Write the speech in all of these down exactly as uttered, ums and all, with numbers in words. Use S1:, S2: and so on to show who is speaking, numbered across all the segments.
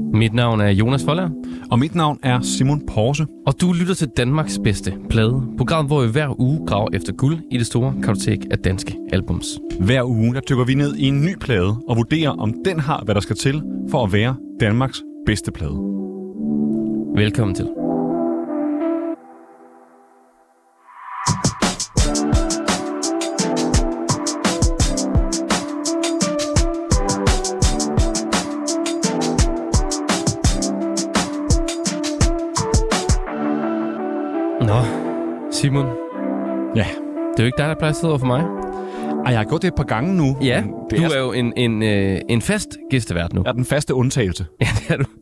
S1: Mit navn er Jonas Folder.
S2: Og mit navn er Simon Porse.
S1: Og du lytter til Danmarks bedste plade. Programmet, hvor vi hver uge graver efter guld i det store kartotek af danske albums.
S2: Hver uge der dykker vi ned i en ny plade og vurderer, om den har, hvad der skal til for at være Danmarks bedste plade.
S1: Velkommen til. Nå, Simon.
S2: Ja.
S1: Det er jo ikke dig, der plejer at sidde over for mig.
S2: Ej, jeg har gjort det et par gange nu.
S1: Ja,
S2: det
S1: du
S2: er,
S1: er jo en, en, øh, en fast gæstevært nu.
S2: er den faste undtagelse.
S1: Ja, det er du.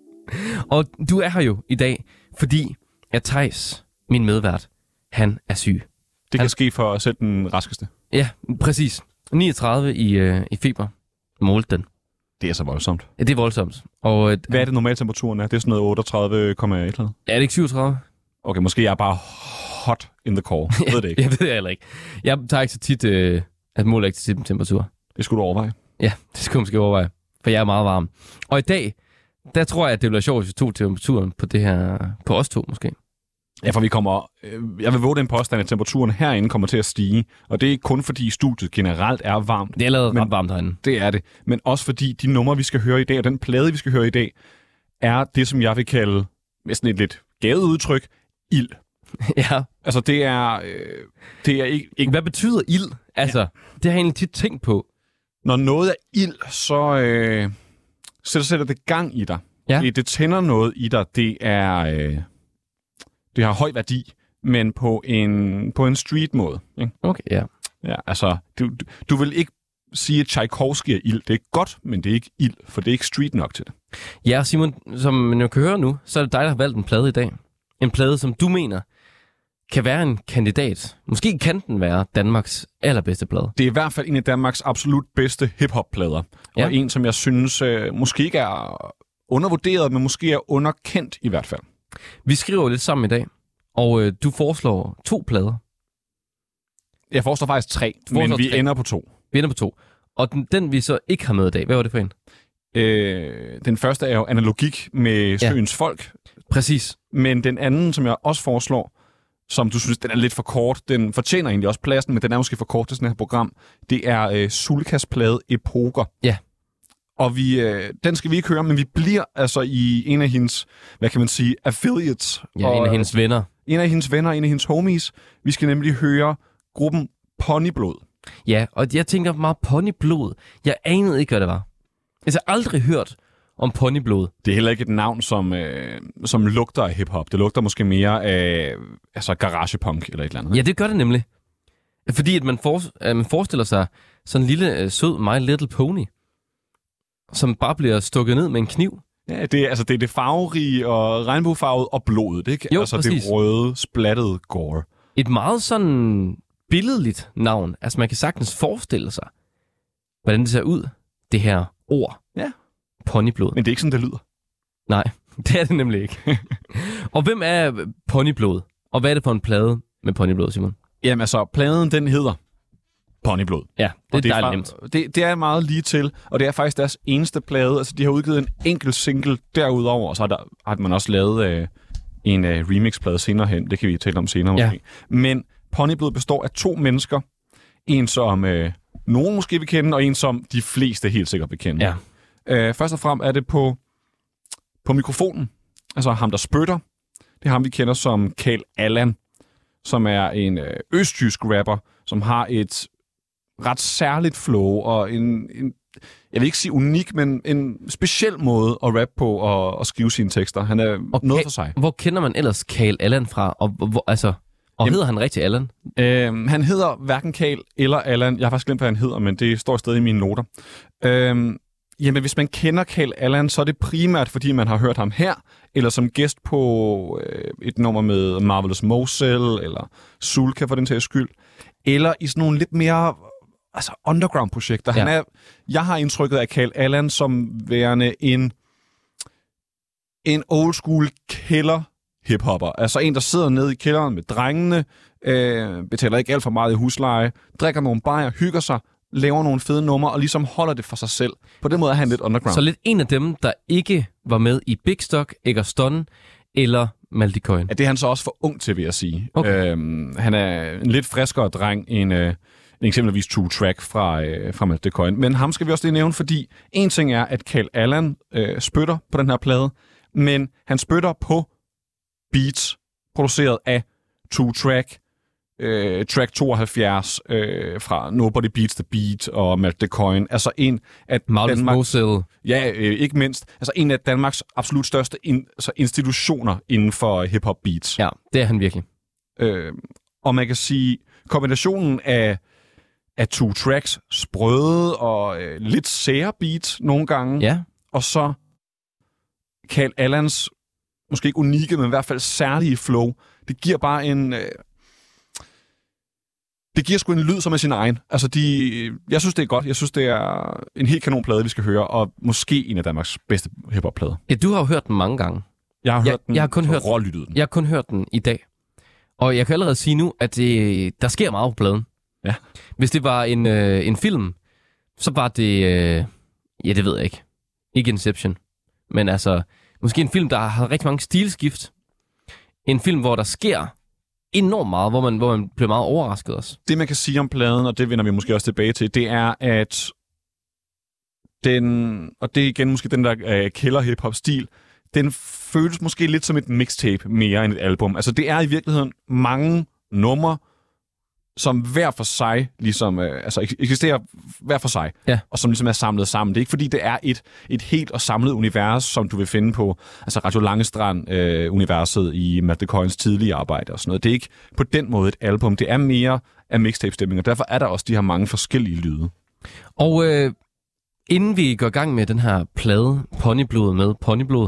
S1: Og du er her jo i dag, fordi at Theis, min medvært, han er syg.
S2: Det kan
S1: han...
S2: ske for selv den raskeste.
S1: Ja, præcis. niogtredive i, øh, i feber. Målte den.
S2: Det er så voldsomt.
S1: Ja, det er voldsomt. Og, øh,
S2: Hvad er det normalt temperaturen er? Det er sådan noget otteogtredive komma et eller andet.
S1: Er det ikke syvogtredive?
S2: Okay, måske er jeg bare hot in the core. Jeg ved det ikke.
S1: Jeg ved det heller ikke. Jeg tager ikke så tit, øh, at måler ikke så tit temperatur.
S2: Det skulle du overveje.
S1: Ja, det skulle jeg måske overveje. For jeg er meget varm. Og i dag, der tror jeg, at det bliver sjovt, hvis vi tog temperaturen på det her, på os to måske.
S2: Ja, for vi kommer... Øh, jeg vil våge den påstand, at temperaturen herinde kommer til at stige. Og det er ikke kun fordi studiet generelt er varmt.
S1: Det er allerede ret varmt herinde.
S2: Det er det. Men også fordi de numre, vi skal høre i dag, og den plade, vi skal høre i dag, er det, som jeg vil kalde, med sådan et lidt gavet udtryk, ild.
S1: Ja.
S2: Altså, det er... Øh, det er ikke, ikke...
S1: Hvad betyder ild? Altså, ja. Det har jeg egentlig tit tænkt på.
S2: Når noget er ild, så, øh, så sætter det gang i dig.
S1: Ja.
S2: Det, det tænder noget i dig. Det er... Øh, det har høj værdi, men på en, på en street-måde. Ikke?
S1: Okay, ja.
S2: Ja, altså, du, du vil ikke sige, at Tchaikovsky er ild. Det er godt, men det er ikke ild, for det er ikke street nok til det.
S1: Ja, Simon, som man jo kan høre nu, så er det dig, der har valgt en plade i dag. En plade, som du mener kan være en kandidat. Måske kan den være Danmarks allerbedste plade.
S2: Det er i hvert fald en af Danmarks absolut bedste hip-hop-plader.
S1: Ja.
S2: Og en, som jeg synes øh, måske ikke er undervurderet, men måske er underkendt i hvert fald.
S1: Vi skriver lidt sammen i dag, og øh, du foreslår to plader.
S2: Jeg foreslår faktisk tre,
S1: foreslår
S2: men vi
S1: tre.
S2: ender på to.
S1: Vi ender på to. Og den, den vi så ikke har med i dag, hvad var det for en?
S2: Øh, den første er jo analogik med Søens ja. Folk.
S1: Præcis.
S2: Men den anden, som jeg også foreslår, som du synes, den er lidt for kort, den fortjener egentlig også pladsen, men den er måske for kort til sådan her program, det er øh, Sulkas plade Epoker.
S1: Ja.
S2: Og vi, øh, den skal vi ikke høre, men vi bliver altså i en af hendes, hvad kan man sige, affiliates.
S1: Ja,
S2: og,
S1: en af hendes venner.
S2: En af hendes venner, en af hendes homies. Vi skal nemlig høre gruppen Ponyblod.
S1: Ja, og jeg tænker meget Ponyblod. Jeg anede ikke, hvad det var. Jeg har aldrig hørt om Ponyblod.
S2: Det er heller ikke et navn, som, øh, som lugter af hiphop. Det lugter måske mere af altså garagepunk eller et eller andet.
S1: Ja, det gør det nemlig. Fordi at man, for, at man forestiller sig sådan en lille øh, sød My Little Pony, som bare bliver stukket ned med en kniv.
S2: Ja, det er, altså, det er det farverige og regnbuefarvet og blodet, ikke?
S1: Jo,
S2: altså
S1: præcis.
S2: Det røde, splattede gore.
S1: Et meget sådan billedligt navn. Altså man kan sagtens forestille sig, hvordan det ser ud, det her ord.
S2: Ja.
S1: Ponyblod.
S2: Men det er ikke sådan, det lyder.
S1: Nej, det er det nemlig ikke. Og hvem er Ponyblod? Og hvad er det for en plade med Ponyblod, Simon?
S2: Jamen altså, pladen den hedder Ponyblod.
S1: Ja, det er,
S2: det er
S1: dejligt
S2: fra,
S1: nemt.
S2: Det, det er meget lige til, og det er faktisk deres eneste plade. Altså, de har udgivet en enkelt single derudover, og så har, der, har man også lavet øh, en øh, remixplade senere hen. Det kan vi tale om senere
S1: ja.
S2: måske. Men Ponyblod består af to mennesker. En, som øh, nogen måske vil kende, og en, som de fleste helt sikkert vil kende.
S1: Ja.
S2: Øh, først og fremmest er det på, på mikrofonen. Altså ham, der spytter. Det er ham, vi kender som Carl Allan, som er en øh, østjysk rapper, som har et ret særligt flow og en, en, jeg vil ikke sige unik, men en speciel måde at rappe på og, og skrive sine tekster. Han er
S1: og
S2: noget
S1: ka-
S2: for sig.
S1: Hvor kender man ellers Carl Allan fra? Og, hvor, altså, og Jamen, hedder han rigtig Allan?
S2: Øh, han hedder hverken Carl eller Allan. Jeg har faktisk glemt, hvad han hedder, men det står stadig i mine noter. Øh, Jamen, hvis man kender Carl Allan, så er det primært, fordi man har hørt ham her, eller som gæst på øh, et nummer med Marvelous Mosel, eller Sulka for den sags skyld, eller i sådan nogle lidt mere altså underground-projekter.
S1: Ja.
S2: Han er, jeg har indtrykket af Carl Allan som værende en, en old school kælder hiphopper. Altså en, der sidder nede i kælderen med drengene, øh, betaler ikke alt for meget i husleje, drikker nogle bajer, hygger sig, laver nogle fede numre, og ligesom holder det for sig selv. På den måde er han lidt underground.
S1: Så lidt en af dem, der ikke var med i Big Stock, Egerstone eller Maldi Coin.
S2: Ja, det er han så også for ung til, vil jeg sige.
S1: Okay.
S2: Øhm, han er en lidt friskere dreng end, øh, end eksempelvis Two Track fra, øh, fra Maldi Coin. Men ham skal vi også lige nævne, fordi en ting er, at Kjeld Allan øh, spytter på den her plade, men han spytter på beats, produceret af Two Track, øh, Track tooghalvfjerds øh, fra Nobody Beats the Beat og Maldi Coin. Altså en af
S1: Magnus
S2: Danmark...
S1: Moseley.
S2: Ja, øh, ikke mindst. Altså en af Danmarks absolut største in, altså institutioner inden for hip-hop beats.
S1: Ja, det er han virkelig.
S2: Øh, og man kan sige, kombinationen af, af Two Tracks sprøde og øh, lidt sære beats nogle gange,
S1: Ja.
S2: og så Kjeld Allans måske ikke unikke, men i hvert fald særlige flow. Det giver bare en... Øh, det giver sgu en lyd, som er sin egen. Altså, de, jeg synes, det er godt. Jeg synes, det er en helt kanonplade, vi skal høre, og måske en af Danmarks bedste hiphop-plader.
S1: Ja, du har jo hørt den mange gange.
S2: Jeg har
S1: Jeg-
S2: hørt den,
S1: jeg har kun hørt-
S2: rålyttet den.
S1: Jeg har kun hørt den i dag. Og jeg kan allerede sige nu, at det, der sker meget på pladen.
S2: Ja.
S1: Hvis det var en, øh, en film, så var det... Øh, ja, det ved jeg ikke. Ikke Inception. Men altså, måske en film, der har rigtig mange stilskift. En film, hvor der sker enormt meget, hvor man, hvor man bliver meget overrasket også.
S2: Det, man kan sige om pladen, og det vender vi måske også tilbage til, det er, at den, og det er igen måske den der uh, killer hip-hop-stil, den føles måske lidt som et mixtape mere end et album. Altså, det er i virkeligheden mange numre, som hver for sig ligesom, øh, altså eks- eksisterer hver for sig,
S1: Ja.
S2: og som ligesom er samlet sammen. Det er ikke fordi, det er et, et helt og samlet univers, som du vil finde på altså Radio Langestrand-universet øh, i Maldi Coins tidlige arbejde og sådan noget. Det er ikke på den måde et album. Det er mere af mixtape-stemning, og derfor er der også de her mange forskellige lyde.
S1: Og øh, inden vi går i gang med den her plade, Ponyblod med Ponyblod,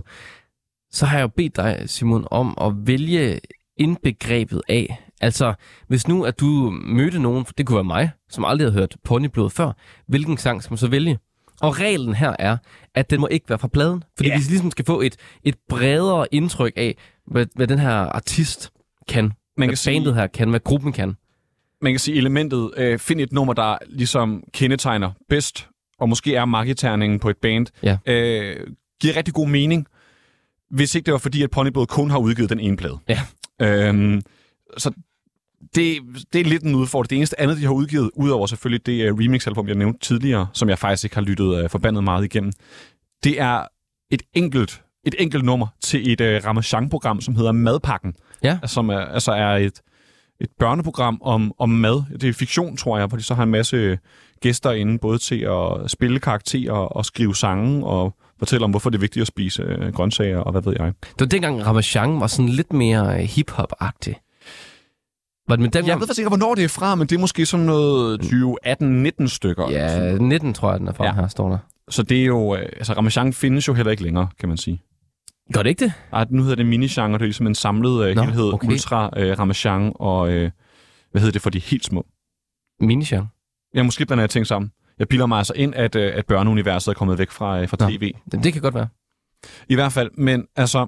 S1: så har jeg jo bedt dig, Simon, om at vælge indbegrebet af. Altså, hvis nu at du mødte nogen, det kunne være mig, som aldrig havde hørt Ponyblod før, hvilken sang skal man så vælge? Og reglen her er, at den må ikke være fra pladen, fordi
S2: Ja.
S1: vi ligesom skal få et, et bredere indtryk af, hvad, hvad den her artist kan,
S2: Man
S1: hvad
S2: kan sige-
S1: bandet her kan, hvad gruppen kan.
S2: Man kan sige elementet, øh, find et nummer, der ligesom kendetegner bedst, og måske er marketerningen på et band,
S1: Ja.
S2: øh, giver rigtig god mening, hvis ikke det var fordi, at Ponyblod kun har udgivet den ene plade.
S1: Ja.
S2: Øhm, så det, det er lidt en udfordring. Det eneste andet, de har udgivet, udover selvfølgelig det uh, remix-album, jeg nævnte tidligere, som jeg faktisk ikke har lyttet uh, forbandet meget igennem, det er et enkelt, et enkelt nummer til et uh, Ramachan-program, som hedder Madpakken,
S1: Ja.
S2: som er, altså er et, et børneprogram om, om mad. Det er fiktion, tror jeg, fordi så har en masse gæster inde, både til at spille karakterer og skrive sange, og fortælle om, hvorfor det er vigtigt at spise øh, grøntsager, og hvad ved jeg.
S1: Det var dengang Ramachan var sådan lidt mere øh, hip-hop-agtig. Var det med den
S2: Jeg ved faktisk ikke, hvornår det er fra, men det er måske sådan noget tyve atten nitten stykker.
S1: Ja, nitten tror jeg, den er fra
S2: Ja.
S1: her, står der.
S2: Så det er jo... Øh, altså, Ramachan findes jo heller ikke længere, kan man sige.
S1: Gør det ikke det?
S2: Ej, nu hedder det mini-genre, det er ligesom en samlet øh,
S1: Nå,
S2: helhed.
S1: okay.
S2: Ultra, øh, Ramachan og... Øh, hvad hedder det for de helt små?
S1: Minichan.
S2: Ja, måske blander jeg ting sammen. Jeg bilder mig altså ind, at, øh, at børneuniverset er kommet væk fra, øh, fra
S1: Nå.
S2: tv.
S1: Det, det kan godt være.
S2: I hvert fald, men altså...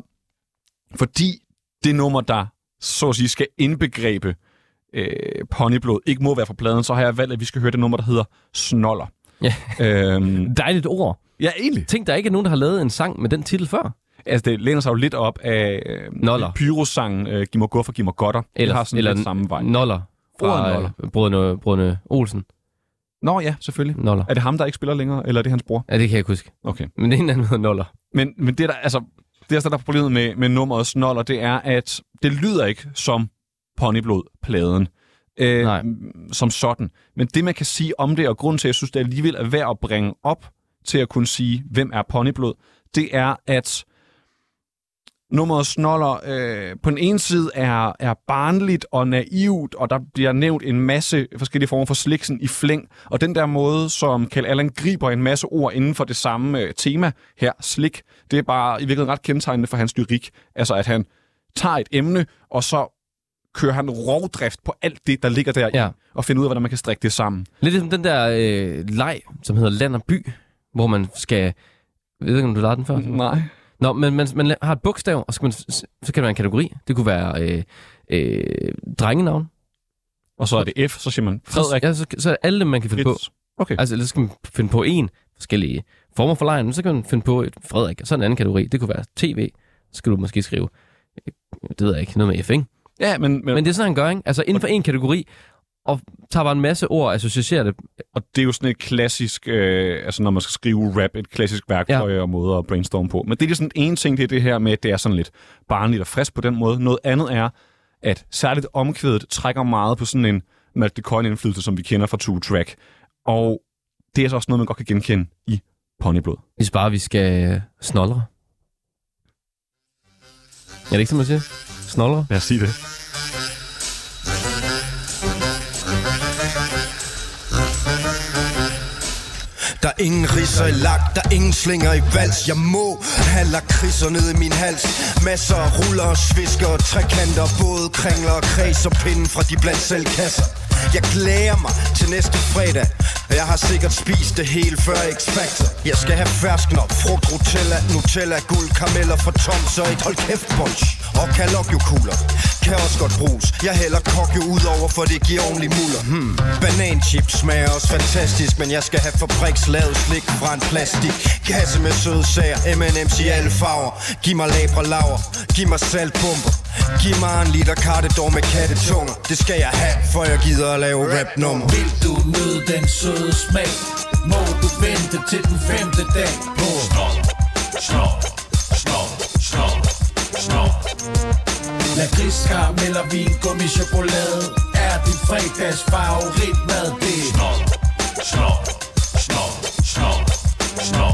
S2: Fordi det nummer, der så at sige skal indbegrebe øh, Ponyblod, ikke må være fra pladen, så har jeg valgt, at vi skal høre det nummer, der hedder Snoller.
S1: Ja.
S2: Øhm,
S1: Dejligt ord.
S2: ja, egentlig.
S1: Tænk, der ikke er nogen, der har lavet en sang med den titel før.
S2: Altså, det læner sig jo lidt op af øh,
S1: Noller.
S2: Pyros-sangen øh, Giv mig guffer, giv mig godter.
S1: Eller,
S2: det har sådan
S1: eller
S2: lidt samme vej.
S1: Noller.
S2: Ordet
S1: Fra
S2: Noller.
S1: øh, brødrene, brødrene Olsen.
S2: Nå ja, selvfølgelig.
S1: Noller.
S2: Er det ham, der ikke spiller længere, eller er det hans bror?
S1: Ja, det kan jeg ikke huske.
S2: Okay.
S1: Men det er en anden hedder Noller.
S2: Men, men det, der, altså, det, der, der er problemet med, med nummeret Snoller, det er, at det lyder ikke som Ponyblod-pladen. Øh,
S1: Nej.
S2: som sådan. Men det, man kan sige om det, og grunden til, at jeg synes, det alligevel er værd at bringe op til at kunne sige, hvem er Ponyblod, det er, at nummeret Snoller øh, på den ene side er, er barnligt og naivt, og der bliver nævnt en masse forskellige former for sliksen i flæng, og den der måde, som Kjeld Allan griber en masse ord inden for det samme øh, tema her, slik, det er bare i virkeligheden ret kendetegnende for hans lyrik. Altså, at han tager et emne, og så kører han rovdrift på alt det, der ligger der
S1: Ja.
S2: i, og finder ud af, hvordan man kan strikke det sammen.
S1: Lidt ligesom den der øh, leg, som hedder Land og By, hvor man skal... Jeg ved ikke, om du lavede den før?
S2: Nej.
S1: Nå, men man, man har et bogstav, og så kan man, så kan man have en kategori. Det kunne være øh, øh, drengenavn.
S2: Og så er det F, så siger man Frederik,
S1: Ja, så, så er alle dem, man kan finde på.
S2: Fritz,
S1: Okay. Altså, så skal man finde på en forskellige former for lejren, så kan man finde på et Frederik, og så en anden kategori. Det kunne være tv, så skal du måske skrive, det ved jeg ikke, noget med F, ikke?
S2: Ja, men... Men,
S1: men det er sådan, han gør, ikke? Altså, inden for en kategori, og tager bare en masse ord og associerer det.
S2: Og det er jo sådan et klassisk, øh, altså når man skal skrive rap, et klassisk værktøj ja. og måde at brainstorme på. Men det er sådan en ting, det er det her med, at det er sådan lidt barnligt og frisk på den måde. Noget andet er, at særligt omkvædet trækker meget på sådan en Malte Coyne-indflydelse, som vi kender fra Two Track. Og det er så også noget, man godt kan genkende i Ponyblod.
S1: Hvis bare vi skal snoldre. Er det ikke, som man siger? Snoldre?
S2: Lad os sige det.
S3: Der er ingen ridser i lak, der er ingen slinger i vals. Jeg må have lakridser ned i min hals. Masser af ruller og svisker og trekanter, både kringler og kreds og pinden fra de blandt selv kasser. Jeg glæder mig til næste fredag, og jeg har sikkert spist det hele før X-Factor. Jeg skal have ferskner, frugt, rutella, nutella, guld, karameller fra Toms og et hold kæft bunch. Og kalokjo-kugler kan også godt bruges. Jeg hælder kokjo ud over, for det giver ordentlig muller. hmm. Bananchips smager også fantastisk, men jeg skal have fabrikslavet slik fra en plastik kasse med søde sager, M and M's i alle farver. Giv mig labre laver, giv mig saltbomber, giv mig en liter kartedor med kattetunger. Det skal jeg have, for jeg gider at lave rap-nummer.
S4: Vil du nyde den søde smag, må du vente til den femte dag på Snor, snor, snor, snor, snor. Lakrids, karameller, vin, gummi, chokolade er din fredags favoritmad. Det er Snor, snor, snor, snor, snor.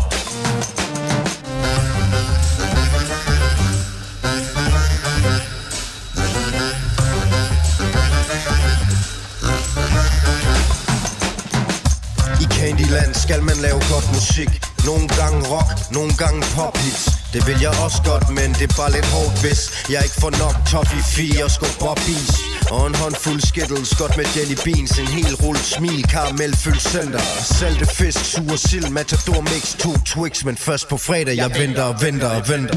S3: Candyland skal man lave godt musik. Nogle gange rock, nogle gange pophits. Det vil jeg også godt, men det er bare lidt hårdt, hvis jeg ikke får nok toffee fire og skub bobbies. Og en håndfuld skittles, godt med jelly beans. En hel rulle smil, karamel fyldt center. Salte fisk, sur sild, matador mix, to Twix. Men først på fredag, jeg venter og venter og venter.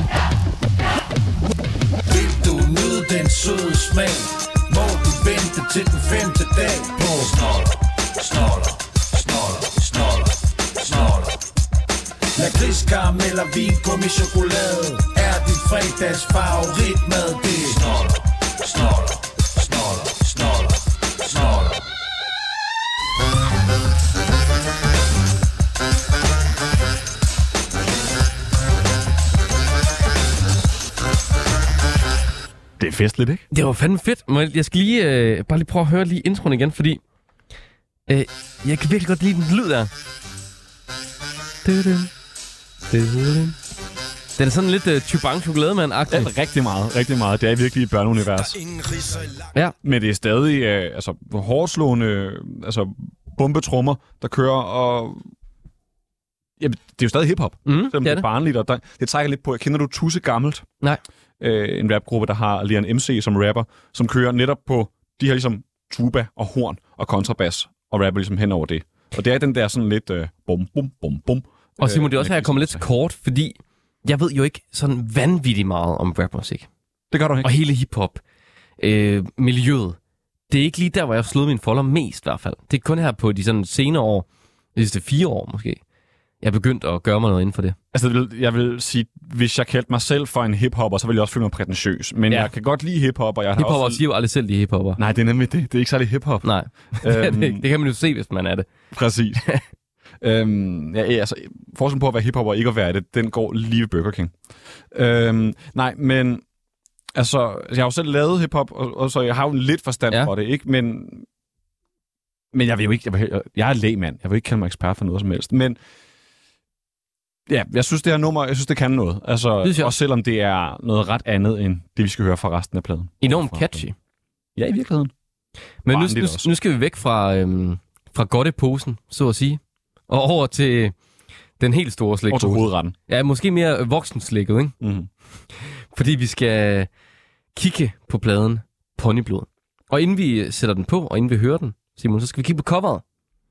S4: Vil du nyde den søde smag, må du vente til den femte dag på Snoller, Snoller, Snoller, Snoller, Snoller. Lakrids, karameller, vin, gummi, chokolade er din fredags favoritmad. Det er Snoller, Snoller, Snoller, Snoller, Snoller.
S2: Det er festligt, ikke?
S1: Det var fandme fedt. Jeg skal lige, øh, bare lige prøve at høre lige introen igen, fordi øh, jeg kan virkelig godt lide den lyd der. Den er sådan lidt uh, Chubang chokolademand-agtig.
S2: Ja, rigtig meget, rigtig meget. Det er virkelig et børneunivers.
S1: Ja.
S2: Men det er stadig uh, altså, hårdslående altså, bombetrummer, der kører, og ja, det er jo stadig hiphop.
S1: Mm,
S2: selvom
S1: det er
S2: det er
S1: det.
S2: barnligt, og der, det trækker lidt på. Kender du Tusse Gammelt?
S1: Nej.
S2: Uh, en rapgruppe, der har Leon M C som rapper, som kører netop på de her ligesom tuba og horn og kontrabas, og rapper ligesom hen over det. Og det er den der sådan lidt uh, bum, bum, bum, bum.
S1: Og Simon, det er også her, jeg kommer lidt kort, fordi jeg ved jo ikke sådan vanvittigt meget om rapmusik.
S2: Det gør du ikke.
S1: Og hele hiphop. Øh, miljøet. Det er ikke lige der, hvor jeg har slået min folder mest i hvert fald. Det er kun her på de sådan senere år, de sidste fire år måske, jeg er begyndt at gøre mig noget inden for det.
S2: Altså, jeg vil sige, hvis jeg kaldte mig selv for en hiphopper, så ville jeg også føle mig prætentiøs. Men ja. Jeg kan godt lide hiphopper. Jeg
S1: hiphopper
S2: også...
S1: siger jo aldrig selv, de er hiphopper.
S2: Nej, det er nemlig det. Det er ikke særlig hiphop.
S1: Nej, øhm... det, det kan man jo se, hvis man er det.
S2: Præcis. øhm, ja, altså, forskellen på at være hiphopper og ikke at være det, den går lige ved Burger King. Øhm, nej, men altså, jeg har jo selv lavet hiphop, og, og så jeg har jo lidt forstand ja. for det, ikke? Men, men jeg vil jo ikke... Jeg, vil, jeg er lægmand. Jeg vil ikke kalde mig ekspert for noget som helst. Men ja, jeg synes, det her nummer, jeg synes, det kan noget. Altså, også selvom det er noget ret andet, end det, vi skal høre fra resten af pladen.
S1: Enormt catchy.
S2: Ja, i virkeligheden.
S1: Men nu, nu, nu skal vi væk fra, øhm, fra godteposen, så at sige, og over til den helt store slik.
S2: Over til hovedretten.
S1: Ja, måske mere voksenslikket, ikke?
S2: Mm-hmm.
S1: Fordi vi skal kigge på pladen Ponyblod. Og inden vi sætter den på, og inden vi hører den, Simon, så skal vi kigge på coveret.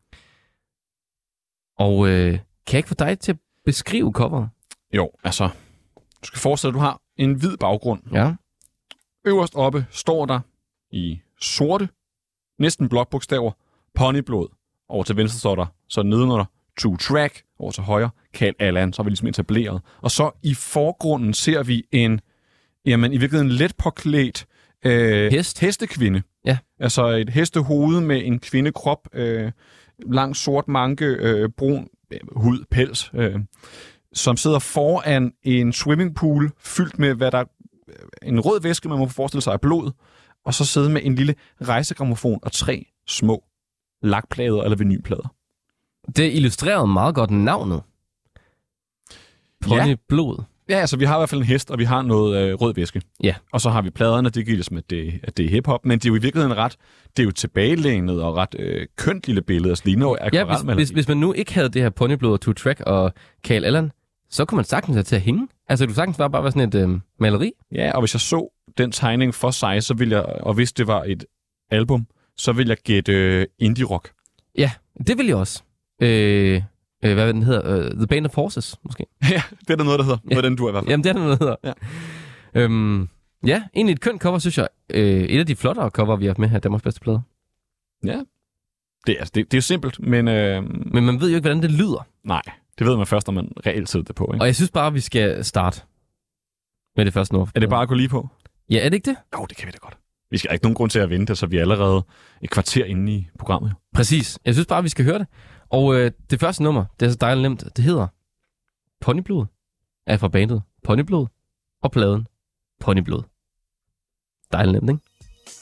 S1: Og øh, kan jeg ikke få dig til at beskrive coveret?
S2: Jo, altså, du skal forestille, at du har en hvid baggrund.
S1: Ja.
S2: Øverst oppe står der i sorte, næsten blokbogstaver, Ponyblod. over til venstre står der, så nedenunder To Track, over til højre, Carl Allan, så er vi ligesom etableret. Og så i forgrunden ser vi en, jamen i virkeligheden let påklædt øh,
S1: Hest.
S2: hestekvinde.
S1: Ja.
S2: Altså et hestehoved med en kvindekrop, øh, lang sort manke, øh, brun øh, hud, pels, øh, som sidder foran en swimmingpool fyldt med, hvad der en rød væske, man må forestille sig af blod, og så sidde med en lille rejsegrammofon og tre små lakplader eller vinylplader.
S1: Det illustrerede meget godt navnet. Pony
S2: Ja.
S1: Blod.
S2: Ja, altså vi har i hvert fald en hest, og vi har noget øh, rød væske.
S1: Ja.
S2: Og så har vi pladerne, det giver ligesom, at det, at det er hiphop, men det er jo i virkeligheden ret, det er jo tilbagelænet og ret øh, kønt lille billede, altså ligner
S1: Ja, hvis,
S2: akvarelmaleri.
S1: hvis, hvis man nu ikke havde det her Pony Blod og Two Track og Carl Allan, så kunne man sagtens have til at hænge. Altså, du sagtens bare bare være sådan et øh, maleri.
S2: Ja, og hvis jeg så den tegning for sig, så ville jeg, og hvis det var et album, så ville jeg gætte øh, indie-rock.
S1: Ja, det vil jeg også. Øh, øh, hvad den hedder? Uh, The Band of Horses, måske.
S2: Ja, det er der noget, der hedder.
S1: Ja.
S2: Noget den du er i hvert fald.
S1: Jamen, det er der noget, der hedder.
S2: Ja.
S1: Øhm, ja, egentlig et kønt cover, synes jeg. Øh, et af de flottere cover, vi har haft med her, Danmarks bedste plade.
S2: Ja. Det, altså, det, det er jo simpelt, men øh,
S1: Men man ved jo ikke, hvordan det lyder.
S2: nej, det ved man først, når man reelt sætter det på. Ikke?
S1: Og jeg synes bare, vi skal starte med det første nummer.
S2: Er det bare at gå lige på?
S1: Ja, er det ikke det?
S2: Jo, det kan vi da godt. Vi skal ikke nogen grund til at vente, så vi er allerede et kvarter inde i programmet.
S1: Præcis. Jeg synes bare, vi skal høre det. Og øh, det første nummer, det er så dejligt nemt. Det hedder Ponyblod. Er fra bandet Ponyblod. Og pladen Ponyblod. Dejligt nemt, ikke?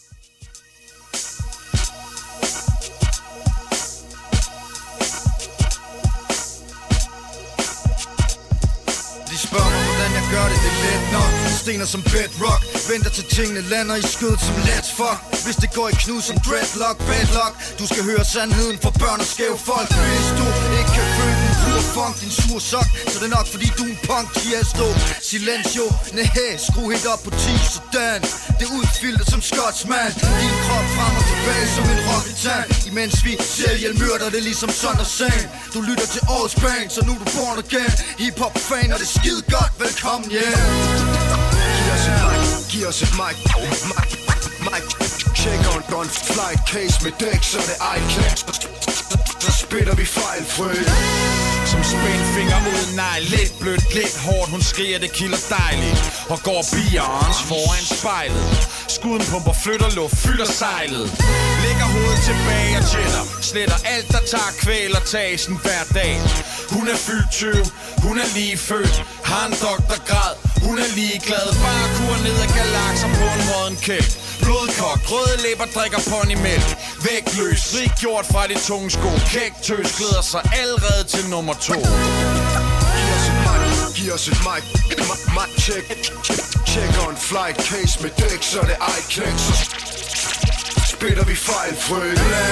S3: Spørg mig, hvordan jeg gør det, det er let nok. Stener som bedrock, venter til tingene lander i skødet som let's fuck. Hvis det går i knud som dreadlock, bad luck. Du skal høre sandheden for børn og skæve folk. Hvis du ikke kan føle den pur funk, din sur sok, så det er nok fordi du er en punk, Tiesto. Silencio, næh, skru helt op på ti, sådan. Det er udfiltet som Scotsman. Din krop frem og tilbage som en rocketan. Imens vi serial myrder det ligesom Sander Sand. Du lytter til årets band, så nu er du born again. Hip-hop fan, og det er skide godt, velkommen hjem. Giv os et mic, giv os et mic, mic, mic. Check on, on flight case med dæk, så det er iClass. Så spiller vi fejlfrø.
S5: Som spændt finger mod en negl. Lidt blødt, lidt hårdt, hun skriger, det kilder dejligt. Og går Beyoncé foran spejlet. Skuden pumper, flytter luft, fylder sejlet. Lægger hovedet tilbage og chiller. Sletter alt, der tager kvælertagen hver dag. Hun er fyldt tyve, hun er lige født. Har en doktorgrad, hun er ligeglad. Bare kur ned ad galakser på en råden kæk. Blodkogt, røde læber, drikker ponymælk. Vægtløs, frigjort fra de tunge sko. Kægtøs glæder sig allerede til nummer to.
S3: Giv os et mic, giv os et mic, mic, mic, check, check, check on flight case med dæk, så det er iClass. Så spiller vi fejlfrø.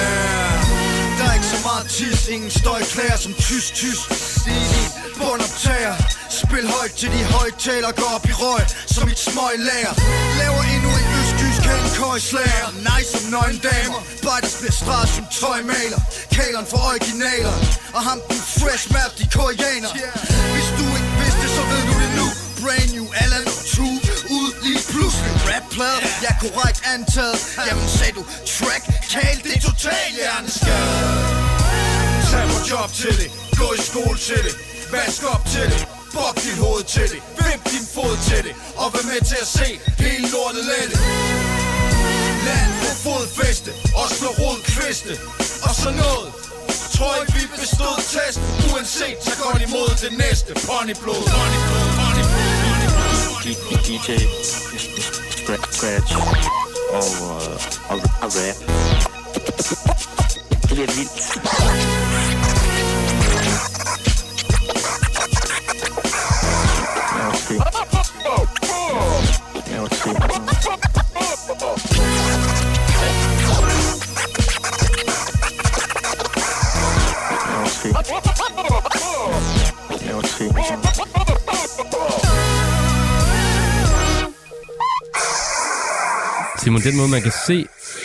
S3: Der er ikke så meget tis, ingen støjklager som tysk, tysk. Det er din bundoptager. Spil højt til de højtaler, går op i røg som et smøglager. Laver endnu en østtysk hængekøjslager. Nice som nøgen damer, Biders bliver stradet som tøjmaler. Kaleren for originaler, og ham den fresh map, de koreaner. Hvis du ikke vidste det, så ved du det nu. Brand new Allan to ud lige pludselig. Rapplade, ja korrekt antaget. Jamen sagde du track, Kale, det er total hjerneskade. Tag på job til det, gå i skole til det. Vask op til det, bop dit hoved til det. Vip din fod til det, og vær med til at se hele lortet lette. Land på fodfæste, og slå rod kviste. Og så noget, tror ikke vi bestod test. Uanset, så går imod det næste. Ponyblod, ponyblod, ponyblod, ponyblod.
S6: D J, scratch og, uh, og, og rap. Det bliver vildt. Ja, okay. Ja, okay. Ja, okay. Ja, okay.
S1: Simon, den måde, man kan se...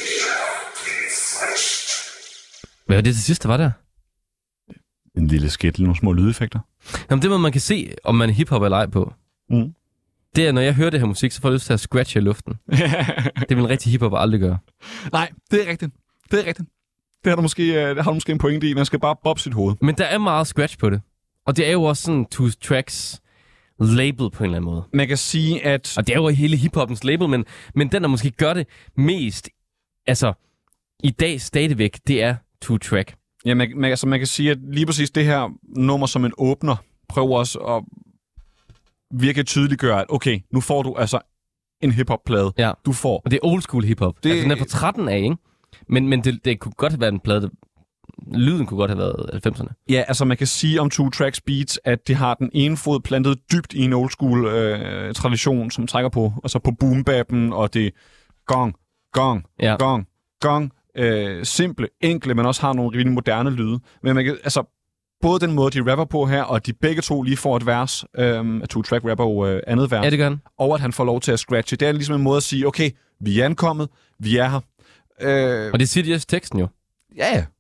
S1: Hvad var det til sidst, der var der?
S2: En lille skæt, nogle små lydeffekter.
S1: Jamen, det måde, man kan se, om man er hiphop eller ej på,
S2: Mm.
S1: det er, når jeg hører det her musik, så får jeg lyst til at scratche i luften. Det vil en rigtig hiphop aldrig gøre.
S2: Nej, det er rigtigt. Det er rigtigt. Det har du måske, det har du måske en pointe i. Man skal bare bobbe sit hoved.
S1: Men der er meget scratch på det. Og det er jo også sådan two tracks label på en eller anden måde.
S2: Man kan sige, at...
S1: Og det er jo hele hiphoppens label, men, men den, der måske gør det mest, altså i dag stadigvæk, det er two track.
S2: Ja, man, man, altså, man kan sige, at lige præcis det her nummer som en åbner, prøver også at virkelig tydeliggøre, at okay, nu får du altså en hiphop-plade.
S1: Ja.
S2: Du får...
S1: Og det er old school hiphop. Det... Altså, den er fra tretten af, ikke? Men, men det, det kunne godt have været en plade, der... Lyden kunne godt have været halvfemserne.
S2: Ja, altså man kan sige om Two Tracks Beats, at det har den ene fod plantet dybt i en old school øh, tradition, som trækker på, altså på boom-bappen, og det gong, gong,
S1: ja.
S2: gong, gong. Øh, simple, enkle, men også har nogle rimelig moderne lyde. Men man kan, altså, både den måde, de rapper på her, og de begge to lige får et vers, øh, at Two Track rapper jo øh, andet vers,
S1: ja, det gør han.
S2: og at han får lov til at scratche. Det er ligesom en måde at sige, okay, vi er ankommet, vi er her. Øh,
S1: og det siger de også i teksten jo.
S2: Ja, ja.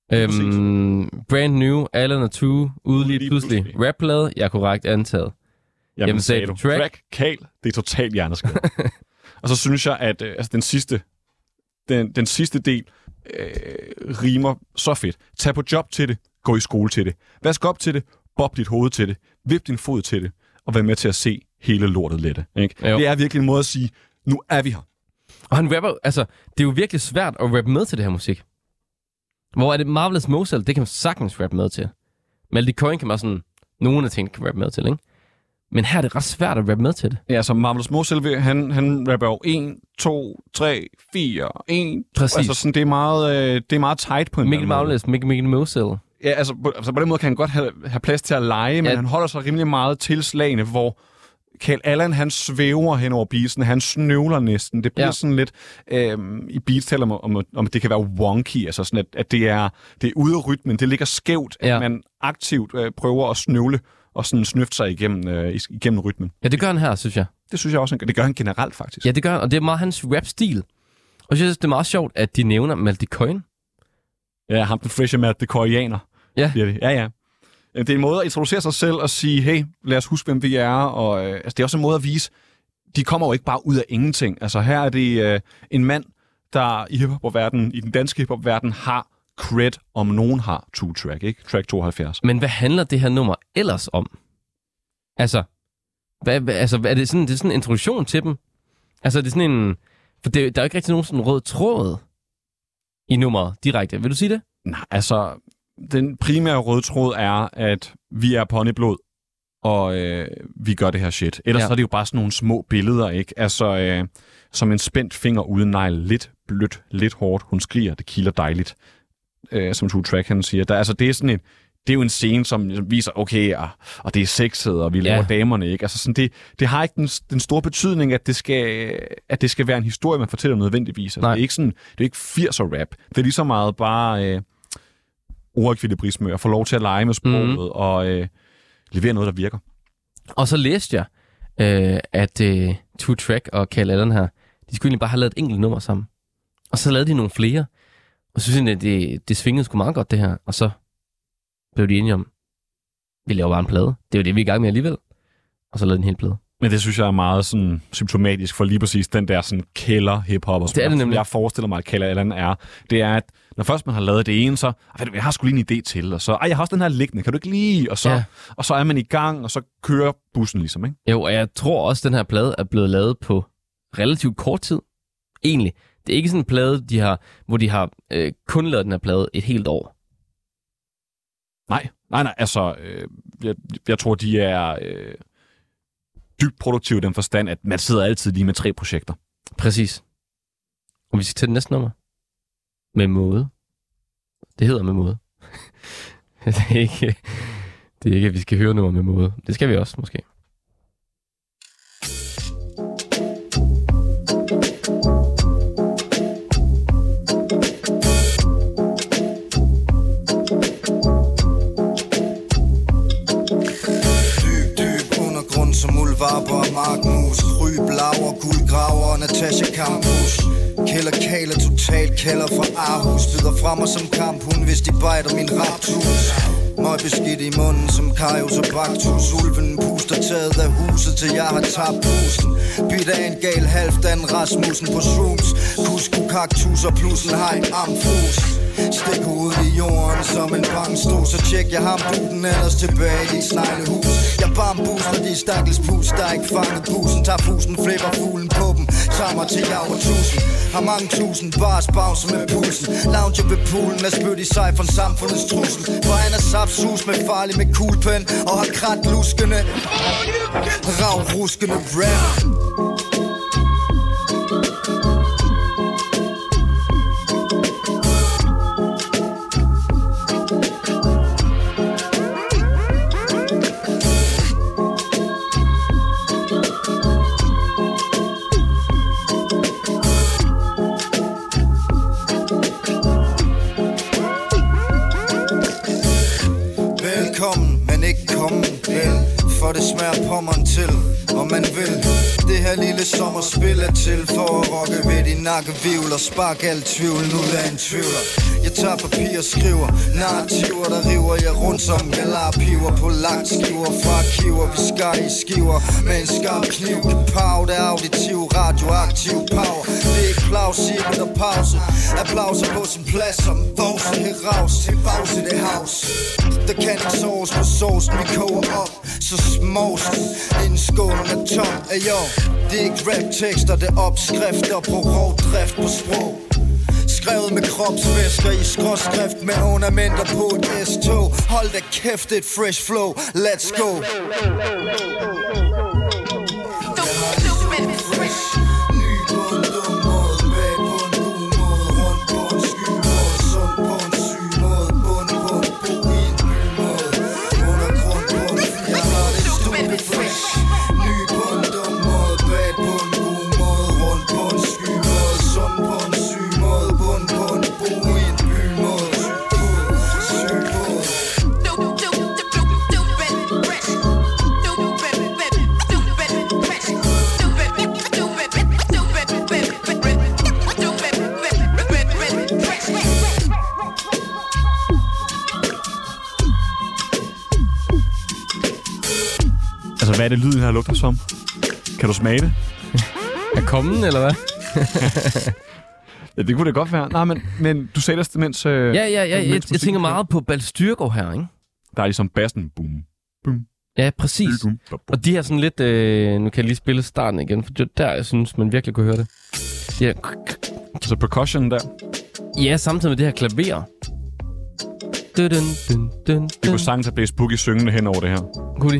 S1: Øhm, brand new, Allen og Two, ude lige pludselig.
S2: pludselig.
S1: Rapplade, jeg er korrekt antaget.
S2: Jamen, Jamen sagde du.
S1: Track.
S2: Track, Kal, det er totalt hjerneskade. Og så synes jeg, at øh, altså, den sidste den, den sidste del øh, rimer så fedt. Tag på job til det, gå i skole til det. Vask op til det, bob dit hoved til det, vip din fod til det, og vær med til at se hele lortet lette. Ikke? Det er virkelig en måde at sige, nu er vi her.
S1: Og han rapper, altså, det er jo virkelig svært at rappe med til det her musik. Hvor er det Marvelous Moselle, det kan man sagtens rappe med til. Maldi Coin kan man sådan, nogle af tingene kan rappe med til, ikke? Men her er det ret svært at rappe med til det.
S2: Ja, så Marvelous Moselle, han, han rapper jo en, to, tre, fire, en.
S1: Præcis.
S2: Altså sådan, det er meget, øh, det er meget tight på en
S1: Mikkel Marvelous, Mikkel Mikkel Moselle.
S2: Ja, altså på, altså på den måde kan han godt have, have plads til at lege, men ja. Han holder sig rimelig meget tilslagende, hvor Kal Allen, han svæver hen over beatsen, han snøvler næsten. Det bliver ja. Sådan lidt, øh, i beats taler om, om, om, det kan være wonky, altså sådan, at, at det, er, det er ude af rytmen, det ligger skævt, ja. At man aktivt øh, prøver at snøvle og sådan snøfte sig igennem, øh, igennem rytmen.
S1: Ja, det gør han her, synes jeg.
S2: Det synes jeg også, det gør han generelt faktisk.
S1: Ja, det gør han, og det er meget hans rap-stil. Og jeg synes, det er meget sjovt, at de nævner Maldi Coin.
S2: Ja, ham den frische Maldi Coinianer.
S1: Ja.
S2: Ja, ja. Det er en måde at introducere sig selv og sige, hey, lad os huske, hvem vi er. Og, øh, altså, det er også en måde at vise, de kommer jo ikke bare ud af ingenting. Altså her er det øh, en mand, der i hiphop-verdenen, i den danske hiphop-verden, har cred, om nogen har Two Track, ikke? Track tooghalvfjerds.
S1: Men hvad handler det her nummer ellers om? Altså, hvad, hvad, altså er det sådan, det er sådan en introduktion til dem? Altså, det er sådan en... For det, der er jo ikke rigtig nogen sådan rød tråd i nummeret direkte. Vil du sige det?
S2: Nej, altså... Den primære røde tråd er, at vi er ponyblod, og øh, vi gør det her shit. Ellers ja. Så er det jo bare sådan nogle små billeder, ikke? Altså, øh, som en spændt finger uden negl. Lidt blødt, lidt hårdt. Hun skriger, det kilder dejligt. Øh, som Two Track, han siger. Der, altså, det er sådan en... Det er jo en scene, som viser, okay, og, og det er sexet, og vi laver ja. Damerne, ikke? Altså sådan, det, det har ikke den, den store betydning, at det, skal, at det skal være en historie, man fortæller nødvendigvis. Altså, det er ikke sådan, det er ikke firser rap. Det er lige så meget bare... Øh, ordekvilibrisme, og få lov til at lege med sproget, mm. og øh, levere noget, der virker. Og
S1: så læste jeg, øh, at øh, Two Track og Kal Allen her, de skulle egentlig bare have lavet et enkelt nummer sammen. Og så lavede de nogle flere, og så synes jeg, at det, det svingede sgu meget godt, det her. Og så blev de enige om, vi laver bare en plade. Det er jo det, vi er i gang med alligevel. Og så lavede de en hel plade.
S2: Men det synes jeg er meget sådan symptomatisk for lige præcis den der sådan kælder hiphopper,
S1: det er det nemlig.
S2: Jeg forestiller mig, at Kal Allen er. Det er, at når først man har lavet det ene, så jeg har sgu lige en idé til, og så, ej, jeg har også den her liggende, kan du ikke lige? Og så, ja. Og så er man i gang, og så kører bussen ligesom, ikke?
S1: Jo, og jeg tror også, at den her plade er blevet lavet på relativt kort tid. Egentlig. Det er ikke sådan en plade, de har, hvor de har øh, kun lavet den her plade et helt år.
S2: Nej, nej, nej, altså, øh, jeg, jeg tror, de er... Øh, dybt produktiv i den forstand, at man sidder altid lige med tre projekter.
S1: Præcis. Og vi skal til det næste nummer. Med måde. Det hedder med måde. det, er ikke, det er ikke, at vi skal høre nummer med måde. Det skal vi også, måske.
S3: Vapper, Markmus, Ryg, Blauer, Guldgraver, Natasha Campus. Kælder, Kale, total kælder fra Aarhus. Byder fra mig som kamphund, hvis de bejder min raptus. Møg beskidt i munden som Kajus og Baktus. Ulven puster taget af huset, til jeg har tabt pusten. Bidt af en gal halvdan Rasmussen på shrooms. Kusku, kaktus og plus en hegn amfus. Stik hovedet i jorden som en bankstol. Så tjek jeg ham duden ellers tilbage i dit sneglehus. Jeg bambus med de stakkels pus, der ikke fanget bussen. Tager fusen, flipper fuglen på dem, tager mig til jeg over tusind. Har mange tusind bars bounce med pulsen. Lounge ved poolen er spyt i sig fra samfundets trussel. For han er sapsus med farlig med kuglepen og har krat luskende, ravruskende rap. For det smager pommeren til, om man vil. Det her lille sommerspil er til for at rokke ved de nakkevivl og spark alt tvivl, nu er en tvivler. Jeg tager papir og skriver narrativer, der river jeg rundt som galarpiver på langt skiver fra arkiver. Vi skar i skiver med en skarp kniv. Kapav, der er auditiv, radioaktiv power. Det er ikke plausibelt og pause. Applauser på sin plads som vose heraus til pause det havs. Der kan ikke sovs på sovsen, vi koger op, så småsen inden skålen er tom. Ayo, det er ikke rap-tekster, det er opskrifter på rovdrift på sprog. Skrevet med kropsvæsker i skråskrift med ornamenter på et S-tog. Hold da kæft, et fresh flow, let's go.
S2: Hvad er det, lyden her lugter som? Kan du smage det?
S1: Er kommen, eller hvad?
S2: Ja, det kunne det godt være. Nej, men, men du sagde det, mens... Øh,
S1: ja, ja, ja. Jeg,
S2: mens
S1: jeg tænker meget på Balstyrgaard her, ikke?
S2: Der er ligesom bassen. Boom, boom.
S1: Ja, præcis.
S2: Boom, boom, boom.
S1: Og de her sådan lidt... Øh, nu kan jeg lige spille starten igen, for det der, jeg synes, man virkelig kunne høre det. Ja.
S2: Så percussion der.
S1: Ja, samtidig med det her klaver. Dun, dun, dun, dun.
S2: Det kunne sagtens have Blaze Boogie syngende hen over det her.
S1: Kunne de?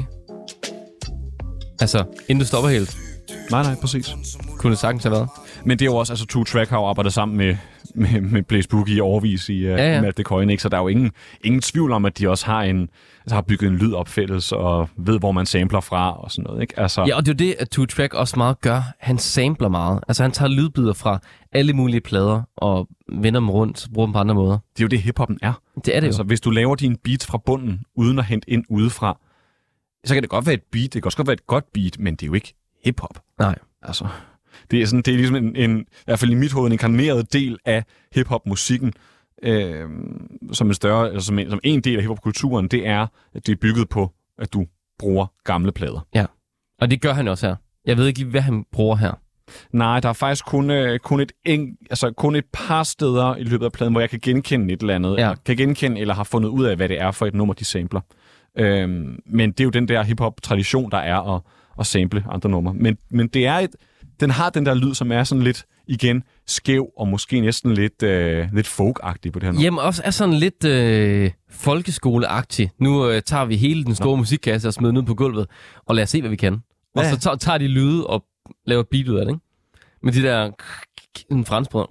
S1: Altså, inden du stopper helt.
S2: Nej, nej, præcis.
S1: Kunne det sagtens have været.
S2: Men det er jo også, altså Two Track har jo arbejdet sammen med, med, med Blaze Boogie i overvis i uh, ja, ja. Matt DeCoy, ikke? Så der er jo ingen, ingen tvivl om, at de også har, en, altså har bygget en lydopfældelse og ved, hvor man sampler fra og sådan noget, ikke? Altså...
S1: Ja, og det er jo det, at Two Track også meget gør. Han sampler meget. Altså, han tager lydbider fra alle mulige plader og vender dem rundt og bruger dem på andre måder.
S2: Det er jo det, hiphoppen er.
S1: Det er det
S2: altså,
S1: jo.
S2: Hvis du laver dine beats fra bunden, uden at hente ind udefra, så kan det godt være et beat, det kan også godt være et godt beat, men det er jo ikke hiphop.
S1: Nej.
S2: Altså, det er, sådan, det er ligesom en, en, i hvert fald i mit hoved, en inkarneret del af hiphop-musikken, øh, som en større, altså som en, som en del af hiphop-kulturen, det er, at det er bygget på, at du bruger gamle plader.
S1: Ja, og det gør han også her. Jeg ved ikke lige, hvad han bruger her.
S2: Nej, der er faktisk kun, øh, kun, et en, altså kun et par steder i løbet af pladen, hvor jeg kan genkende et eller andet, ja. eller kan genkende eller har fundet ud af, hvad det er for et nummer, de sampler. Øhm, men det er jo den der hiphop-tradition, der er at, at sample andre numre. Men, men det er et, den har den der lyd, som er sådan lidt, igen, skæv og måske næsten lidt, øh, lidt folk-agtig på det her nummer.
S1: Jamen også er sådan lidt øh, folkeskoleagtig. Nu øh, tager vi hele den store Nå. musikkasse og smider ned på gulvet, og lad os se, hvad vi kan. Og ja. så tager de lyde og laver et beat ud af det, ikke? Med de der en franskbrød.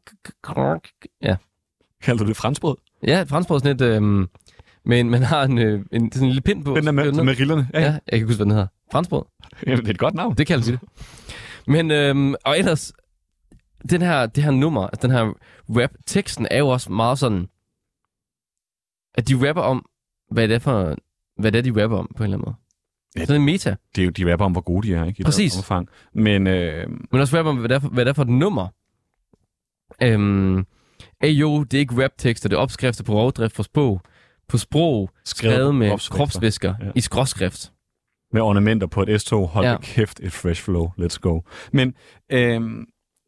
S1: Ja.
S2: Kalder du det franskbrød?
S1: Ja, franskbrød sådan et... Øh, men man har en, en, en, sådan en lille pind på.
S2: Den der med, med rillerne?
S1: Ja, ja. ja, jeg kan ikke huske, hvad den hedder. Franskbrød?
S2: Ja, det er et godt navn.
S1: Det kan jeg sige det. Men, øhm, og ellers, den her, det her nummer, den her rap-teksten er jo også meget sådan, at de rapper om, hvad det er for, hvad det er, de rapper om, på en eller anden måde. Ja, sådan en meta.
S2: Det er jo, de rapper om, hvor gode de er, ikke? I
S1: præcis.
S2: Omfang. Men, øh...
S1: Men også rapper om, hvad det er for, hvad det er for et nummer. Øhm, Ayo, det er ikke rap-tekster, det er opskrifter på rovdrift for sprog. På sprog, skrevet, skrevet med kropsvæsker ja. i skråskrift.
S2: Med ornamenter på et S-tog. Hold ja. kæft, et fresh flow. Let's go. Men øhm,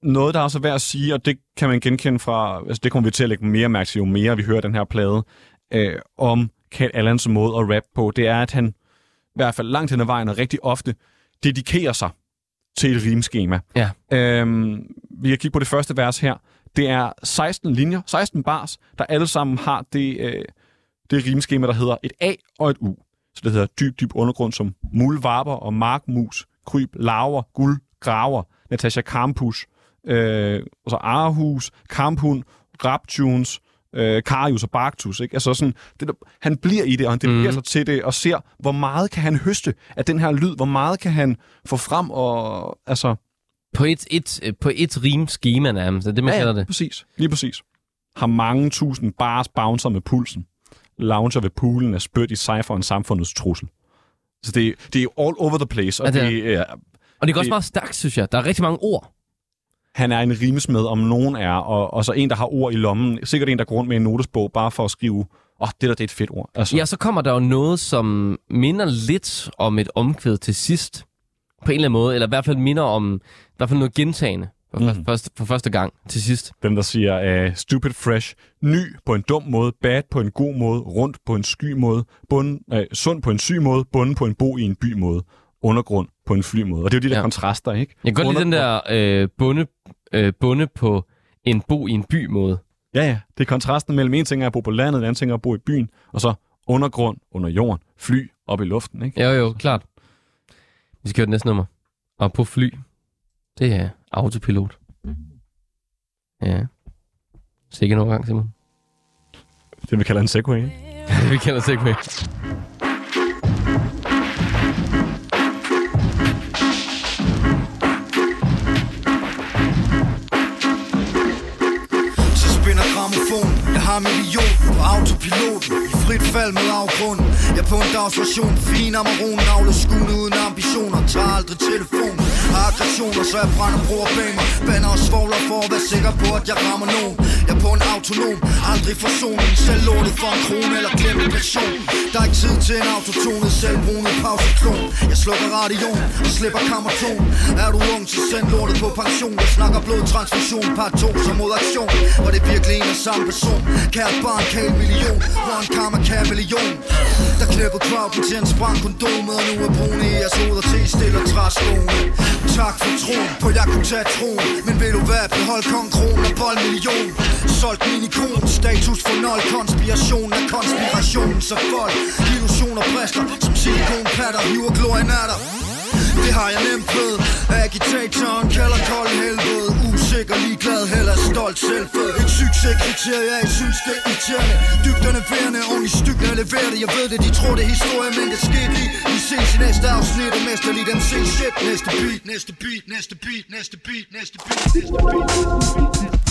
S2: noget, der er også værd at sige, og det kan man genkende fra, altså det kommer vi til at lægge mere mærke til, jo mere vi hører den her plade, øh, om Kate Allans måde at rappe på, det er, at han i hvert fald langt hen ad vejen og rigtig ofte dedikerer sig til et rimskema.
S1: Ja.
S2: Øhm, vi kan kigge på det første vers her. Det er seksten linjer, seksten bars, der alle sammen har det, øh, det rimskema, der hedder et A og et U. Så det hedder dyb, dyb undergrund som muldvarper og markmus, kryb, laver, guld, graver, Natasha Campus, øh, og så Arhus, Kamphund, Raptunes, øh, Karius og Barktus. Ikke? Altså sådan, det der, han bliver i det, og han dedikerer sig til det, og ser, hvor meget kan han høste af den her lyd, hvor meget kan han få frem, og altså...
S1: På et, et, på et rimskema nærmest, det er det, man
S2: ja,
S1: kalder
S2: ja,
S1: det.
S2: præcis. Lige præcis. Har mange tusind bars bouncer med pulsen. Lounger ved poolen er spyt i cypheren samfundets trussel. Så det, det er all over the place, og
S1: ja, det er,
S2: det er...
S1: Og det er også meget stærkt, synes jeg. Der er rigtig mange ord.
S2: Han er en rimesmed, om nogen er, og, og så en, der har ord i lommen. Sikkert en, der går rundt med en notesbog, bare for at skrive, åh, oh, det der, det er et fedt ord. Altså.
S1: Ja, så kommer der jo noget, som minder lidt om et omkvæd til sidst. På en eller anden måde, eller i hvert fald minder om, i hvert fald noget gentagende for, mm. første, for første gang til sidst.
S2: Den, der siger, uh, stupid fresh, ny på en dum måde, bad på en god måde, rundt på en sky måde, bund, uh, sund på en syg måde, bunden på en bo i en by måde, undergrund på en fly måde. Og det er jo de der ja. kontraster, ikke?
S1: Jeg kan godt lide den der øh, bunde, øh, bunde på en bo i en by måde.
S2: Ja, ja. Det er kontrasten mellem en ting er at bo på landet, en anden ting er at bo i byen, og så undergrund, under jorden, fly op i luften, ikke?
S1: Jo, jo, klart. Vi skal høre det næste nummer. Og på fly, det er autopilot. Ja. Sikke nogle gange, Simon.
S2: Det vi kalder en segway, ikke?
S1: Det vi kalder segway.
S3: Jeg har million på autopiloten, i frit fald med afgrund. Jeg er på en dagsversion, fin Amarone, navle skune uden ambitioner. Tager aldrig telefon, har aggressioner, så jeg brænder broer bag mig. Bander og svogler for at være sikker på, at jeg rammer nogen. Jeg er på en autonom, aldrig forsoning. Selv lortet for en krone eller glemt passion. Der er ikke tid til en autotonet, selvbrunet pauseklon. Jeg slukker radion og slipper kammerton. Er du ung, så send lortet på pension. Jeg snakker blodtransfusion, part to som mod aktion. Og det er virkelig en af samme person. Kært barn, kæl million, one karma, kæl million. Der klippede crowden til en sprang kondomet, og nu er brune i jeres hoveder til I stiller træskoene. Tak for troen, på jeg kunne tage troen. Men vil du hvad, behold kong, kron og bold million. Solgt min ikon, status for nul. Konspiration af konspirationen, så folk illusioner brister som silikonpatter, hiver glorien af dig. Det har jeg nemt ved. Agitatoren kalder kold helvede. Usikker, ligeglad, heller stolt selvfød. Et succeskriterie, jeg synes det er irriterende. Dybderne værende, ordentligt stykkerne leverer det. Jeg ved det, de tror det er historie, men det skete lige. Vi ses i næste afsnit og mesterlig dem se shit. Næste beat, næste beat, næste beat, næste beat, næste beat, næste beat, næste beat.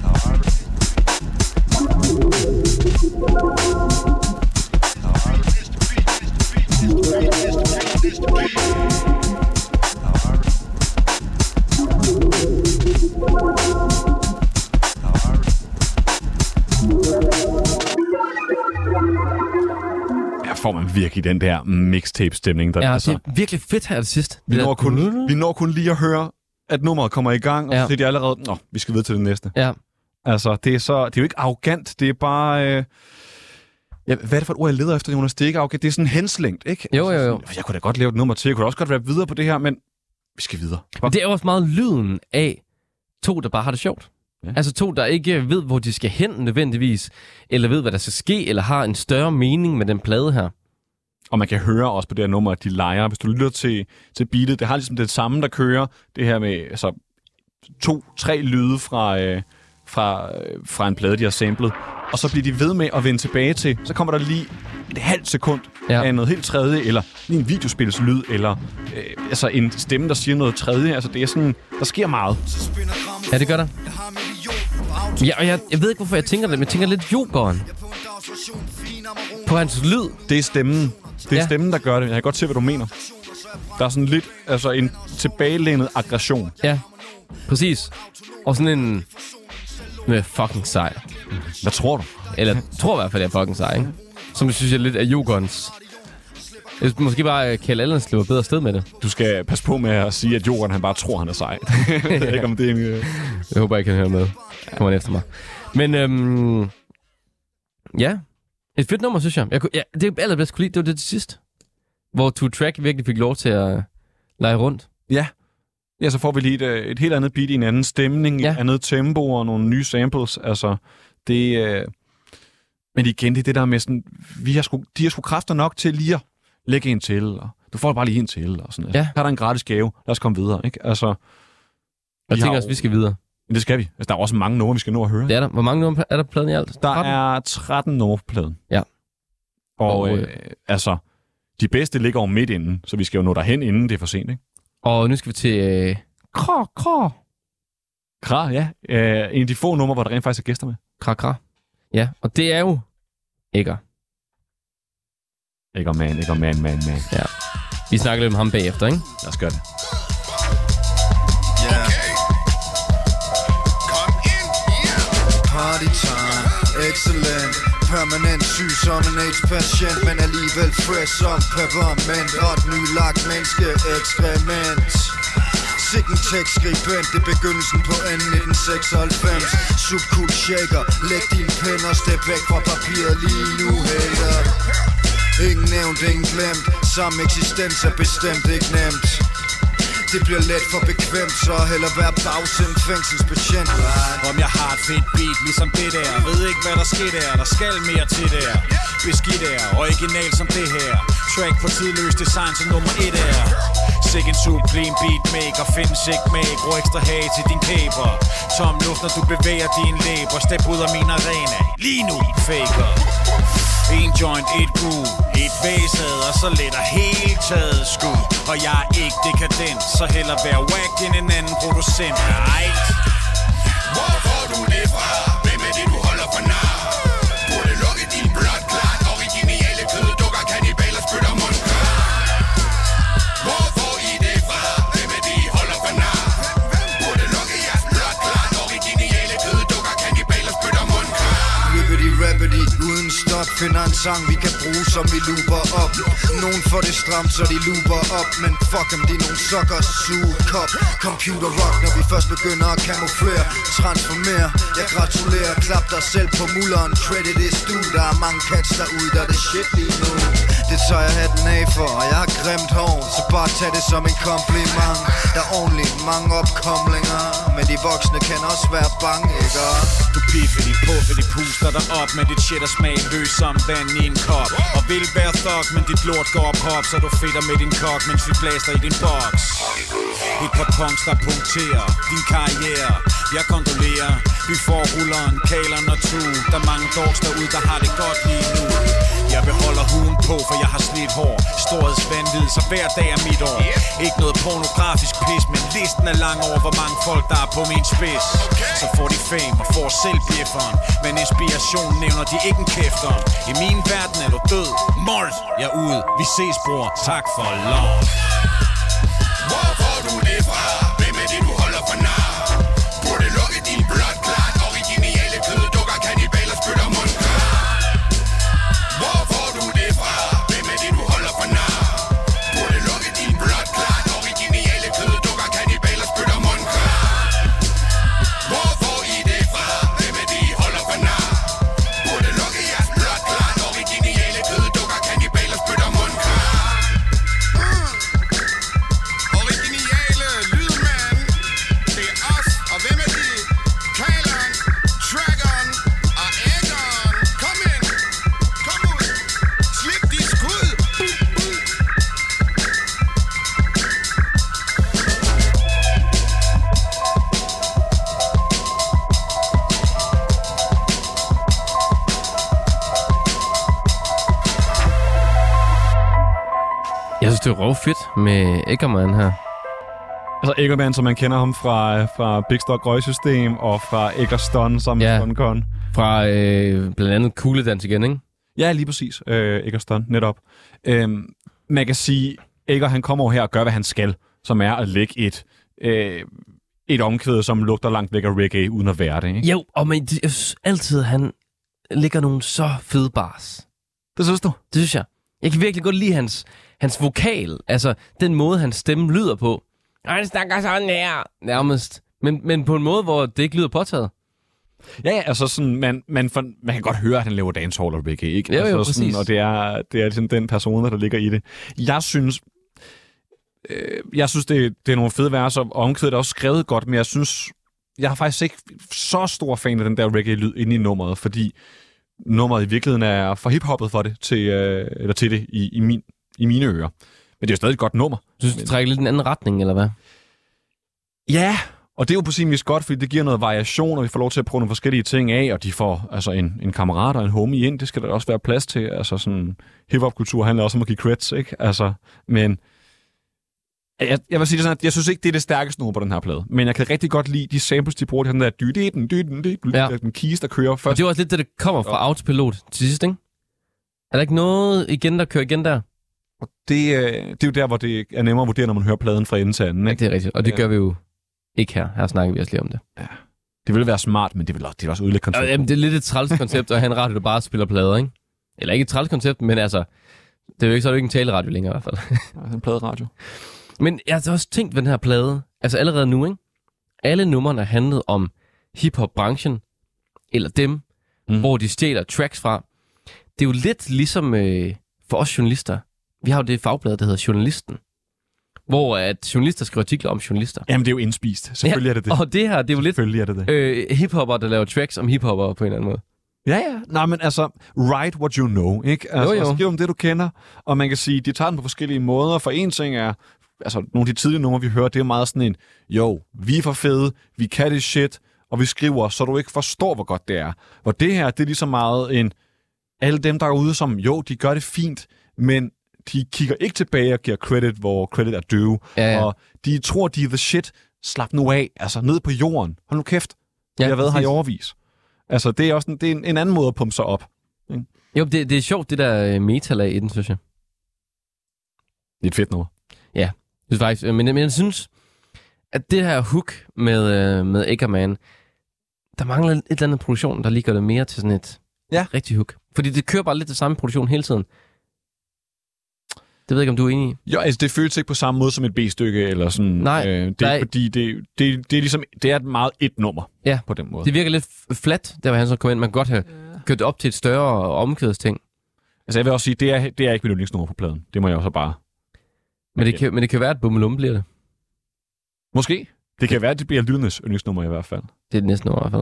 S2: Her får man virkelig den der mixtape-stemning. Der,
S1: ja,
S2: altså,
S1: det er virkelig fedt her det sidste.
S2: Vi når, kun, vi når kun lige at høre, at nummeret kommer i gang, og
S1: ja.
S2: så er de allerede, nå, vi skal videre til det næste.
S1: Ja.
S2: Altså, det er, så, det er jo ikke arrogant, det er bare... Øh, ja, hvad er det for et ord, jeg leder efter, Jonas? Det er ikke arrogant, det er sådan henslængt, ikke?
S1: Jo, jo, jo.
S2: Jeg kunne da godt lave et nummer til, jeg kunne da også godt rappe videre på det her, men vi skal videre.
S1: Men det er jo også meget lyden af to, der bare har det sjovt. Ja. Altså to, der ikke ved, hvor de skal hen nødvendigvis, eller ved, hvad der skal ske, eller har en større mening med den plade her.
S2: Og man kan høre også på det her nummer, at de leger. Hvis du lytter til, til beatet, det har ligesom det samme, der kører. Det her med altså, to, tre lyde fra, øh, fra, øh, fra en plade, de har samlet. Og så bliver de ved med at vende tilbage til. Så kommer der lige et halvt sekund ja. af noget helt tredje, eller lige en videospilslyd, eller øh, altså en stemme, der siger noget tredje. Altså det er sådan, der sker meget.
S1: Ja, det gør der. Ja, og jeg, jeg ved ikke, hvorfor jeg tænker det, men jeg tænker lidt Jokeren. På hans lyd.
S2: Det er stemmen. Det er ja. stemmen, der gør det. Jeg kan godt se, hvad du mener. Der er sådan lidt, altså en tilbagelænet aggression.
S1: Ja, præcis. Og sådan en... med fucking sej.
S2: Hvad tror du?
S1: Eller jeg tror i hvert fald, jeg er fucking sej, ikke? Som jeg synes, jeg lidt er Jokerens Jeg synes, måske bare uh, Kjeld Allen slipper bedre sted med det.
S2: Du skal passe på med at sige, at Jorden han bare tror, han er sej. Jeg ved ikke, om det er en... Uh...
S1: Jeg håber, jeg kan høre med. Kommer han efter mig. Men øhm, ja, et fedt nummer, synes jeg. jeg kunne, ja, det er allerbedst kunne lide, det var det til sidst. Hvor Two Track virkelig fik lov til at lege rundt.
S2: Ja. Ja, så får vi lige et, et helt andet beat i en anden stemning, ja. Et andet tempo og nogle nye samples. Altså, det... Øh... Men igen, det er det der med sådan... Vi har sgu, de har sgu kræfter nok til lige at lægge en til, og du får bare lige en til, og sådan.
S1: Ja.
S2: Her er der en gratis gave. Lad os komme videre, ikke? Altså...
S1: Jeg tænker også, vi skal videre.
S2: Det skal vi. Altså, der er også mange numre, vi skal nå at høre.
S1: Det er der. Hvor mange numre er der på pladen i alt?
S2: Der er tretten numre på pladen.
S1: Ja.
S2: Og, og øh, altså, de bedste ligger over midt inden, så vi skal jo nå derhen, inden det er for sent, ikke?
S1: Og nu skal vi til... Øh... Kra, kra.
S2: Kra, ja. Øh, en af de få numre, hvor der rent faktisk er gæster med.
S1: Kra, kra. Ja, og det er jo... Ægger.
S2: Ægger man, ægger man, man, man.
S1: Ja. Vi snakker lidt om ham bagefter, ikke?
S2: Lad os gøre det.
S3: Yeah. Kom ind, yeah. Party time, excellent. Permanent syg som en AIDS-patient, men alligevel fresh som peppermint. Og et nylagt menneske ekskrement. Sikken tekstskribent, det er begyndelsen på enden nitten seksoghalvfems. Subcool shaker, læg din pen og step væk fra papiret lige nu, hater. Ingen nævnt, ingen glemt. Samme eksistens er bestemt ikke nemt. Det bliver let for bekvemt, så heller være bagsendt fængselsbetjent.
S5: Om jeg har et fedt beat, ligesom det der. Ved ikke hvad der sker der, der skal mere til der. Beskidt er, original som det her. Track på tidløs design som nummer et er. Sikke en sublime beatmaker, findes ikke med. Grå ekstra hage til din kæber. Tom luft når du bevæger dine læber. Step ud af min arena, lige nu faker. En joint, et groove, et væsad, og så let og helt taget skud. Og jeg er ikke dekadent, så heller være whack end en anden producent. Right?
S7: Hvor får du det fra? Hvem er det du holder for nar? Burde lukke din blot klart. Originale køddukker, kannibaler spytter mundkar. Hvor får I det fra? Hvem er det I holder for nar? Burde lukke jeres blot klart. Originale køddukker, kannibaler spytter mundkar.
S3: Ribbity rabbity, uden stop. Finder en sang vi kan bruge som vi looper op. Nogen får det stramt så de looper op. Men fuck em, de er nogle sukker, suge kop. Computer rock når vi først begynder at camouflere. Transformere, jeg gratulerer. Klap dig selv på mulleren, credit is du. Der er mange cats derude, der er det shit lige nu. Det tør jeg hatten af for, og jeg har grimt hår. Så bare tag det som en kompliment. Der er ordentligt mange opkomlinger, men de voksne kan også være bange, ikke?
S5: Du biffer de puffer, de puster dig op med dit shit og smag løs som vand i en kop. Og vil være thug, men dit lort går op hop, så du fedter med din kok, mens vi blæster i din boks. Et par punks, der punkterer din karriere. Jeg kondolerer, vi får rulleren, kaleren og tu. Der er mange dogs derude, der har det godt lige nu. Jeg beholder huden på, for jeg har slidt hår. Storhedsvanvid, så hver dag er mit år. Ikke noget pornografisk pis, men listen er lang over, hvor mange folk der er på min spids. Så får de fame og får selv bifferen, men inspiration nævner de ikke en kæft om. I min verden er du død, Mort, jeg er ude. Vi ses, bror, tak for lov.
S7: Hvor får du det fra? Hvem er det du holder for nar? Burde lukke din blot klart. Originale køddukker, kannibaler spytter mundkar. Hvor får du det fra? Hvem er det du holder for nar? Burde lukke din blot klart. Originale køddukker, kannibaler spytter mundkar. Hvor får I det fra? Hvem er det I holder for nar? Burde lukke jeres blot klart. Originale køddukker, kannibaler spytter mundkar. Originale lydmand. Det er os, og hvem er de? Kaleren, Trackeren og Æggeren. Kom ind, kom ud, slip de skud. Boom, boom.
S1: Jeg synes, det er røvfedt med Eggerman her.
S2: Altså Eggerman, som man kender ham fra, fra Big Stock Røgsystem og fra Eggerston som
S1: Ja.
S2: Con.
S1: Fra øh, blandt andet Kugledans igen, ikke?
S2: Ja, lige præcis. Øh, Eggerston, netop. Øhm, man kan sige, Egger han kommer over her og gør, hvad han skal, som er at lægge et, øh, et omkvæd, som lugter langt væk af reggae, uden at være det, ikke?
S1: Jo, og men det, jeg synes altid, han ligger nogle så fede bars.
S2: Det synes du?
S1: Det synes jeg. Jeg kan virkelig godt lide hans, hans vokal, altså den måde, hans stemme lyder på. Han snakker sådan her, nærmest. Men, men på en måde, hvor det ikke lyder påtaget.
S2: Ja, ja, altså sådan, man, man, for, man kan godt høre, at han laver dancehall og reggae, ikke?
S1: Ja,
S2: altså,
S1: jo,
S2: sådan,
S1: præcis.
S2: og det er, det er sådan den persona, der ligger i det. Jeg synes, øh, jeg synes det, det er nogle fede verser, og omkvædet er også skrevet godt, men jeg synes, jeg har faktisk ikke så stor fan af den der reggae-lyd inde i nummeret, fordi nummeret i virkeligheden er for hiphoppet for det, til, øh, eller til det i, i, min, i mine ører. Men det er jo stadig et godt nummer.
S1: Synes du, det trækker lidt en anden retning, eller hvad?
S2: Ja, og det er jo på sin vis godt, fordi det giver noget variation, og vi får lov til at prøve nogle forskellige ting af, og de får altså en, en kammerat og en homie ind, det skal der også være plads til. Altså sådan, hip-hop-kultur handler også om at give creds, ikke? Altså, men jeg, jeg vil sige det sådan, at jeg synes ikke, det er det stærkeste nummer på den her plade, men jeg kan rigtig godt lide de samples, de bruger, de har den der dyden, dyden, dyden,
S1: Ja.
S2: den keys, der kører først.
S1: Og det er også lidt det, der kommer fra autopilot til sidst, ikke? Er der ikke noget igen, der kører igen der?
S2: Og det, øh, det er jo der, hvor det er nemmere at vurdere, når man hører pladen fra ende til anden,
S1: Ja,
S2: ikke?
S1: det er rigtigt, og det
S2: Ja.
S1: gør vi jo ikke her. Her snakker vi også lige om det.
S2: Det ville være smart, men det vil også, det vil også ødelægge
S1: Og,
S2: konceptet.
S1: jamen, det er lidt et træls koncept at have en radio, der bare spiller plader, ikke? Eller ikke et træls koncept, men altså, det er jo ikke, så er det jo ikke en taleradio længere i hvert fald.
S2: Ja, en pladeradio.
S1: Men jeg har også tænkt ved den her plade, altså allerede nu, ikke? Alle numrene handlede om hiphop-branchen, eller dem,
S2: Mm.
S1: mm. hvor de stjæler tracks fra. Det er jo lidt ligesom øh, for os journalister. Vi har jo det fagblad, der hedder Journalisten, hvor at journalister skriver artikler om journalister.
S2: Jamen, det er jo indspist. Selvfølgelig
S1: Ja,
S2: er det det.
S1: Og det her, det er jo lidt
S2: Selvfølgelig er det det.
S1: øh, hiphopper, der laver tracks om hiphopper på en eller anden måde.
S2: Ja, ja. Nej, men altså, write what you know, ikke? Altså,
S1: Jo, jo.
S2: skriv om det, du kender. Og man kan sige, de tager den på forskellige måder. For en ting er, altså, nogle af de tidlige numre, vi hører, det er meget sådan en, jo, vi er for fede, vi kan det shit, og vi skriver, så du ikke forstår, hvor godt det er. Hvor det her, det er lige så meget en, alle dem, der er ude som, jo, de gør det fint, men de kigger ikke tilbage og giver credit, hvor credit er due.
S1: Ja, ja.
S2: Og de tror, de er the shit. Slap nu af. Altså, ned på jorden. Hold nu kæft.
S1: Ja,
S2: Jeg har været her i
S1: præcis.
S2: overvis. Altså, det er også en, det er en, en anden måde at pumpe sig op.
S1: Jo, det, det er sjovt, det der øh, metalag i den, synes jeg.
S2: Det er et fedt nummer.
S1: Det er faktisk, øh, men, men jeg synes, at det her hook med, øh, med Eckerman, der mangler et eller andet produktion, der lige gør det mere til sådan et
S2: Ja.
S1: rigtig hook. Fordi det kører bare lidt det samme produktion hele tiden. Det ved jeg ikke, om du er enig i.
S2: Jo, altså, det føles ikke på samme måde som et B-stykke, eller sådan.
S1: Nej,
S2: øh, det
S1: der
S2: er
S1: er-
S2: fordi, det, det, det er ligesom, det er et meget et nummer.
S1: Ja.
S2: På den måde.
S1: Det virker lidt f- flat, der hvor han så kom ind. Man kan godt have kørt det op til et større omkvædsting.
S2: Altså, jeg vil også sige, det er, det er ikke mit yndlingsnummer på pladen. Det må jeg også bare...
S1: Men det,
S2: Okay.
S1: kan, men det kan være, at Bummelum bliver det.
S2: Måske. Det kan være, at det bliver lydernes yndlingsnummer i hvert fald.
S1: Det er det næste nummer i hvert fald.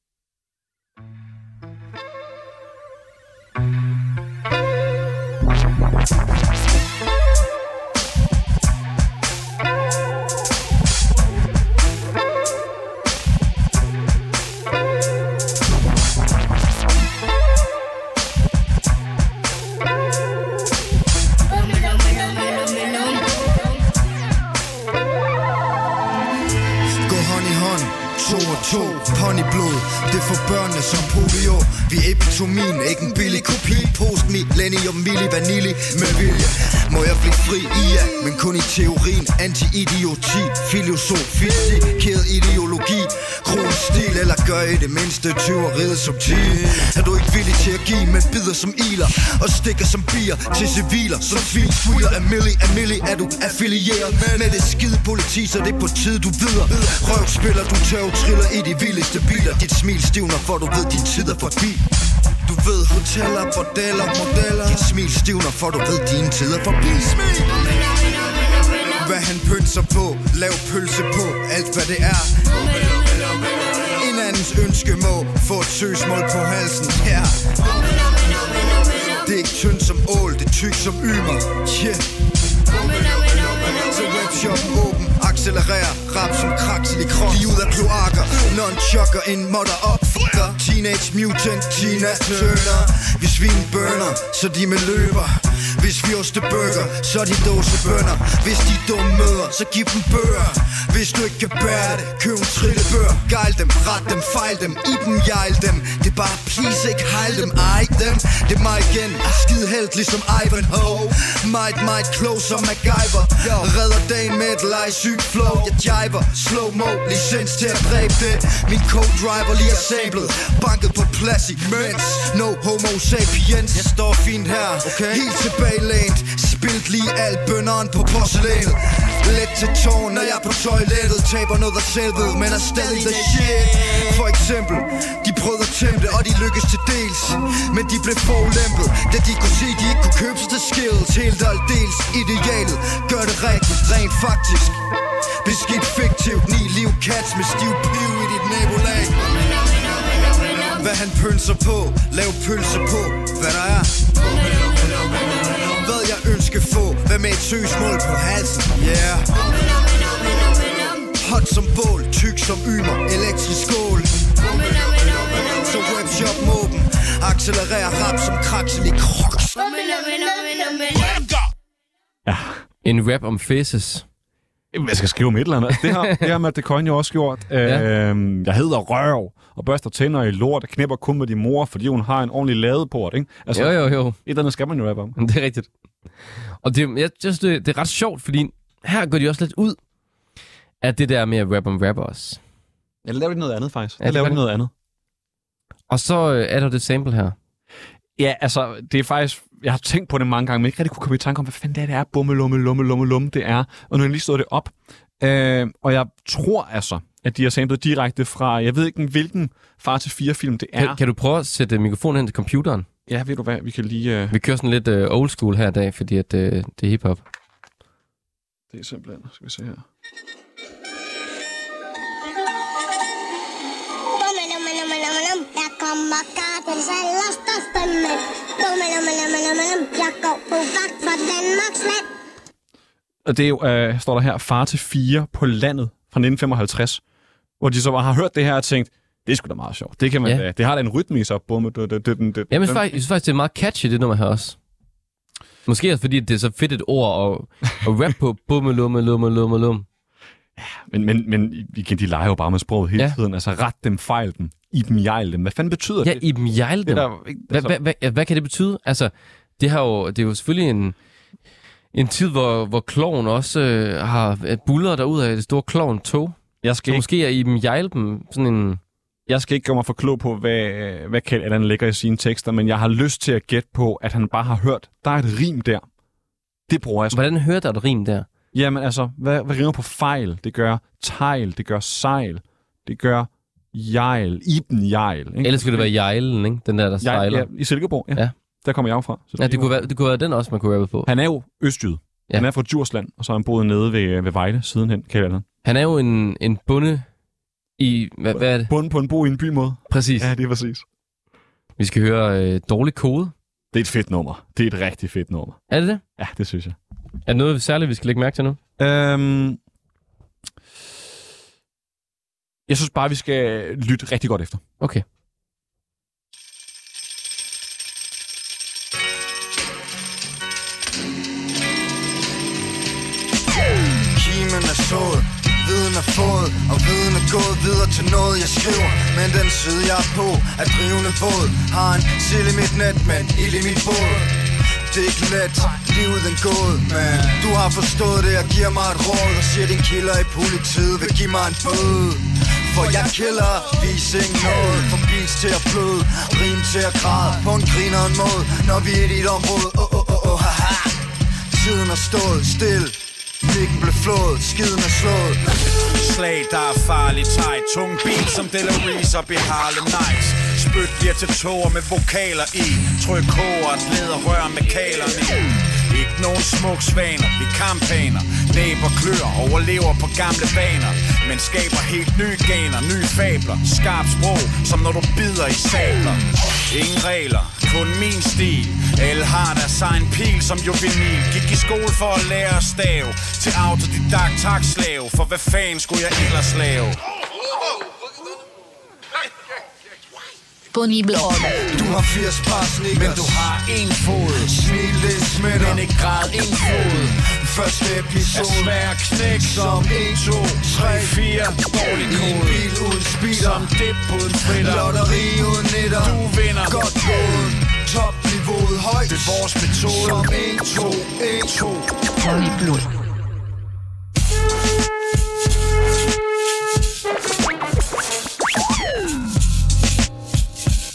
S3: Gå hånd i hånd, to og to, ponyblod. Det er for børnene som polio. Vi er epitomien, ikke en billig kopi. Post millennium, milli vanilli med vilje. Må jeg blive fri? Ja, men kun i teorien. Anti-idioti, filosofi, kæret ideologi. Kron stil, eller gør i det mindste tyveriet som tid. Er du ikke villig til at give, men bider som iler og stikker som bier til civiler som svin. Squealer af milli, af milli er du affilieret med det skide politi, så det er på tide du videre. Røvspiller, du tøv, triller i de vildeste biler. Dit smil stivner, for du ved din tid er forbi. Du ved hoteller, bordeller, modeller. Dit smil stivner, for du ved din tid er forbi. Smil! Hvad han pynser på, lav pølse på, alt hvad det er. En andens ønske må få et søgsmål på halsen, ja. Det er ikke tynd som ål, det er tyk som ymer, yeah. Så webshoppen åben, accelererer, rap som kraksel i krop. De ud af kloakker, non-chokker, en modder op, fucker. Teenage mutant, Tina Turner. Vi svin burner, så de med løber. Hvis vi osteburger, så de dåsebønner. Hvis de dumme møder, så giv dem bøger. Hvis du ikke kan bære det, køb en trillebør. Gejl dem, ret dem, fejl dem, i dem, jejl dem. Det er bare please, ikke hejl dem, ej dem. Det er mig igen, skide helt ligesom Ivanhoe. Might, might, close som MacGyver. Redder dagen med et legesygt flow. Jeg jiver, slow-mo, licens til at dræbe det. Min co-driver lige er sablet, banket på plads imens. No homo sapiens. Jeg står fint her, okay. Helt tilbagelænt, Spildt lige alt bønderen på porcelænet. Let til tårn, når jeg er på toilettet. Taber noget af selvved, men er stadig the shit. For eksempel, de prøvede at tæmpe, og de lykkedes til dels. Men de blev forulæmpet, da de kunne se, de ikke kunne købe sig til skills. Helt og aldeles idealet, gør det rigtigt, rent faktisk. Beskidt fiktivt, ni liv cats med stiv piv i dit nabolag. Hvad han pølser på, lav pølse på, hvad der er. Hvad jeg ønsker få, hvad med et søgsmål på halsen, yeah. Hot som bål, tyk som ymer, elektrisk skål. Så webshop måben, accelererer rap som kraksel i kroks.
S2: Ja.
S1: En rap om faces.
S2: Jeg skal skrive om et eller andet. Det har, det har Matt DeCoin jo også gjort. Ja. Øhm, jeg hedder Røv, og børster tænder i lort, og knipper kun med din mor, fordi hun har en ordentlig ladeport, ikke? Altså,
S1: Jo, jo, jo.
S2: Et eller andet skal man jo rappe om.
S1: Det er rigtigt. Og det, jeg synes, det, det er ret sjovt, fordi her går de også lidt ud af det der med at rap om rappers.
S2: Jeg laver lidt noget andet, faktisk.
S1: Ja,
S2: Jeg laver
S1: det
S2: lidt noget andet.
S1: Og så øh, er der det sample her.
S2: Ja, altså, det er faktisk... Jeg har tænkt på det mange gange, men ikke rigtig kunne komme i tanke om, hvad fanden det er, det er. Bumme, lumme, lumme, lumme, lumme, det er. Og nu har jeg lige stået det op. Øh, og jeg tror altså, at de har samlet direkte fra... Jeg ved ikke, hvilken Far til fire-film det er.
S1: Kan, kan du prøve at sætte mikrofonen hen til computeren?
S2: Ja, ved du hvad? Vi kan lige... Uh...
S1: Vi kører sådan lidt uh, old school her i dag, fordi at, uh, det er hiphop.
S2: Det er simpelthen... Skal vi se her.
S8: Jeg kommer garden selv og stemme. Jeg går på vagt for Danmarks land.
S2: Og det er jo, uh, står der her, Far til fire på landet fra nitten femoghalvtreds. Hvor de så bare har hørt det her og tænkt, det er sgu da meget sjovt. Det, kan man,
S1: Ja.
S2: uh, det har da en rytme i sig. Bumme, det, det, det, det,
S1: Jamen, jeg synes faktisk, jeg synes faktisk, det er meget catchy, det nummer her også. Måske også fordi, det er så fedt et ord at, at rap på. Bumme, lumme, lumme, lumme, lumme.
S2: Men, men, men igen, de leger jo bare med sproget hele
S1: Ja.
S2: tiden. Altså, ret dem, fejl dem, i dem, jejl dem. Hvad fanden betyder
S1: Ja,
S2: det?
S1: i dem jejle
S2: Det
S1: dem.
S2: er der, ikke,
S1: Hvad,
S2: altså,
S1: hvad, hvad, ja, hvad kan det betyde? Altså, det, har jo, det er jo selvfølgelig en, en tid, hvor, hvor kloven også øh, har buller derud af det store kloven-tog.
S2: jeg,
S1: Så
S2: skal ikke,
S1: måske er i dem jejle dem sådan en...
S2: jeg skal ikke gøre mig for klog på, hvad, hvad Kjeld Allan lægger i sine tekster, men jeg har lyst til at gætte på, at han bare har hørt, der er et rim der. Det bruger jeg så.
S1: Hvordan hører der et rim der?
S2: Jamen altså, hvad, hvad rimer på fejl? Det gør tegl, det gør sejl, det gør jejl, iben jejl. Ikke?
S1: Ellers skulle det være jejlen, ikke? Den der, der
S2: Jeg,
S1: sejler.
S2: ja, i Silkeborg, ja.
S1: Ja.
S2: ja. Der kommer jeg jo fra. Så
S1: Ja, det kunne, være, det kunne være den også, man kunne rappe på.
S2: Han er jo østjyd.
S1: Ja.
S2: Ja. Han er fra Djursland, og så har han boet nede ved, ved Vejle sidenhen, Kjeld Allan.
S1: Han er jo en, en bunde i... Hvad, hvad er det?
S2: Bunden på en bo i en bymåde.
S1: Præcis.
S2: Ja, det er præcis.
S1: Vi skal høre øh, Dårlig Kode.
S2: Det er et fedt nummer. Det er et rigtig fedt nummer.
S1: Er det det?
S2: Ja, det synes jeg.
S1: Er det noget særligt, vi skal lægge mærke til nu?
S2: Øhm, jeg synes bare, vi skal lytte rigtig godt efter.
S1: Okay.
S3: Kimen er sået, viden er fået, og viden er gået videre til noget jeg skriver. Men den side jeg er på er drivende båd. Har en sild i mit net, men ild i mit båd. Det er ikke let, livet den gåde, men du har forstået det og giver mig et råd. Og siger din kilder i politiet vil give mig en bøde. For jeg killer, vis ingen noget. Fra beats til at bløde, rim til at græde. På en griner en måde, når vi er i dit område. Oh, oh, oh, oh, haha. Tiden har stået stille. Mikken blev flået, skiden er slået.
S5: Slag, der er farligt tejt. Tung bil som Delaware op i Harlem Nights. Spyt bliver til tårer med vokaler i. Tryk koger, et leder rør med kalerne i. Ikke nogen smuk svaner, vi kampaner. Næber klør, overlever på gamle baner. Men skaber helt nye gener, nye fabler. Skarp sprog, som når du bider i sabler. Ingen regler, kun min stil. Alle har deres egen pil som juvenil. Gik i skole for at lære at stave. Til autodidakt takslave. For hvad fanden skulle jeg ellers lave?
S3: Du har firs par sneakers,
S5: Men du har en fod.
S3: smil det smitter.
S5: Men ikke grad en fod.
S3: Første
S5: Er
S3: episode
S5: svær at knække som en, to, tre, fire. Dårlig
S3: i en
S5: kode.
S3: bil uden speeder.
S5: Som dip på en fritter.
S3: Lotteri uden nitter.
S5: Du vinder.
S3: Godt gået. Topniveauet højt.
S5: Det er vores metode.
S3: Som en, to, en, to.
S9: Pony Blod.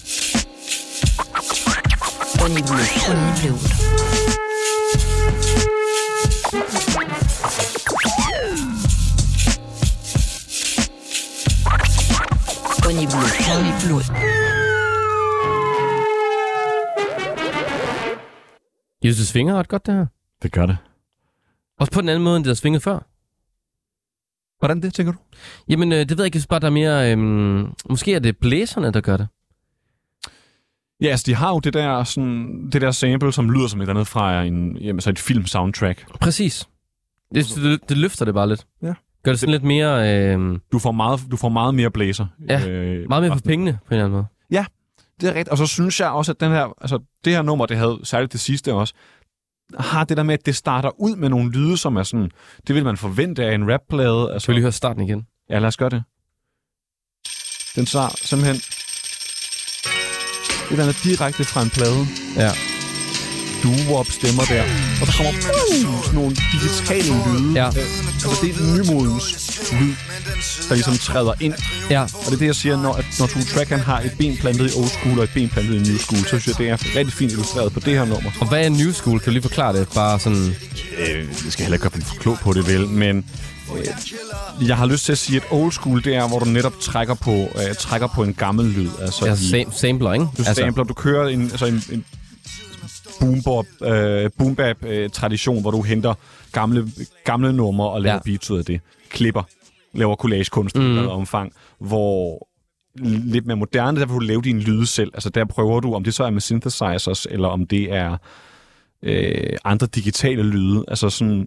S9: Pony Blod. Pony Blod. Ponyblod. Ponyblod.
S1: Jeg synes, det svinger ret godt, det her.
S2: Det gør det.
S1: Også på den anden måde, end det der svingede før.
S2: Hvordan det, tænker du?
S1: Jamen, øh, det ved jeg ikke. Jeg synes bare, der er mere... Øhm, måske er det blæserne, der gør det.
S2: Ja, altså, de har jo det der, sådan, det der sample, som lyder som et andet fra en, jamen, så et film-soundtrack.
S1: Præcis. Det, det, det løfter det bare lidt.
S2: Ja.
S1: Gør det sådan lidt mere... Øh,
S2: Du får meget, du får meget mere blæser.
S1: Ja,
S2: øh,
S1: meget mere for
S2: resten.
S1: pengene, på en eller anden måde.
S2: Ja, det er rigtigt. Og så synes jeg også, at den her, altså, det her nummer, det havde særligt det sidste også, har det der med, at det starter ud med nogle lyde, som er sådan... Det vil man forvente af en rapplade. Altså,
S1: Skal vi lige høre starten igen?
S2: Ja, lad os gøre det. Den så simpelthen... Det der er direkte fra en plade.
S1: Ja.
S2: Doo-wop stemmer der. Og der kommer uh, sådan nogle digitale lyde.
S1: Ja.
S2: Altså, det er nymodens lyd, der ligesom træder ind.
S1: Ja.
S2: Og det er det, jeg siger, når, at når Two Track har et ben plantet i old school og et ben plantet i new school, så synes jeg, det er rigtig fint illustreret på det her nummer.
S1: Og hvad er new school? Kan du lige forklare det? Bare sådan...
S2: Øh, jeg skal heller ikke gøre for klog på det, vel, men øh, jeg har lyst til at sige, at old school, det er, hvor du netop trækker på, øh, trækker på en gammel lyd. Altså,
S1: Ja,
S2: i,
S1: sam- sampler, ikke?
S2: du sampler, du kører en, altså en, en boom-bap, øh, boom-bap øh, tradition, hvor du henter gamle, gamle numre og laver ja. beats ud af det. Klipper, laver collagekunst mm. i noget omfang, hvor lidt mere moderne, der vil du lave dine lyde selv. Altså der prøver du, om det så er med synthesizers, eller om det er øh, andre digitale lyde. Altså sådan...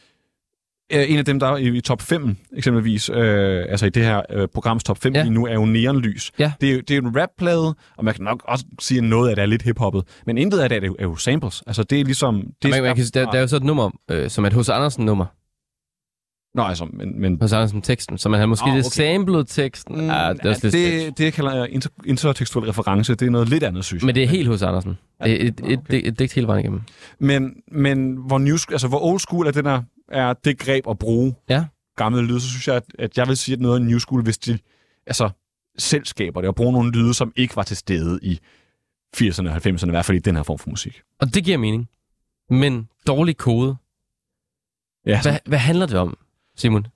S2: En af dem, der er i top fem, eksempelvis, øh, altså i det her øh, programs top fem ja. lige nu, er jo Neonlys.
S1: Ja.
S2: Det, er jo, det er jo en rapplade, og man kan nok også sige, at noget af det er lidt hiphoppet, men intet af det er jo, er jo samples. Altså det er ligesom... Det
S1: man, man kan, der, der er jo så et nummer, øh, som er et H C Andersen-nummer.
S2: Nå, altså, men... men...
S1: H C Andersen-teksten, så man har måske oh, okay. det samlet teksten. Mm, ah, det, er
S2: ja, det, det kalder jeg inter, intertekstuel reference. Det er noget lidt andet, synes jeg.
S1: Men det er helt H C Andersen. Det er et, et, et, et, et digt hele vejen igennem.
S2: Men, men hvor, new, altså, hvor old school er det der... er det greb at bruge
S1: ja.
S2: gamle lyde, så synes jeg, at, at jeg vil sige, at noget af new school, hvis de altså, selv skaber det, og bruger nogle lyde, som ikke var til stede i firserne og halvfemserne, i hvert fald i den her form for musik.
S1: Og det giver mening. Men dårlig kode.
S2: Ja,
S1: hvad, hvad handler det om, Simon?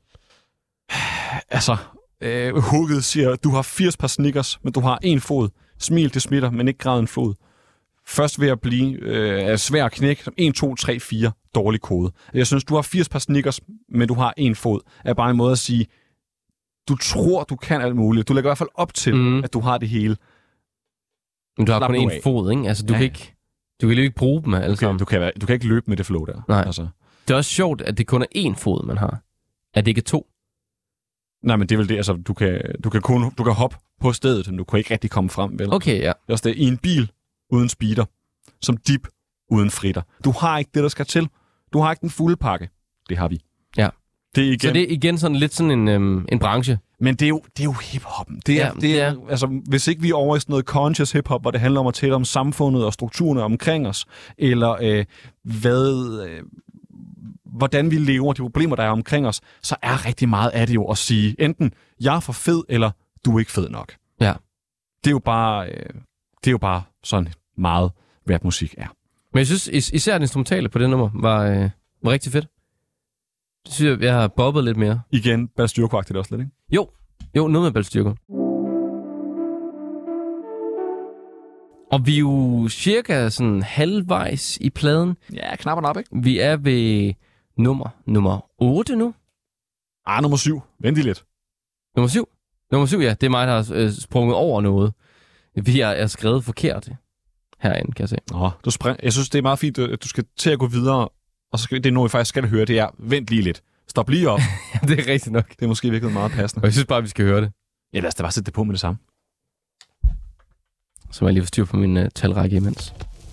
S2: Altså, øh, hugget siger, du har firs par sneakers, men du har en fod. Smil, det smitter, men ikke græd en fod. Først ved at blive øh, svær at knække, som et, to, tre, fire, dårlig kode. Jeg synes, du har firs par sneakers, men du har en fod. Er bare en måde at sige, du tror, du kan alt muligt. Du lægger i hvert fald op til, mm. at du har det hele.
S1: Men du har kun en fod, ikke? Altså, du, ja. kan ikke, du kan ikke bruge dem alle sammen.
S2: Du kan, du kan ikke løbe med det flow der.
S1: Nej.
S2: Altså.
S1: Det er også sjovt, at det kun er én fod, man har. At det ikke er to.
S2: Nej, men det er vel det. Altså, du kan, du kan, kun, du kan hoppe på stedet, men du kan ikke rigtig komme frem, vel?
S1: Okay, ja.
S2: Det er også det. I en bil uden speeder, som dip uden fritter. Du har ikke det, der skal til. Du har ikke den fulde pakke. Det har vi.
S1: Ja.
S2: Det er igen...
S1: Så det er igen sådan lidt sådan en, øhm, en branche.
S2: Men det er jo, det er jo hip-hoppen. Det er,
S1: ja,
S2: det er, det er, altså, hvis ikke vi er over i sådan noget conscious hip-hop, hvor det handler om at tale om samfundet og strukturerne omkring os, eller øh, hvad, øh, hvordan vi lever, de problemer, der er omkring os, så er rigtig meget af det jo at sige, enten jeg er for fed, eller du er ikke fed nok.
S1: Ja.
S2: Det er jo bare, øh, det er jo bare sådan meget rapmusik er.
S1: Men jeg synes is- især det instrumentale på det nummer var, øh, var rigtig fedt. Det synes jeg, jeg har bobbet lidt mere.
S2: Igen, Balstyrko-agtigt også lidt, ikke?
S1: Jo, jo, noget med Balstyrko. Og vi er jo cirka sådan halvvejs i pladen.
S2: Ja, knap og nap, ikke?
S1: Vi er ved nummer nummer otte nu.
S2: Ah, nummer syv. Vent lige lidt.
S1: Nummer syv? Nummer syv, ja. Det er mig, der har øh, sprunget over noget. Vi er, er skrevet forkert herinde, kan jeg se.
S2: Nå, du spring... Jeg synes, det er meget fint, at du skal til at gå videre. Og så skal, det er noget, vi faktisk skal høre, det er, vent lige lidt. Stop lige op.
S1: Ja, det er rigtigt nok.
S2: Det er måske virkelig meget passende.
S1: Og jeg synes bare, vi skal høre det.
S2: Ja, lad os da bare sætte det på med det samme.
S1: Så må jeg lige få styr på min uh, talrække imens.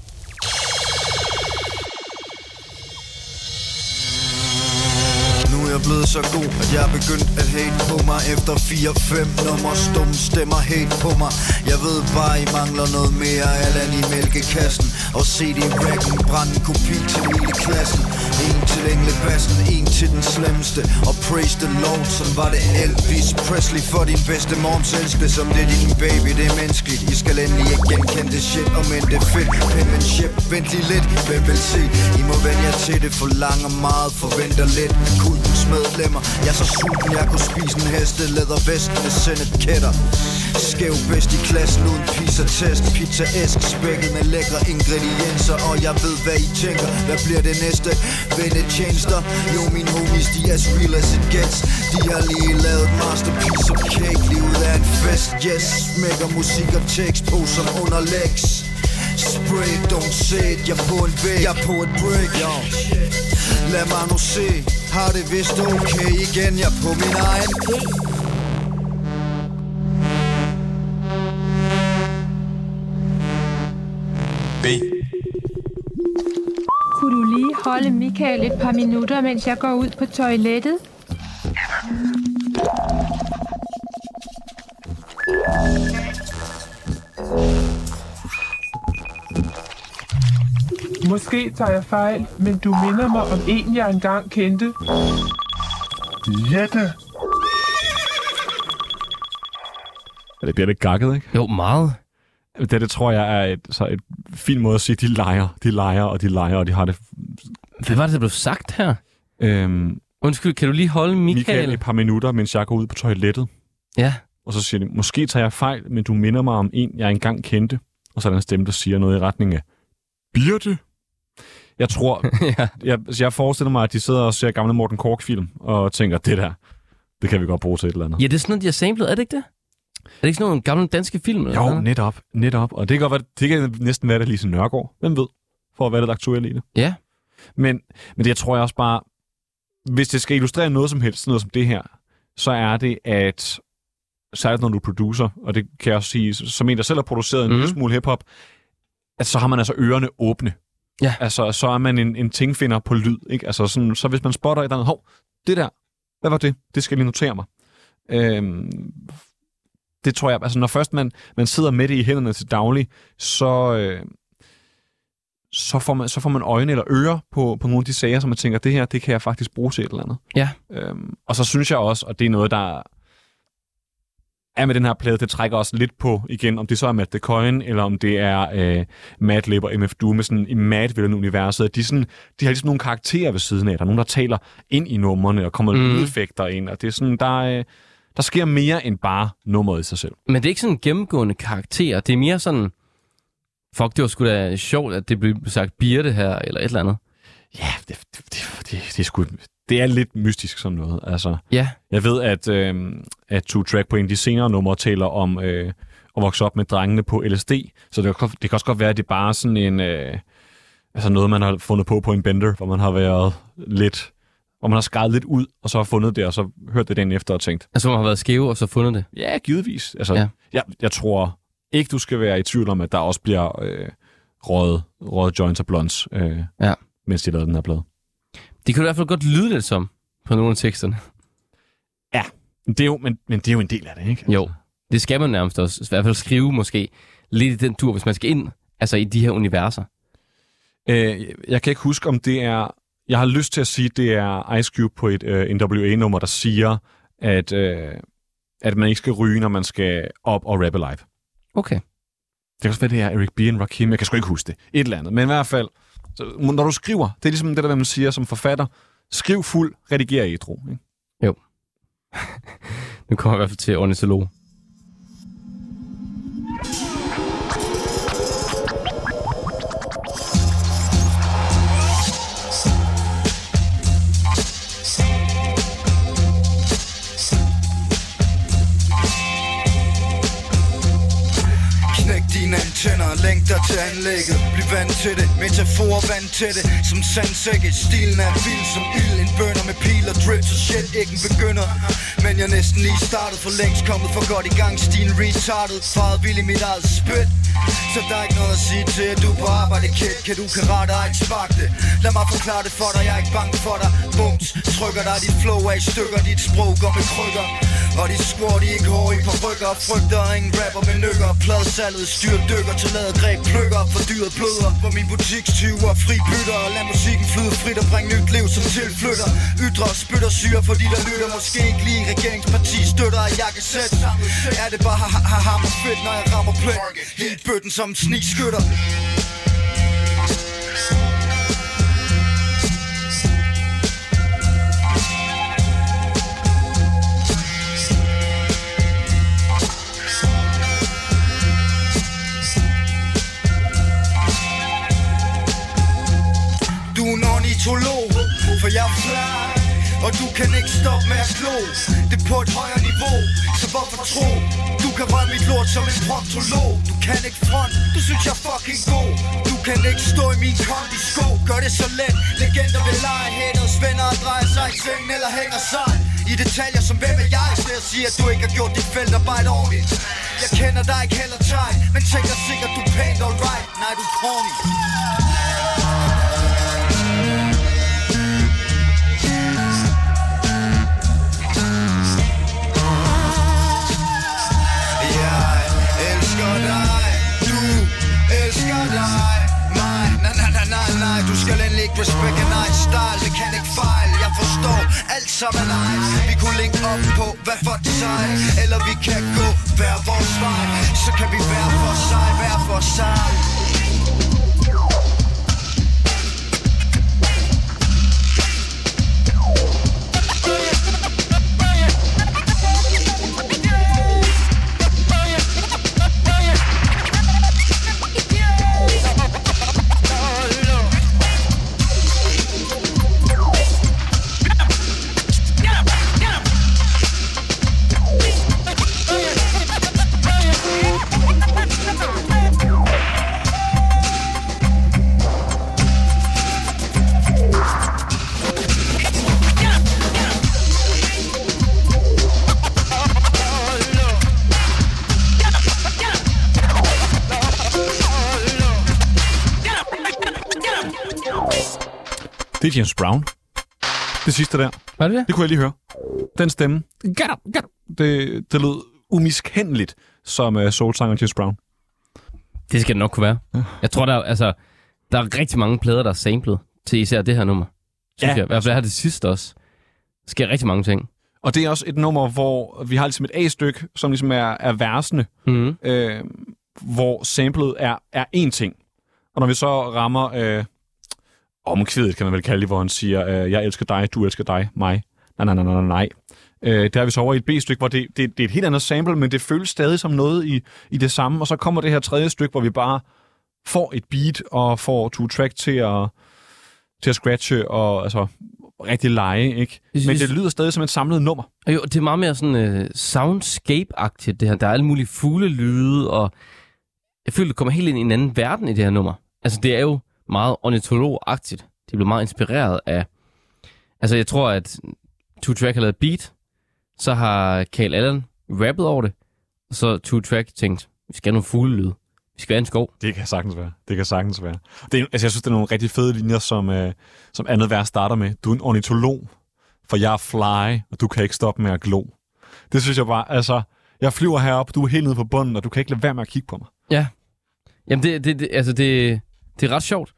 S3: Nu er jeg blevet så god, at jeg er begyndt at hate på mig. Efter fire fem nummer stum stemmer hate på mig. Jeg ved bare, I mangler noget mere Allan i mælkekassen. Og se din racken brænde en kopi til hele klassen. En til englebassen, en til den slemmeste. Og praise the Lord, sådan var det Elvis Presley. For din bedste morgens elskede, som det er din baby, det er menneskeligt. I skal endelig ikke genkende det shit, og men det er fedt. Penmanship, vent lige lidt, hvem vil se? I må vende jer til det, forlanger meget, forventer lidt. Kultens medlemmer, jeg er så sulten, jeg kunne spise en heste. Læder vest med sennep kætter. Skæv bedst i klassen uden pizza-test. Pizza-æsk spækket med lækre ingredienser. Og jeg ved hvad I tænker, hvad bliver det næste? Vennetjenester, jo mine homies, de er as real as it gets. De har lige lavet masterpiece of cake. Livet er en fest, yes. Smækker musik og tekst på som underlægs. Spray, don't say it, jeg er på en væg. Jeg er på et break, yo. Lad mig nu se, har det vist okay igen. Jeg er på min egen
S7: B.
S9: Kunne du lige holde Michael et par minutter, mens jeg går ud på toilettet?
S10: Måske tager jeg fejl, men du minder mig om en, jeg engang kendte. Jette!
S2: Det bliver lidt gakket, ikke?
S1: Jo, meget.
S2: Det, det tror jeg er et, så et fint måde at sige, de leger, de leger, og de leger, og de har det...
S1: Hvad var det, der blev sagt her?
S2: Øhm,
S1: Undskyld, kan du lige holde Michael?
S2: Michael et par minutter, mens jeg går ud på toilettet.
S1: Ja.
S2: Og så siger de, måske tager jeg fejl, men du minder mig om en, jeg engang kendte. Og så er der en stemme, der siger noget i retning af, Birte? Jeg tror,
S1: ja.
S2: jeg, jeg forestiller mig, at de sidder og ser gamle Morten Korch-film, og tænker, det der, det kan vi godt bruge til et eller andet.
S1: Ja, det er sådan noget, de har samlet, er det ikke det? Er det ikke sådan nogle gamle danske film? Eller
S2: jo,
S1: noget?
S2: netop, netop. Og det kan, godt være, det kan næsten være det Lise Nørgaard. Hvem ved? For at være det aktuelle i det.
S1: Ja.
S2: Men, men det jeg tror jeg også bare, hvis det skal illustrere noget som helst, noget som det her, så er det, at særligt når du er producer, og det kan jeg også sige, som en, der selv har produceret en mm. lille smule hiphop, at så har man altså ørerne åbne.
S1: Ja.
S2: Altså, så er man en, en tingfinder på lyd, ikke? Altså, sådan, så hvis man spotter et eller andet, hov, det der, hvad var det? Det skal jeg lige notere mig. Øhm, det tror jeg, altså når først man, man sidder med det i hænderne til daglig, så, øh, så, får man, så får man øjne eller ører på, på nogle af de sager, som man tænker, det her, det kan jeg faktisk bruge til et eller andet.
S1: Ja.
S2: Øhm, og så synes jeg også, og det er noget, der er med den her plade, det trækker også lidt på, igen, om det så er Matt DeCoin, eller om det er øh, Madlib og M F Doom, sådan i Madvillain-universet. De, sådan, de har ligesom nogle karakterer ved siden af. Der er nogen, der taler ind i numrene og kommer mm. lydeffekter ind, og det er sådan, der, øh, der sker mere end bare nummeret i sig selv.
S1: Men det er ikke sådan en gennemgående karakter. Det er mere sådan, fuck, det var sgu da sjovt, at det blev sagt Birte her, eller et eller andet.
S2: Ja, det, det, det, det, det er sgu... Det er lidt mystisk sådan noget. Altså,
S1: ja.
S2: Jeg ved, at, øh, at Two Track på en af de senere numre taler om øh, at vokse op med drengene på L S D. Så det, det kan også godt være, at det er bare sådan en... Øh, altså noget, man har fundet på på en bender, hvor man har været lidt... Hvor man har skrevet lidt ud, og så har fundet det, og så hørt det dagen efter og tænkt...
S1: Altså, man har været skæve, og så fundet det?
S2: Ja, givetvis. Altså,
S1: ja.
S2: jeg, jeg tror ikke, du skal være i tvivl om, at der også bliver øh, røget, røget joints og blondes, øh,
S1: ja. mens
S2: de lavede den her plade.
S1: Det kan i hvert fald godt lyde lidt som på nogle af teksterne.
S2: Ja, men det er jo, men, men det er jo en del af det, ikke? Altså.
S1: Jo, det skal man nærmest også. I hvert fald skrive måske lidt i den tur, hvis man skal ind altså i de her universer.
S2: Øh, jeg kan ikke huske, om det er... Jeg har lyst til at sige, at det er Ice Cube på et uh, N W A-nummer, der siger, at, uh, at man ikke skal ryge, når man skal op og rappe live.
S1: Okay.
S2: Det kan også være, det er Eric B. og Rakim. Jeg kan sgu ikke huske det. Et eller andet. Men i hvert fald... Så, når du skriver, det er ligesom det der, hvad man siger som forfatter. Skriv fuld, rediger ædru. Ikke?
S1: Jo. Nu kommer jeg i hvert fald til ornitolog.
S3: Dine antenner, lænk dig til anlægget. Bliv vant til det, metaforer vant til det. Som sandsække, stilen er vild som ild. En bønner med pil og drip, så shit ikke en begynder. Men jeg næsten lige startet, for længst kommet for godt i gang. Stilen retarded, faret vild i mit eget spyt. Så der er ikke noget at sige til, at du er på arbejde, kid. Kan du karate, ej, spark det. Lad mig forklare det for dig, jeg er ikke bange for dig. Bums, trykker dig dit flow af stykker. Dit sprog går med krykker. Og dit squat, de ikke hår i på rykker. Frygter ingen rapper med nykker. Pladsalget styr dykker til lavet greb. Plukker for dyret bløder. Hvor min butikstyver fri bytter. Og lad musikken flyde frit og bring nyt liv som tilflytter. Ydre spytter syre for de der lytter. Måske ikke lige regeringsparti støtter af jakkesæt. Er det bare ha-ha-hammer fedt, når jeg rammer plet. Helt bøtten som en snigskytter. Og du kan ikke stoppe med at glo. Det er på et højere niveau, så hvorfor tro? Du kan røre mit lort som en proktolog. Du kan ikke front, du synes jeg er fucking god. Du kan ikke stå i min kondisko. Gør det så let, legender vil lege. Haters venner og drejer sig i sengen eller hænger sig i detaljer som hvem er jeg til at sige at du ikke har gjort dit feltarbejde ordentligt. Jeg kender dig ikke heller tegn, men tænker sikkert du er pænt alright. Nej, du er corny. Jeg elsker dig, du elsker dig, mig. Nej, nej, nej, nej, nej, du skal endelig ikke respect en egen style. Det kan ikke fejle, jeg forstår alt sammen nice. Vi kunne linke op på hvad for sig, eller vi kan gå hver vores vej. Så kan vi være for sig, være for sig.
S2: Det er James Brown. Det sidste der.
S1: Var det det?
S2: Det kunne jeg lige høre. Den stemme. Get up, get up. Det, det lød umiskendeligt som uh, soulsanger James Brown.
S1: Det skal det nok kunne være. Ja. Jeg tror, der er, altså, der er rigtig mange plader, der er samlet til især det her nummer. Synes ja. jeg. I hvert fald her det sidste også. Der sker rigtig mange ting.
S2: Og det er også et nummer, hvor vi har ligesom et A-stykke, som ligesom er, er versene, mm-hmm. øh, hvor samlet er, er én ting. Og når vi så rammer øh, omkvædet, kan man vel kalde det, hvor han siger, øh, jeg elsker dig, du elsker dig, mig. Nej, nej, nej, nej, nej. Øh, der er vi så over i et B-stykke, hvor det, det, det er et helt andet sample, men det føles stadig som noget i, i det samme. Og så kommer det her tredje stykke, hvor vi bare får et beat og får two-track til at, til at scratche og altså rigtig lege, ikke? Men det lyder stadig som et samlet nummer.
S1: Jo, det er meget mere sådan uh, soundscape-agtigt, det her. Der er alle mulige fuglelyde, og jeg føler, det kommer helt ind i en anden verden i det her nummer. Altså, det er jo meget ornitolog-agtigt. Det bliver meget inspireret af... Altså, jeg tror, at Two Track har lavet beat, så har Kale Allen rappet over det, og så Two Track tænkt, vi skal have nogle fuglelyde. Vi skal have en skov.
S2: Det kan sagtens være. Det kan sagtens være. Det er, altså, jeg synes, det er nogle rigtig fede linjer, som, øh, som andet vers starter med. Du er en ornitolog, for jeg er fly, og du kan ikke stoppe med at glo. Det synes jeg bare, altså... Jeg flyver herop, du er helt nede på bunden, og du kan ikke lade være med at kigge på mig.
S1: Ja. Jamen, det, det, det, altså det, det er ret sjovt.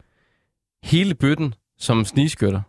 S1: Hele bøtten som snigskytter.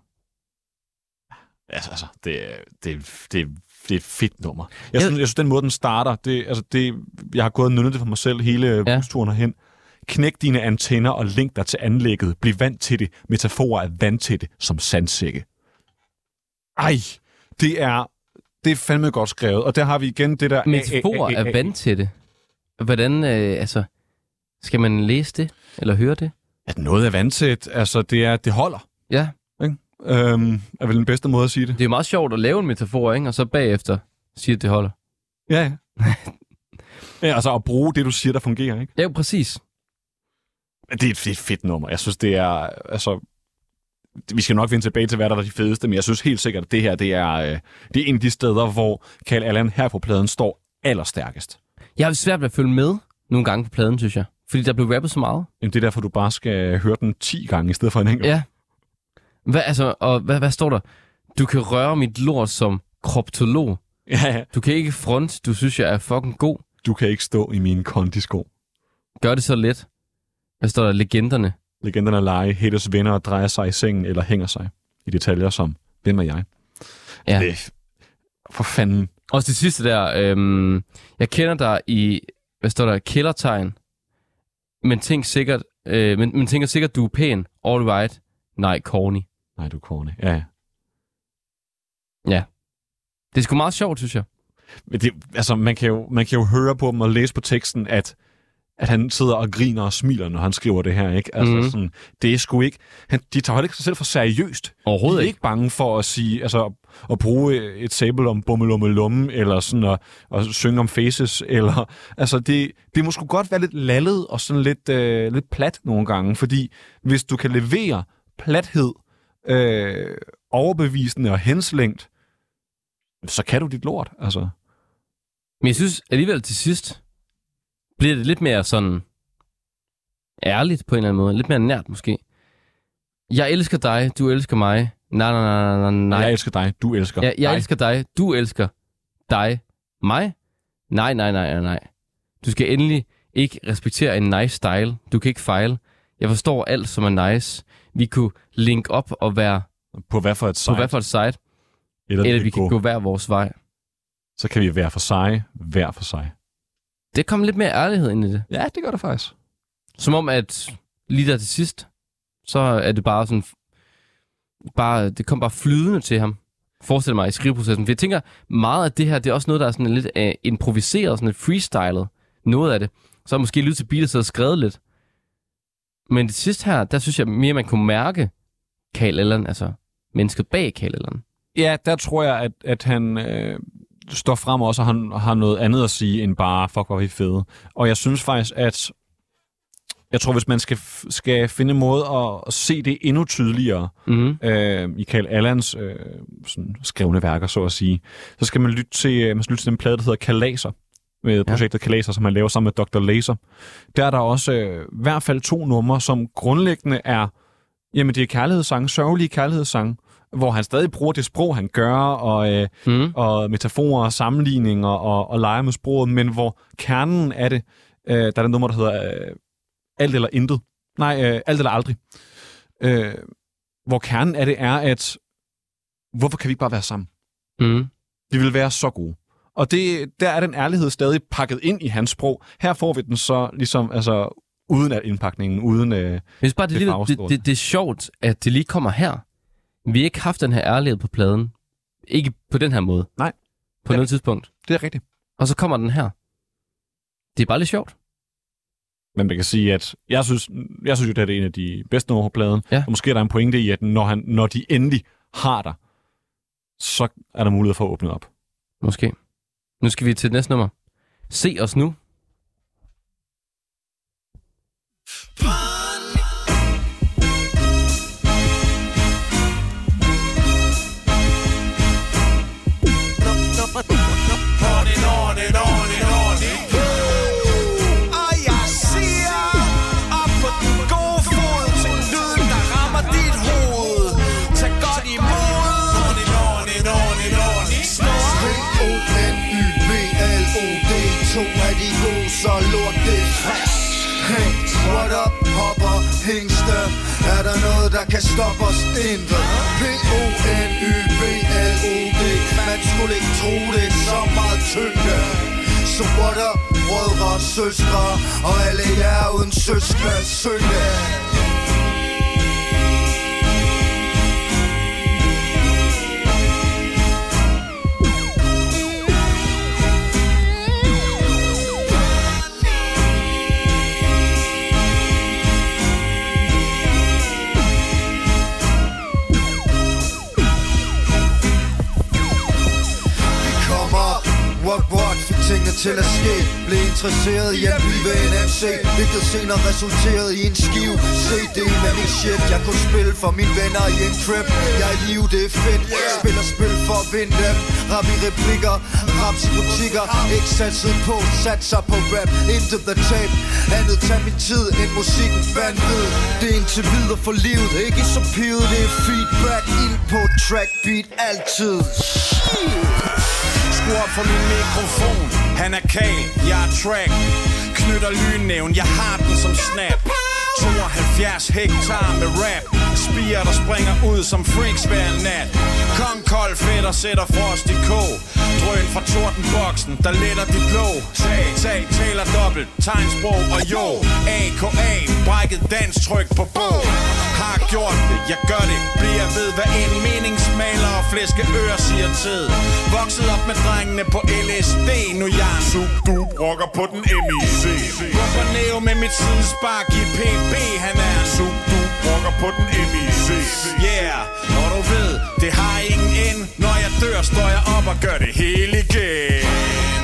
S2: Altså, altså det, det, det, det er et fedt nummer. Jeg synes, jeg synes den måde, den starter, det, altså det, jeg har gået og nynnet det for mig selv hele ja. busturen herhen. Knæk dine antenner og link dig til anlægget. Bliv vant til det. Metaforer er vant til det som sandsække. Ej, det er... Det er fandme godt skrevet, og der har vi igen det der...
S1: Metaforer er vant til det. Hvordan, øh, altså... Skal man læse det, eller høre det?
S2: At noget er vant til, altså det er, det holder.
S1: Ja.
S2: Ikke? Øhm, er vel den bedste måde at sige det.
S1: Det er jo meget sjovt at lave en metafor, ikke? Og så bagefter sige, at det holder.
S2: Ja, ja. Ja, altså at bruge det, du siger, der fungerer, ikke?
S1: Ja, præcis.
S2: Det er et fedt, fedt nummer. Jeg synes, det er... Altså, vi skal nok vende tilbage til, hvad der er de fedeste, men jeg synes helt sikkert, at det her det er, øh, det er en af de steder, hvor Kale Allen her på pladen står allerstærkest.
S1: Jeg har svært ved at følge med nogle gange på pladen, synes jeg. Fordi der blev rappet så meget.
S2: Jamen, det er derfor, du bare skal høre den ti gange i stedet for en enkelt.
S1: Ja. Hvad, altså, og hvad, hvad står der? Du kan røre mit lort som kroptolog.
S2: Ja, ja.
S1: Du kan ikke front, du synes, jeg er fucking god.
S2: Du kan ikke stå i mine kondisko.
S1: Gør det så let. Hvad står der? Legenderne.
S2: Legenderne lege, haters venner og drejer sig i sengen eller hænger sig. I detaljer som, hvem er jeg?
S1: Ja.
S2: Det, for fanden.
S1: Også det sidste der. Øhm, jeg kender dig i, hvad står der? Killertegn. Men tænk sikkert, øh, men, men tænker sikkert, du er pæn. All right. Nej, corny.
S2: Nej, du er corny. Ja, ja.
S1: Ja. Det er sgu meget sjovt, synes jeg.
S2: Men det, altså, man kan, jo, man kan jo høre på dem og læse på teksten, at, at han sidder og griner og smiler, når han skriver det her, ikke? Altså, mm. sådan, det er sgu ikke... Han, de tager heller ikke sig selv for seriøst.
S1: Overhovedet
S2: de er
S1: ikke.
S2: ikke bange for at sige... Altså, at bruge et sabel om bummelummelumme, eller sådan at, at synge om faces, eller... Altså, det, det må sgu godt være lidt lallet og sådan lidt, øh, lidt plat nogle gange, fordi hvis du kan levere plathed, øh, overbevisende og henslængt, så kan du dit lort, altså.
S1: Men jeg synes alligevel til sidst, bliver det lidt mere sådan ærligt på en eller anden måde. Lidt mere nært måske. Jeg elsker dig, du elsker mig. Nej, nej, nej, nej, nej.
S2: Jeg elsker dig, du elsker
S1: ja, jeg
S2: dig.
S1: elsker dig, du elsker dig, mig. Nej, nej, nej, nej, nej. Du skal endelig ikke respektere en nice style. Du kan ikke fejle. Jeg forstår alt, som er nice. Vi kunne link op og være
S2: på hvad for et site.
S1: På hvad for et site.
S2: Eller,
S1: eller vi kan gå. gå hver vores vej.
S2: Så kan vi være for sig, hver for sig.
S1: Det kommer lidt mere ærlighed ind i det.
S2: Ja, det gør det faktisk.
S1: Som om, at lige der til sidst, så er det bare sådan... Bare, det kom bare flydende til ham. Forestil mig i skriveprocessen. For jeg tænker, meget af det her, det er også noget, der er sådan lidt uh, improviseret, sådan lidt freestylet. Noget af det. Så har måske lyttet til beatet, så har skrevet lidt. Men det sidste her, der synes jeg mere, man kunne mærke Kyle Allen, altså mennesket bag Kyle Allen.
S2: Ja, der tror jeg, at, at han øh, står frem også, og han har noget andet at sige, end bare, fuck, hvor vi fede. Og jeg synes faktisk, at jeg tror, hvis man skal, skal finde en måde at, at se det endnu tydeligere mm-hmm. øh, i Kyle Allens øh, sådan skrevne værker, så at sige, så skal man lytte til, man skal lytte til den plade, der hedder Kalaser, med projektet ja. Kalaser, som han laver sammen med doktor Laser. Der er der også øh, i hvert fald to numre, som grundlæggende er, jamen det er kærlighedssange, sørgelige kærlighedssange, hvor han stadig bruger det sprog, han gør, og, øh, mm. og metaforer og sammenligninger og, og leger med sproget, men hvor kernen af det, øh, der er den nummer, der hedder øh, Alt eller Intet. Nej, øh, Alt eller Aldrig. Øh, hvor kernen af det er, at hvorfor kan vi ikke bare være sammen?
S1: Mm.
S2: Vi vil være så gode. Og det, der er den ærlighed stadig pakket ind i hans sprog. Her får vi den så ligesom, altså, uden at indpakningen, uden øh,
S1: Jeg synes bare, det, det, det, det, det er sjovt, at det lige kommer her. Vi har ikke haft den her ærlighed på pladen. Ikke på den her måde.
S2: Nej.
S1: På
S2: ja,
S1: noget tidspunkt.
S2: Det er rigtigt.
S1: Og så kommer den her. Det er bare lidt sjovt.
S2: Men man kan sige, at jeg synes, jeg synes jo, det er en af de bedste numre på pladen.
S1: Ja.
S2: Og måske er der en pointe i, at når, han, når de endelig har dig, så er der mulighed for at åbne op.
S1: Måske. Nu skal vi til det næste nummer. Se os nu.
S3: Så lort det frisk. Hey, what up, hopper, hængste. Er der noget, der kan stoppe os? Intet. P O N Y B L O D. Man skulle ikke tro det, så meget tyngde. Så what up, brødre og søstre, og alle jer uden søskende, syng det. What, what, fik tingene til at ske. Blev interesseret i at blive en M C, hvilket senere resulterede i en skiv C D med min shit. Jeg kunne spille for mine venner i en crib. Jeg er i live, det er fedt. Spiller spil for at vinde dem. Rap i replikker, raps i butikker. Ikke satset på, satser på rap. Intet the tape, andet tag min tid end musikken vanvid. Det er indtil videre for livet, ikke så pivet. Det er feedback ind på track beat altid.
S5: Skru op for min mikrofon. Han er Kale, jeg er track. Knytter lynnævn, jeg har den som snap. tooghalvfjerds hektar med rap. Spiger, der springer ud som freaks hver nat. Kong kold fætter sætter frost i kog. Drøn fra tordenboksen, der letter dit låg. Sag, sag, taler dobbelt, tegnsprog og jo. A K A, brækket dansk tryk på bog. Har gjort det, jeg gør det, bliver ved hvad en meningsmaler og flæskeører siger tid. Vokset op med drengene på L S D, nu jeg en sub, du rocker på den M I C. Rumper neo med mit sidespark i P B, han er en sub, du rocker på den M I C. Yeah, og du ved, det har ingen end. Når jeg dør, står jeg op og gør det hele igen.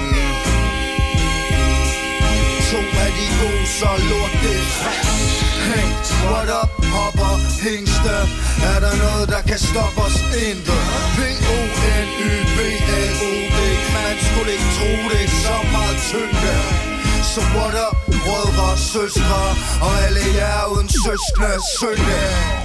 S3: To af de gode, så lort det fast. Hey, what up, hopper, hængste. Er der noget, der kan stoppe os? Intet. P O N Y B A O D. Man skulle ikke tro det, så meget tyngde. Så what up, brødre, søstre. Og alle jer uden søskende, synge.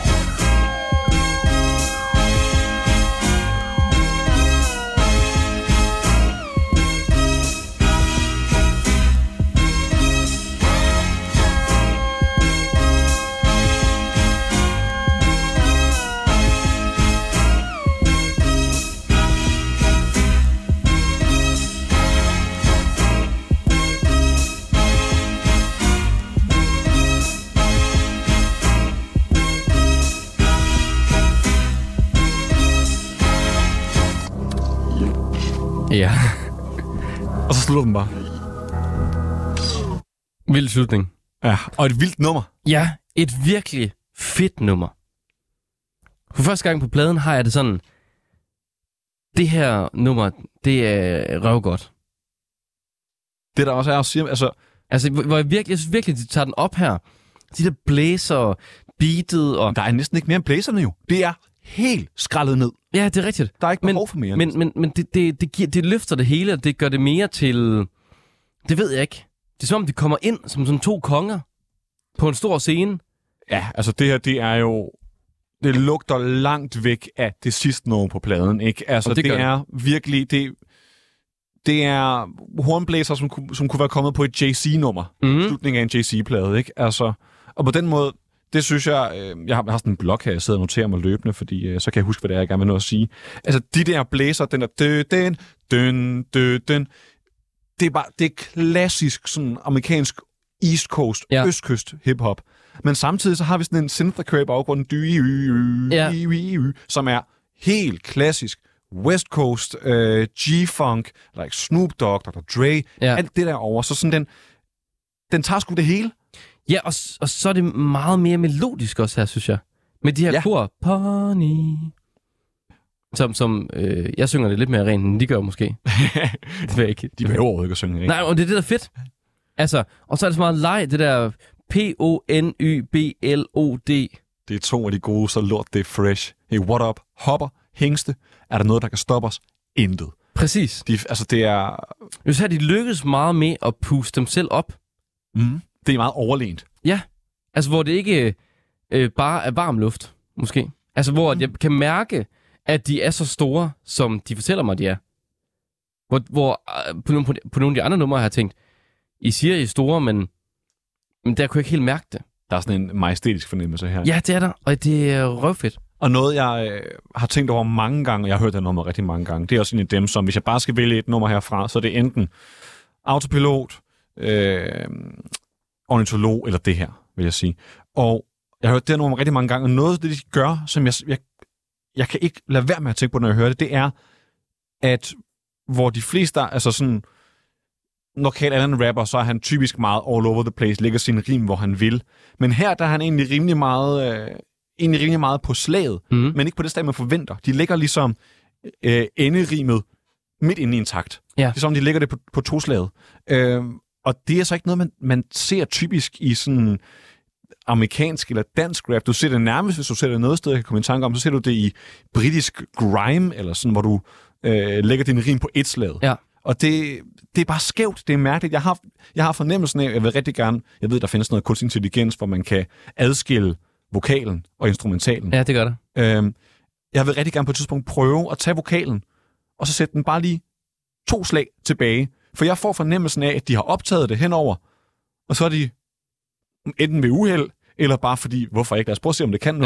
S1: Ja.
S2: Og så slutter den bare.
S1: Vild slutning.
S2: Ja, og et vildt nummer.
S1: Ja, et virkelig fedt nummer. For første gang på pladen har jeg det sådan, det her nummer, det er røvgodt.
S2: Det der også er at sige, altså...
S1: Altså, hvor jeg virkelig, jeg synes virkelig, de tager den op her. De der blæser, beatet og...
S2: Der er næsten ikke mere end blæserne jo. Det er helt skrællet ned.
S1: Ja, det er rigtigt.
S2: Der er ikke
S1: men,
S2: behov for mere.
S1: Men, men, men det, det, det, giver, det løfter det hele, og det gør det mere til... Det ved jeg ikke. Det er som om, de kommer ind som sådan to konger på en stor scene.
S2: Ja, altså det her, det er jo... Det lugter langt væk af det sidste nummer på pladen, ikke? Altså, det, det er det. virkelig... Det, det er hornblæser, som, som kunne være kommet på et Jay-Z-nummer. Mm. Slutningen af en Jay-Z-plade, ikke? Altså, og på den måde, det synes jeg... Øh, jeg, har, jeg har sådan en blog her, jeg sidder og noterer mig løbende, fordi øh, så kan jeg huske, hvad det er, jeg gerne vil nå at sige. Altså, de der blæser, den der... Dø, den, døn, dø, den, det er bare... Det er klassisk sådan amerikansk East Coast, ja. Østkyst hip-hop. Men samtidig så har vi sådan en synth, der kører i baggrunden, ja. som er helt klassisk West Coast, uh, G-Funk, like Snoop Dogg, doktor Dre, ja. Alt det der over. Så sådan den, den tager sgu det hele.
S1: Ja, og, og så er det meget mere melodisk også her, synes jeg. Med de her ja. kor. Pony. Som, som øh, jeg synger det lidt mere rent, end de gør måske. Det ved jeg ikke.
S2: De behøver ikke at synge rent.
S1: Nej, og det er det, der er fedt. Altså, og så er det så meget leg, det der P O N Y B L O D.
S2: Det er to af de gode, så lort det er fresh. Hey, what up? Hopper, hængste. Er der noget, der kan stoppe os? Intet.
S1: Præcis.
S2: De, altså, det er...
S1: Hvis her de lykkes meget med at puste dem selv op.
S2: Mm. Det er meget overlegent.
S1: Ja. Altså, hvor det ikke øh, bare er varm luft, måske. Altså, hvor mm. jeg kan mærke, at de er så store, som de fortæller mig, de er. Hvor, hvor øh, på, på, på nogle af de andre numre har jeg tænkt, I siger, I er store, men, men der kunne jeg ikke helt mærke det.
S2: Der er sådan en majestætisk fornemmelse her.
S1: Ja, det er der, og det er røvfedt.
S2: Og noget, jeg øh, har tænkt over mange gange, og jeg har hørt det nummer rigtig mange gange, det er også en af dem, som hvis jeg bare skal vælge et nummer herfra, så er det enten Autopilot, øh, Ornitolog eller det her, vil jeg sige. Og jeg har hørt det nummer rigtig mange gange, og noget af det, de gør, som jeg, jeg, jeg kan ikke lade være med at tænke på, når jeg hører det, det er, at hvor de fleste, altså sådan... Når Kate Allen rapper, så er han typisk meget all over the place, lægger sin rim, hvor han vil. Men her, der er han egentlig rimelig meget, øh, egentlig rimelig meget på slaget, mm. men ikke på det sted, man forventer. De lægger ligesom øh, enderimet midt inde i en takt. Ja. Det er som, de lægger det på, på toslaget. Øh, og det er så ikke noget, man, man ser typisk i sådan amerikansk eller dansk rap. Du ser det nærmest, hvis du ser det noget sted, jeg kan komme i tanke om, så ser du det i britisk grime, eller sådan, hvor du øh, lægger din rim på et slag. Ja. Og det, det er bare skævt, det er mærkeligt. Jeg har, jeg har fornemmelsen af, jeg vil rigtig gerne, jeg ved, der findes noget kunstig intelligens, hvor man kan adskille vokalen og instrumentalen.
S1: Ja, det gør det.
S2: Øhm, jeg vil rigtig gerne på et tidspunkt prøve at tage vokalen, og så sætte den bare lige to slag tilbage. For jeg får fornemmelsen af, at de har optaget det henover, og så er de enten ved uheld, eller bare fordi, hvorfor ikke? Lad os prøve at se, om det kan noget. Ja.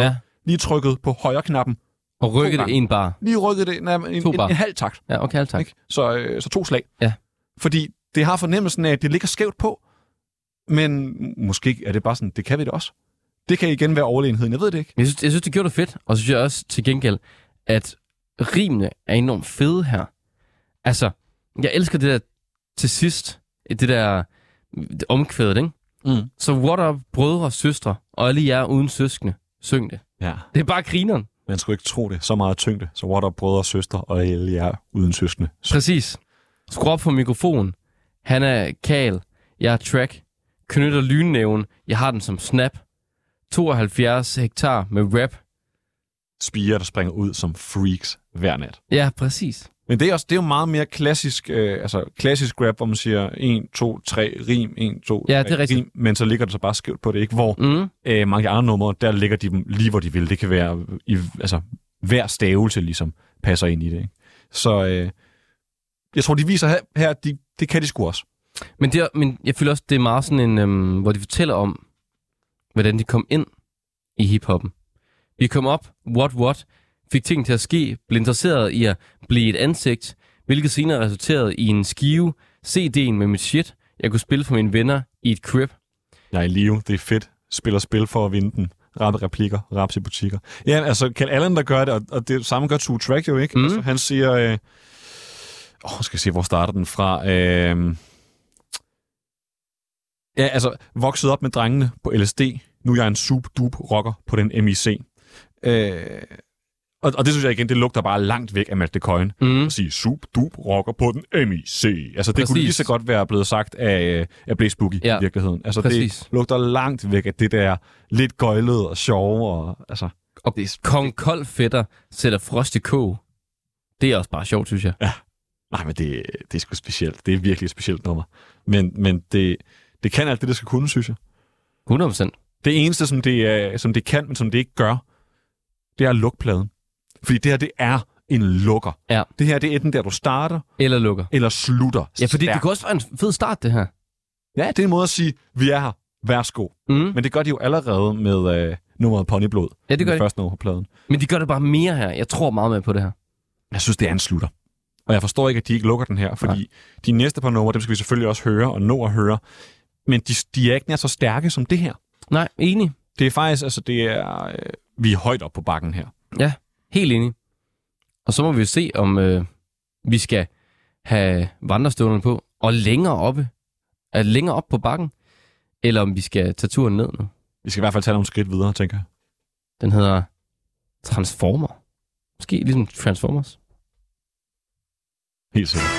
S2: lige trykket på højre knappen.
S1: Og rykket det en bar.
S2: Lige rykket det nej, en, en, en, en halv takt.
S1: Ja, okay, halv takt.
S2: Så, øh, så to slag.
S1: Ja.
S2: Fordi det har fornemmelsen af, at det ligger skævt på, men måske er det bare sådan, det kan vi det også. Det kan igen være overlegenheden, jeg ved det ikke.
S1: Jeg synes, jeg synes det gjorde det fedt, og så synes jeg også til gengæld, at rimene er enormt fede her. Altså, jeg elsker det der til sidst, det der det omkvædet, ikke?
S2: Mm.
S1: Så what up, brødre og søstre, og alle jer uden søskende, syng det.
S2: Ja.
S1: Det er bare grineren.
S2: Man skulle ikke tro det. Så meget tyngde. Så what up, brødre og søstre, og alle jer uden søskende.
S1: Præcis. Skru op for mikrofonen. Han er Kal. Jeg er Track. Knytter lynnæven. Jeg har den som snap. tooghalvfjerds hektar med rap.
S2: Spiger, der springer ud som freaks hver nat.
S1: Ja, præcis.
S2: Men det er, også, det er jo meget mere klassisk, øh, altså klassisk rap, hvor man siger en, to, tre, rim, en, to,
S1: ja,
S2: tre,
S1: det er rigtigt.
S2: rim, men så ligger det så bare skævt på det, ikke? Hvor
S1: mm.
S2: øh, mange andre numre, der ligger de dem lige, hvor de vil. Det kan være, i, altså hver stavelse ligesom passer ind i det, ikke? Så øh, jeg tror, de viser her, her de, det kan de sgu også.
S1: Men, det er, men jeg føler også, det er meget sådan en, øhm, hvor de fortæller om, hvordan de kom ind i hiphoppen. Vi kom op, what what, fik ting til at ske, blev interesseret i at blive et ansigt, hvilket senere resulterede i en skive, C D'en med mit shit, jeg kunne spille for mine venner i et crib.
S2: Jeg er i live, det er fedt. Spiller spil for at vinde den. Rappe replikker, raps i butikker. Ja, altså, Kal Allen, der gør det, og det samme gør Two Track jo, ikke? Mm. Altså, han siger, øh... åh, skal jeg se, hvor starter den fra? Øh... Ja, altså, vokset op med drengene på L S D. Nu er jeg en super-dupe rocker på den M I C. Øh... Og, og det synes jeg igen, det lugter bare langt væk af Malte Coyne. Mm. At sige, super-dupe rocker på den M I C. Altså, det Præcis. Kunne lige så godt være blevet sagt af, af Blaze Boogie ja. I virkeligheden. Altså, Præcis. Det lugter langt væk af det der lidt gøjlede og sjove. Og, altså,
S1: og det er Kong Kold Fætter sætter frost i kog. Det er også bare sjovt, synes jeg.
S2: Ja. Nej, men det, det er sgu specielt. Det er virkelig et specielt nummer. Men, men det, det kan alt det, det skal kunne, synes jeg.
S1: hundrede procent.
S2: Det eneste, som det, er, som det kan, men som det ikke gør, det er at lukke pladen. Fordi det her, det er en lukker.
S1: Ja.
S2: Det her, det er enten der, du starter...
S1: Eller lukker.
S2: Eller slutter.
S1: Ja, fordi stærk. Det kunne også være en fed start, det her.
S2: Ja, det er en måde at sige, vi er her. Værsgo. Mm. Men det gør de jo allerede med øh, nummeret Ponyblod.
S1: Ja, det gør
S2: det.
S1: De.
S2: Første nummer på pladen.
S1: Men de gør det bare mere her. Jeg tror meget med på det her.
S2: Jeg synes, det er en slutter. Og jeg forstår ikke, at de ikke lukker den her, fordi Nej. De næste par numre, dem skal vi selvfølgelig også høre og nå at høre. Men de, de er ikke nær så stærke som det her.
S1: Nej, enig.
S2: Det er faktisk, altså det er... Øh, vi er højt op på bakken her.
S1: Ja, helt enig. Og så må vi jo se, om øh, vi skal have vandrestøvlerne på, og længere oppe, er længere op på bakken, eller om vi skal tage turen ned nu.
S2: Vi skal i hvert fald tage nogle skridt videre, tænker jeg.
S1: Den hedder Transformer. Måske ligesom Transformers.
S2: Helt sikkert.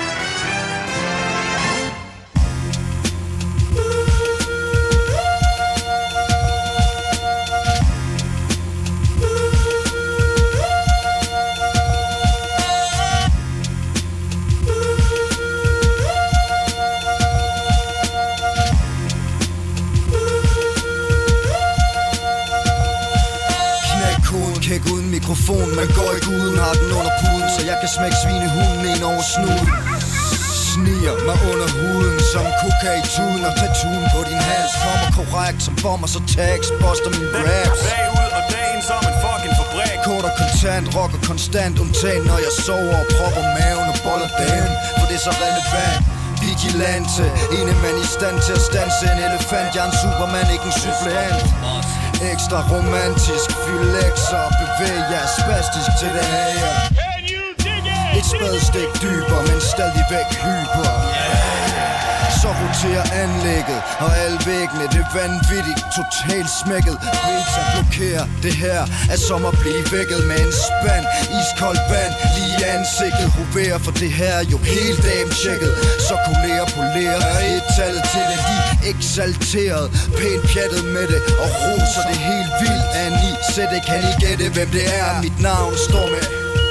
S3: Kæk uden mikrofon, man går ikke uden, har den under puden, så jeg kan smække svinehunden ind over snuden. Sniger mig under huden som kuka i tuden, og tattooen på din hals kommer korrekt som bomber, så tags poster min raps.
S5: Bagud og dagen som en fucking fabrik.
S3: Kort og kontant, rocker konstant, undtagen når jeg sover og propper maven og boller dagen, for det er så relevant. Vigilante, ene mand i stand til at standse en elefant. Jeg er en superman, ikke en suppleant. Ekstra romantisk, fylexer, bevæg jer spastisk til det her. Et spadestik dybere, men stadigvæk hyper. Så roterer anlægget, og alle væggene, det er vanvittigt, totalt smækket. Beats er blokeret, det her er som at blive vækket med en spand. Iskold vand, lige i ansigtet, hoverer, for det her er jo helt damn tjekket. Så kollerer, polerer, et tallet til det, de eksalteret. Pænt pjattet med det, og roser det helt vildt. Anni, sæt det, kan I gætte, hvem det er? Mit navn står med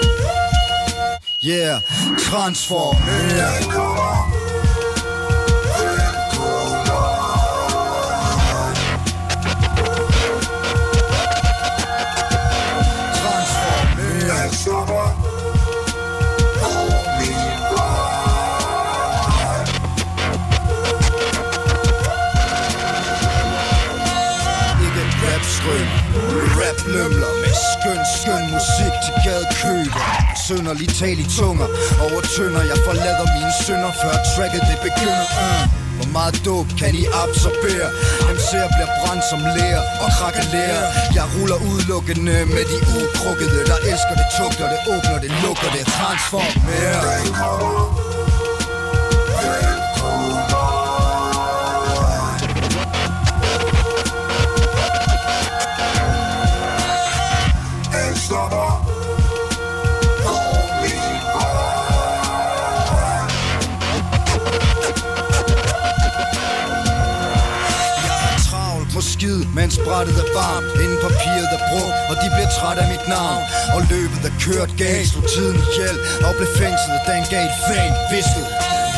S3: Yeah, Transformer. Rap-lømler med skøn, skøn musik til gadekøber. Sønderlig tal i tunger, overtønder. Jeg forlader mine synder, før tracket det begynder. uh. Hvor meget dope kan I absorbere? M C'er bliver brændt som lærer og krakalerer. Jeg ruller udelukkende med de ukrukkede, der elsker det, tugter det, åbner det, lukker det, transformerer. Mens brættet er varmt, inden papiret er brugt, og de bliver træt af mit navn. Og løbet er kørt galt, slog tiden ihjel, og blev fængslet, da en gav et fan visket.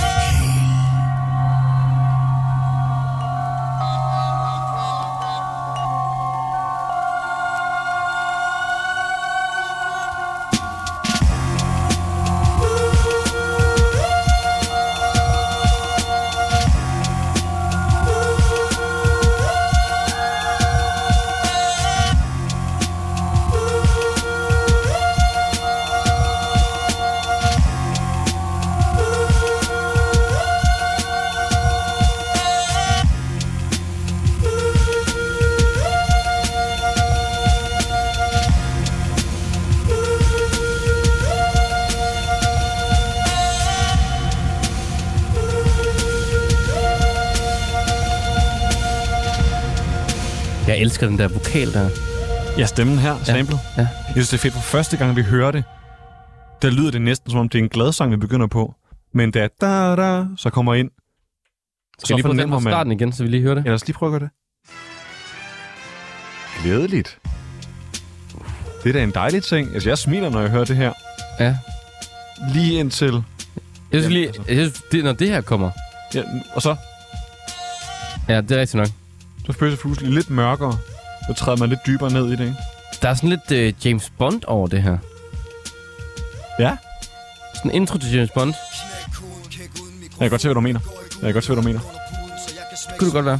S1: Jeg elsker den der vokal der.
S2: Ja, stemmen her, samlet.
S1: Ja. Ja.
S2: Jeg synes, det er fedt. For første gang, vi hører det, der lyder det næsten, som om det er en glad sang, vi begynder på. Men da da da så kommer ind,
S1: Skal jeg lige prøve den fra starten igen, så vi lige hører det?
S2: Ja, lad os lige prøve at gøre det. Glædeligt. Det er da en dejlig ting. Altså, jeg smiler, når jeg hører det her.
S1: Ja.
S2: Lige indtil...
S1: Jeg synes lige, jeg synes, det, når det her kommer...
S2: Ja, og så?
S1: Ja, det er rigtigt nok.
S2: Så føles det pludselig lidt mørkere. Så træder man lidt dybere ned i det, ikke?
S1: Der er sådan lidt uh, James Bond over det her.
S2: Ja?
S1: Sådan en intro til James Bond.
S2: Jeg kan godt se, hvad du mener. Jeg kan godt se, hvad du mener.
S1: Det kunne det godt være.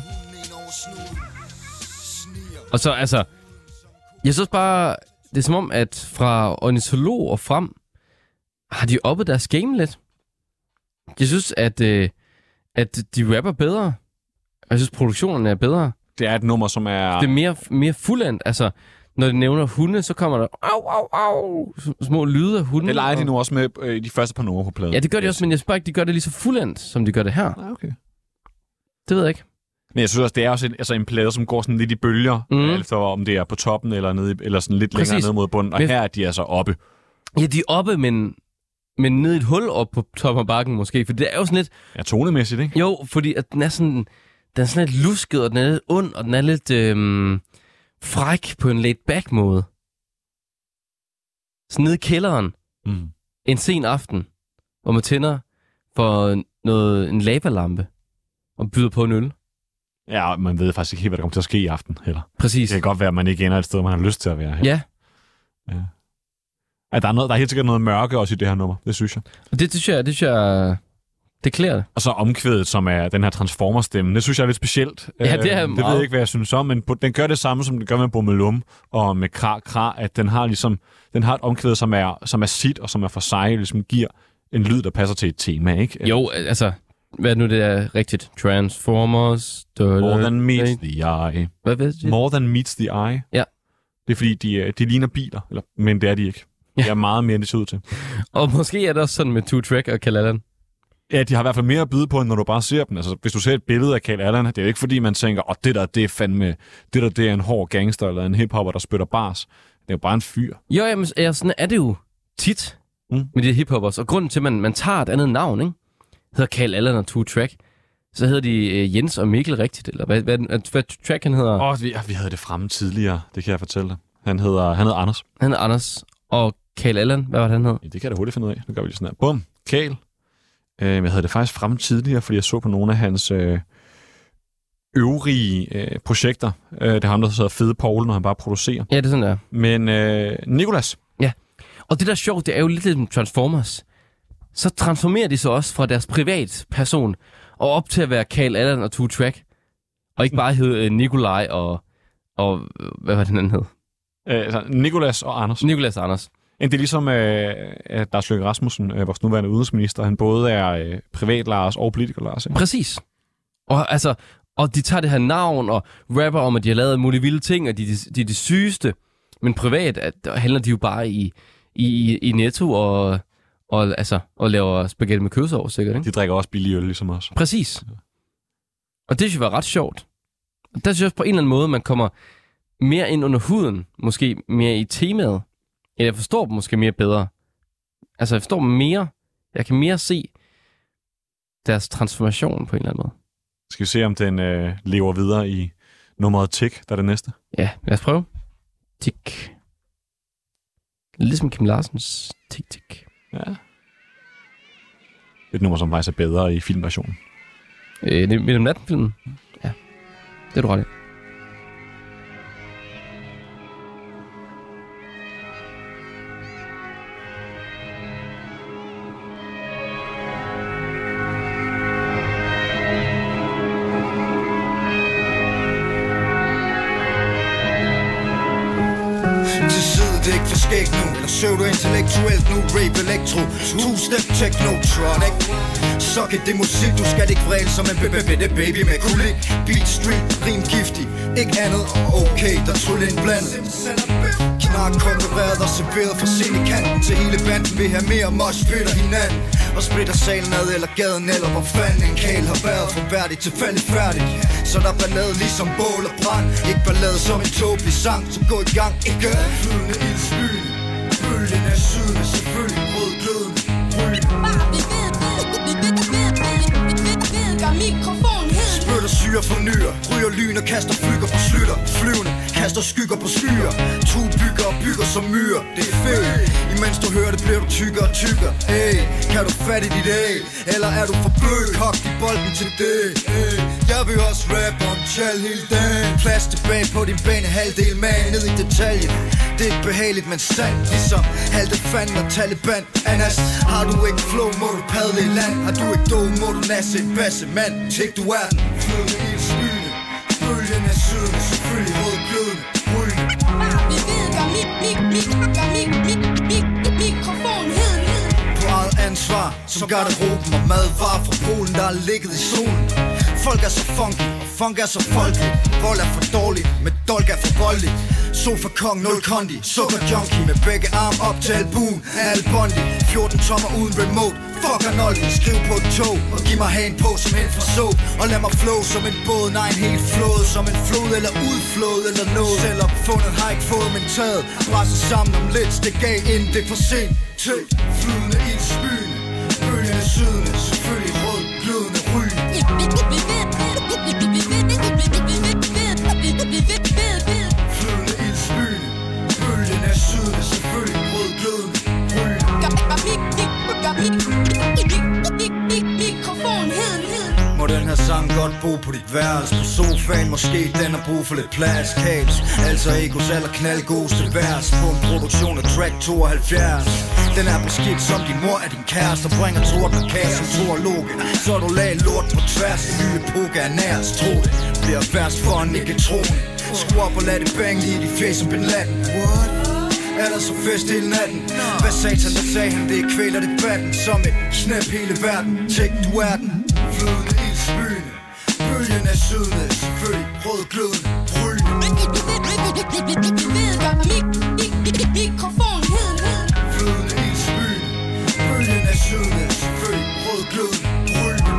S1: Og så, altså... Jeg synes bare... Det er som om, at fra ornitolog og frem, har de oppet deres game lidt. Jeg synes, at, øh, at de rapper bedre. Jeg synes, produktionen er bedre.
S2: Det er et nummer, som er...
S1: Det er mere, mere fuldendt. Altså, når de nævner hunde, så kommer der au, au, au, små lyde af hunde.
S2: Det leger de nu også med øh, i de første par numre på pladen.
S1: Ja, det gør de også, men jeg synes bare ikke, de gør det lige så fuldendt, som de gør det her.
S2: Ah, okay.
S1: Det ved jeg ikke.
S2: Men jeg synes også, det er også en, altså en plade, som går sådan lidt i bølger, mm. efter om det er på toppen eller, nede, eller sådan lidt Præcis. længere ned mod bunden. Og men... her er de altså oppe.
S1: Ja, de er oppe, men, men nede i et hul op på toppen af bakken måske. For det er jo sådan lidt...
S2: Ja, tonemæssigt, ikke?
S1: Jo, fordi at den er sådan... Den er sådan lidt lusket, og den er lidt ond, og den er lidt øhm, fræk på en laid-back måde. Så nede i kælderen,
S2: mm.
S1: en sen aften, hvor man tænder for noget, en lavalampe, og byder på en øl.
S2: Ja, man ved faktisk ikke helt, hvad der kommer til at ske i aften heller.
S1: Præcis.
S2: Det kan godt være, at man ikke ender et sted, man har lyst til at være her.
S1: Ja.
S2: ja. ja der, er noget, der er helt sikkert noget mørke også i det her nummer, det synes jeg.
S1: Og det synes jeg, det synes jeg... Det klæder det.
S2: Og så omkvædet, som er den her Transformer-stemme. Det synes jeg er lidt specielt.
S1: Ja, det er
S2: det ved jeg ikke, hvad jeg synes om, men den gør det samme, som den gør med Bummelum og med Kra Kra, at den har ligesom den har et omkvæd, som er, som er sit og som er for sig, ligesom giver en lyd, der passer til et tema, ikke?
S1: Jo, altså, hvad nu det er rigtigt? Transformers...
S2: More than meets the eye.
S1: Hvad ved du?
S2: More than meets the eye.
S1: Ja.
S2: Det er fordi, de, de ligner biler, eller, men det er de ikke. Ja. Det er meget mere, end det ser ud til.
S1: Og måske er det også sådan med Two Track og Kal Allen.
S2: Ja, de har i hvert fald mere at byde på, end når du bare ser dem. Altså, hvis du ser et billede af Kal Allen, det er jo ikke fordi, man tænker, åh, oh, det der, det er fandme, det der, det er en hård gangster, eller en hiphopper, der spytter bars. Det er jo bare en fyr.
S1: Jo, jamen, ja, sådan er det jo tit mm. med de hiphoppers. Og grunden til, at man, man tager et andet navn, ikke? Hedder Kal Allen og Two Track. Så hedder de øh, Jens og Mikkel rigtigt, eller hvad, hvad, hvad, hvad Track han hedder?
S2: Åh, oh, vi, vi havde det fremme tidligere, det kan jeg fortælle dig. Han hedder, han hedder Anders.
S1: Han hedder Anders. Og Kal Allen, hvad var det, han hed?
S2: Ja, det kan jeg da hurtigt finde ud af. Nu gør vi lige sådan her. Bum, Kal. Øh, jeg havde det faktisk fremme tidligere, fordi jeg så på nogle af hans øh, øvrige øh, projekter. Øh, det er ham, der hedder Fede Paul, når han bare producerer.
S1: Ja, det er sådan der.
S2: Men øh, Nicolas.
S1: Ja, og det der er sjovt, det er jo lidt som Transformers. Så transformerer de sig også fra deres privat person og op til at være Kal Allen og Two Track. Og ikke bare hedde øh, Nikolaj og, og hvad var det, den hed?
S2: Øh, altså, Nicolas og Anders.
S1: Nicolas og Anders.
S2: Det er ligesom, øh, at Lars Løkke Rasmussen, øh, vores nuværende udenrigsminister, han både er øh, privat Lars og politiker Lars. Ikke?
S1: Præcis. Og, altså, og de tager det her navn og rapper om, at de har lavet mulige vilde ting, og de, de, de er de sygeste. Men privat at, handler de jo bare i, i, i Netto og, og, altså, og laver spaghetti med kødsovs, sikkert. Ikke?
S2: De drikker også billig øl, ligesom os.
S1: Præcis. Og det synes jeg var ret sjovt. Og der synes jeg også på en eller anden måde, man kommer mere ind under huden, måske mere i temaet. Eller jeg forstår dem måske mere bedre. Altså, jeg forstår dem mere. Jeg kan mere se deres transformation på en eller anden måde.
S2: Skal vi se, om den øh, lever videre i nummeret Tik, der er det næste?
S1: Ja, lad os prøve. Tik. Ligesom Kim Larsens Tik Tik.
S2: Ja. Et nummer, som faktisk er bedre i filmversionen.
S1: Øh, det er natten-filmen. Ja, det er du ret i.
S3: Skæg nu, eller pseudo-intellektuelt nu, rape elektro, two-step technotronic. Suck it, det musik, du skal ikke vrede som en baby med kulik. Beat street, rim giftig, ikke andet okay, der trulle en blandet. Knark konkurreret og serveret fra scene i kanten, til hele banden vil have mere mosh pit af hinanden. Og splitter salen ad eller gaden, eller hvor fanden en kæl har været forværdigt tilfældigt færdigt. Så der er ballade ligesom bål og brand, ikke ballade som en tåbelig sang, så gå i gang, ikke flydende ildsbyen. Bølgen er sydende, selvfølgelig rødglødende. Spytter syre for nyer, ryger lyn og kaster flyger på slytter. Flyvende, kaster skygger på skyer. To bygger og bygger som myrer, det er fedt. Imens du hører det, bliver du tykkere og tykkere. Hey, kan du fat i dit æg? Eller er du for blød, kogt i bolden til det? Hey, jeg vil også rappe om tjal hele dagen. Plads tilbage på din bane, halvdel man, ned i detaljen. Det er behageligt, men sandt, ligesom halte fanden og Taliban. Anas, har du ikke flow, må du padle i land. Har du ikke dog, må du nasse en basse mand. Tik du er den, flydende i skyene. Bølgen er sydende, selvfølgelig rødglødende. Rygende. Vi ved, gør mit, mit, mit, gør mit, mit, mit, mikrofon hed. På eget ansvar, som garderoben og madvarer fra Polen, der er ligget i solen. Folk er så funky, og funk er så folkeligt. Vold er for dårligt, men dolk er for voldeligt. Sofa kong, nul kondi, sukker junkie. Med begge arm op til albuen af Al Bundy. fjorten tommer uden remote, fucker nolden. Skriv på et tog, og giv mig hagen på som en fra så. Og lad mig flow som en båd, nej en helt flåde. Som en flod eller udflåd eller noget. Selv opfundet har ikke fået, men taget. Presset sammen om lidt, stik af inden det er for sent. Til flydende ildsbyen, bølgende sydende, selvfølgelig rød, glødende rygende. Flydende ildsbyen, bølgen er sydende, selvfølgelig rød, glødende rygende. Må den her sang godt bo på dit værelse. På sofaen, måske den har brug for lidt plads. Kabs, altså egos aller knaldgodeste vers. På en produktion af track tooghalvfjerds. Den er beskidt som din mor er din kæreste. Og bringer torden og kaos som toologe. Så du lag lort på tværs. En ny epoke er nærmest, tro det. Bliver værst for en ikke troende. Skru op og lad det bang lige i de fjes som Bin Laden. What? Er der så fest hele natten? Hvad satan, der sagde han, det kvæler debatten. Som et knæp hele verden. Tik, du er den. Flydende ildsbyen. Bølgen er sydende, selvfølgelig rødglødende rygende. Mikrofon hed. Flydende ildsbyen. Bølgen er sydende, selvfølgelig rødglødende rygende.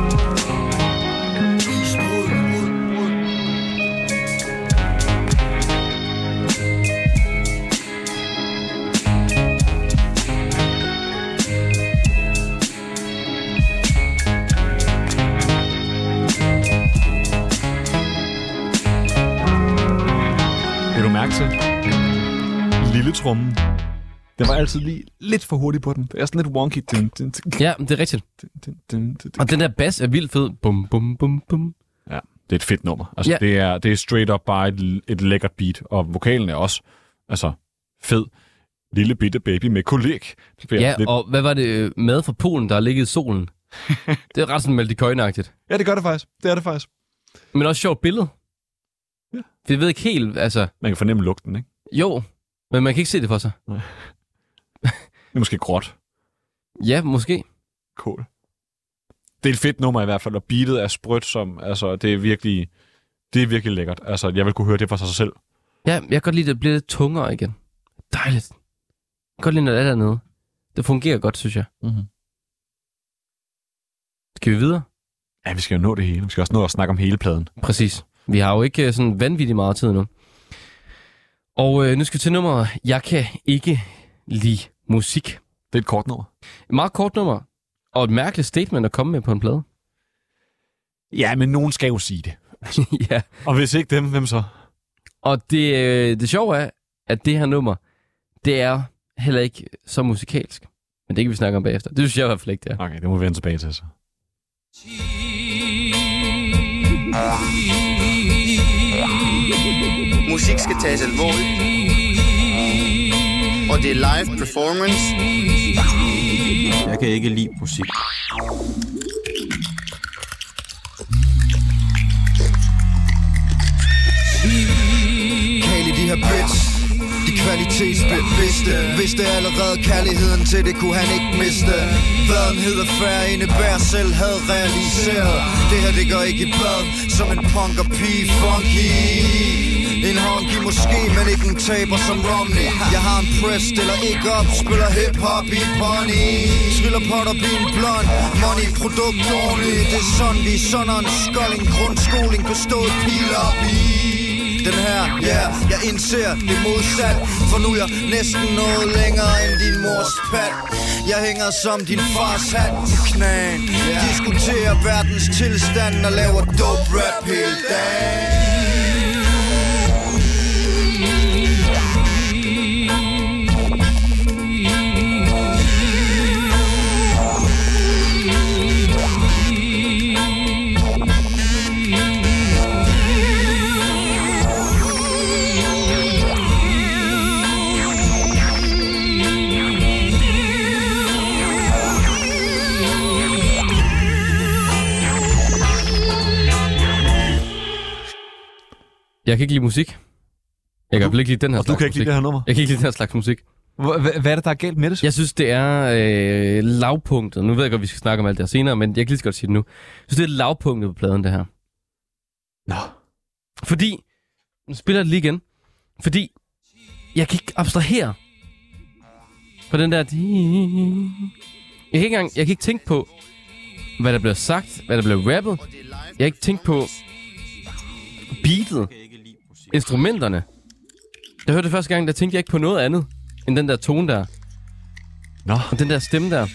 S2: Mærke til lille trommen. Den var altid lige lidt for hurtig på den. Det er sådan lidt wonky.
S1: Ja, det er rigtigt. Og den der bass er vildt fed. Bum, bum, bum, bum.
S2: Ja, det er et fedt nummer. Altså,
S1: ja.
S2: det, er, det er straight up bare et, et lækkert beat. Og vokalen er også altså, fed. Lille bitte baby med kolik.
S1: Ja,
S2: lidt...
S1: og hvad var det mad fra Polen, der er ligget i solen? Det er ret sådan Malte Køjne-agtigt.
S2: Ja, det gør det faktisk. Det er det faktisk.
S1: Men også sjovt billede. Ja. Vi ved ikke helt, altså...
S2: Man kan fornemme lugten, ikke?
S1: Jo, Men man kan ikke se det for sig.
S2: Nej. Det er måske gråt.
S1: Ja, måske.
S2: Cool. Det er et fedt nummer i hvert fald, og beatet er sprødt, som, altså, det er virkelig, det er virkelig lækkert. Altså, jeg vil kunne høre det for sig selv.
S1: Ja, jeg kan godt lide, at det bliver lidt tungere igen. Dejligt. Jeg kan godt lide, når det er dernede. Det fungerer godt, synes jeg.
S2: Mm-hmm.
S1: Skal vi videre?
S2: Ja, vi skal jo nå det hele. Vi skal også nå at snakke om hele pladen.
S1: Præcis. Vi har jo ikke sådan vanvittigt meget tid nu. Og øh, nu skal vi til nummeret. Jeg kan ikke lide musik.
S2: Det er et kort nummer.
S1: Et meget kort nummer. Og et mærkeligt statement at komme med på en plade.
S2: Ja, men nogen skal jo sige det.
S1: Ja.
S2: Og hvis ikke dem, hvem så?
S1: Og det, øh, det sjove er, at det her nummer, det er heller ikke så musikalsk. Men det kan vi snakke om bagefter. Det synes jeg i hvert fald ikke, det er.
S2: Okay, det må vi vende tilbage til så.
S11: Musik skal tages alvorligt. Og det er live performance.
S6: Jeg kan ikke lide musik.
S3: Kan I lide de her bits? De kvalitetsbevidste. Vidste allerede kærligheden til det kunne han ikke miste. Vadenhed og færre indebærer selv havde realiseret. Det her det går ikke i bad som en punk og pige funky. En honky måske, men ikke en taber som Romney. Jeg har en press, stiller ikke op, spiller hip-hop i bunny. Triller pot op i en blond, money produkt ordentligt. Det er sådan vi sådan en skolding, grundskoling bestået pil op i. Den her, ja, yeah, jeg indser det modsat. For nu er jeg næsten noget længere end din mors pat. Jeg hænger som din fars hat til knæen, yeah. Diskuterer verdens tilstand og laver dope rap hele dagen.
S1: Jeg kan ikke lide musik. Jeg kan ikke lide den her
S2: og
S1: slags
S2: du kan ikke
S1: musik.
S2: lide det her nummer?
S1: Jeg kan ikke lide den her slags musik.
S2: Hvad er det, der er galt med det?
S1: Jeg synes, det er øh, lavpunktet. Nu ved jeg godt, vi skal snakke om alt det her senere, men jeg kan lige så godt sige det nu. Jeg synes, det er lavpunktet på pladen, det her.
S2: Nå.
S1: Fordi, nu spiller jeg det lige igen. Fordi, jeg kan ikke abstrahere på den der... Jeg kan ikke engang, jeg kan ikke tænke på, hvad der bliver sagt, hvad der bliver rappet. Jeg kan ikke tænke på beatet, instrumenterne. Da jeg hørte det første gang, der tænkte jeg ikke på noget andet end den der tone der.
S2: Nå.
S1: Og den der stemme der.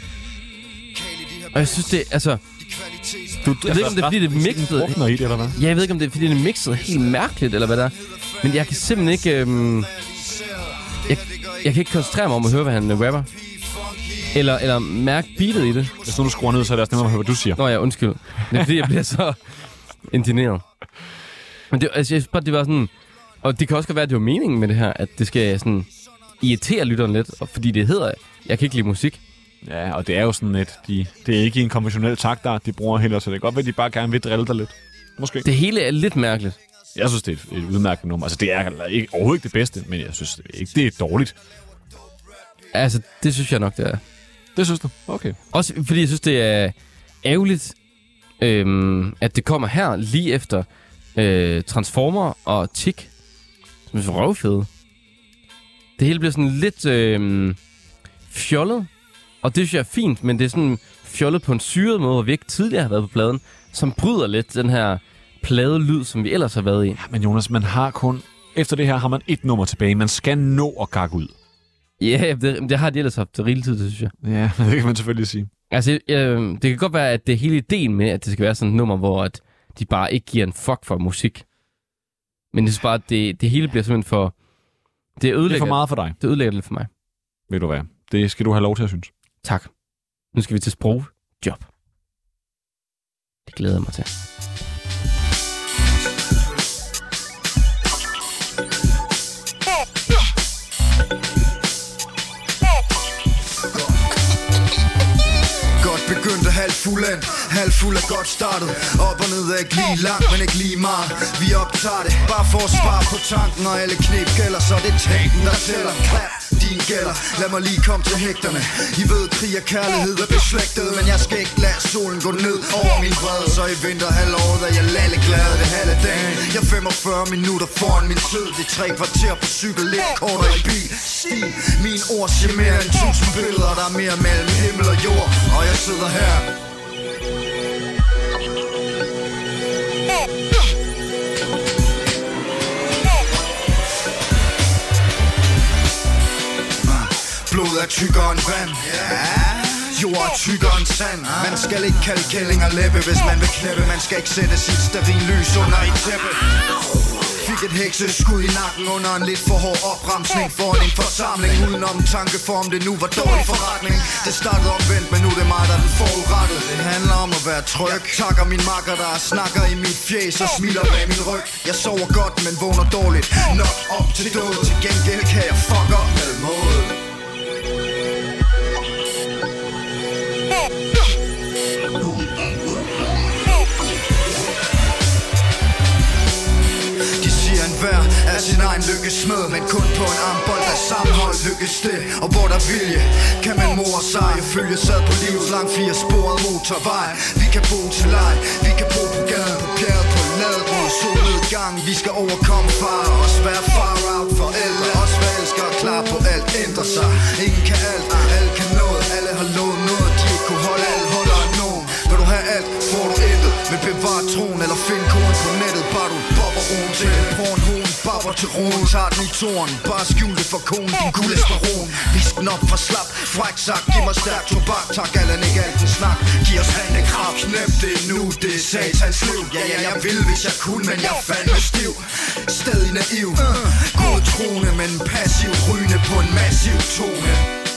S1: Og jeg synes det, altså...
S2: Du,
S1: jeg ved ikke, om det er, fordi det er mixet...
S2: i det, eller hvad?
S1: Ja, jeg ved ikke, om det er, fordi det er mixet helt mærkeligt, eller hvad der er. Men jeg kan simpelthen ikke... Øhm... Jeg, jeg kan ikke koncentrere mig om at høre, hvad han rapper. Eller, eller mærke beatet i det.
S2: Hvis nu du skruer ned, så er det også nemmere at høre, hvad du siger.
S1: Nå ja, undskyld. Det er fordi, jeg bliver så indigneret. Men det, altså, jeg synes bare, det var sådan... Og det kan også godt være, at det var meningen med det her, at det skal sådan irritere lytteren lidt, og fordi det hedder, jeg kan ikke lide musik.
S2: Ja, og det er jo sådan lidt, de, det er ikke en konventionel taktart, de bruger heller, så det kan godt være, at de bare gerne vil drille dig lidt. Måske.
S1: Det hele er lidt mærkeligt.
S2: Jeg synes, det er et, et udmærket nummer. Altså, det er ikke, overhovedet ikke det bedste, men jeg synes ikke, det er dårligt.
S1: Altså, det synes jeg nok, det er.
S2: Det synes du? Okay.
S1: Også fordi jeg synes, det er ærgerligt, øhm, at det kommer her lige efter øh, Transformer og Tick, som er så røvfede. Det hele bliver sådan lidt øh, fjollet, og det synes jeg er fint, men det er sådan fjollet på en syret måde, hvor vi ikke tidligere har været på pladen, som bryder lidt den her pladelyd, som vi ellers har været i.
S2: Ja, men Jonas, man har kun... Efter det her har man et nummer tilbage. Man skal nå at gakke ud.
S1: Ja, det, det har de ellers haft rigeligt tid, det synes jeg.
S2: Ja, det kan man selvfølgelig sige.
S1: Altså, øh, det kan godt være, at det er hele ideen med, at det skal være sådan et nummer, hvor at de bare ikke giver en fuck for musik. Men det er bare, at det, det hele bliver simpelthen for... Det er,
S2: det er for meget for dig.
S1: Det ødelægger lidt for mig.
S2: Ved du hvad? Det skal du have lov til at synes.
S1: Tak. Nu skal vi til sprogjob. Det glæder jeg mig til.
S3: Godt begyndte halvt fuldendt. halv fuld er godt startet. Op og ned er ikke lige langt, men ikke lige meget. Vi optager det, bare for at spare på tanken. Og alle knep gælder, så det er tanken, der tæller. Klap, din gælder, lad mig lige komme til hægterne. I ved, krig og kærlighed er beslægtet, men jeg skal ikke lade solen gå ned over min bred. Så i vinterhalvåret er jeg lalleglad det halve dagen. Jeg er femogfyrre minutter foran min tid. Det er tre kvarter på cykel, lidt kortere i bil. Stil, min ord siger mere end tusind billeder. Der er mere mellem himmel og jord, og jeg sidder her. Blod er tykkere end vand, jord er tykkere end sand. Man skal ikke kalde kællinger læbe, hvis man vil knæppe. Man skal ikke sætte sit stearinlys under et tæppe. Fik et hekseskud i nakken under en lidt for hård opramsning foran en forsamling, udenom tanke for om det nu var dårlig forretning. Det startede omvendt, men nu er det mig, der er den forurettet. Det handler om at være tryg. Takker min makker, der snakker i mit fjes og smiler bag min ryg. Jeg sover godt, men vågner dårligt. Nok op til død, til gengæld kan jeg fuck op med måde. Hver er sin egen lykkesmed, men kun på en armbold af sammenhold lykkes det. Og hvor der vilje, kan man more sig. Jeg følger sad på livets lang firesporet motorvej. Vi kan bo til leg, vi kan bo på gaden, på bjerget, på ladet, mod solnedgang. Vi skal overkomme far, også være far out for alle. Også hvad elsker og klar på alt ændrer sig. Ingen kan alt, alle kan noget. Alle har lovet noget, de ikke kunne holde. Alle holder af nogen. Vil du have alt, får du intet. Men bevar troen eller find koden på nettet. Bare du bobber roen til en porn. Babber til roen, tager den i toren. Bare skjul det for konen, din kulesperon. Visk den op for slap, fræk sagt. Giv mig stærk tobak, tak Allan, ikke alt den snak. Giv os handekraft, knæp det nu, det er satans liv. Ja, ja, jeg vil, hvis jeg kunne, men jeg er fandme stiv. Stadig naiv, god troende, men passiv rygende på en massiv tone.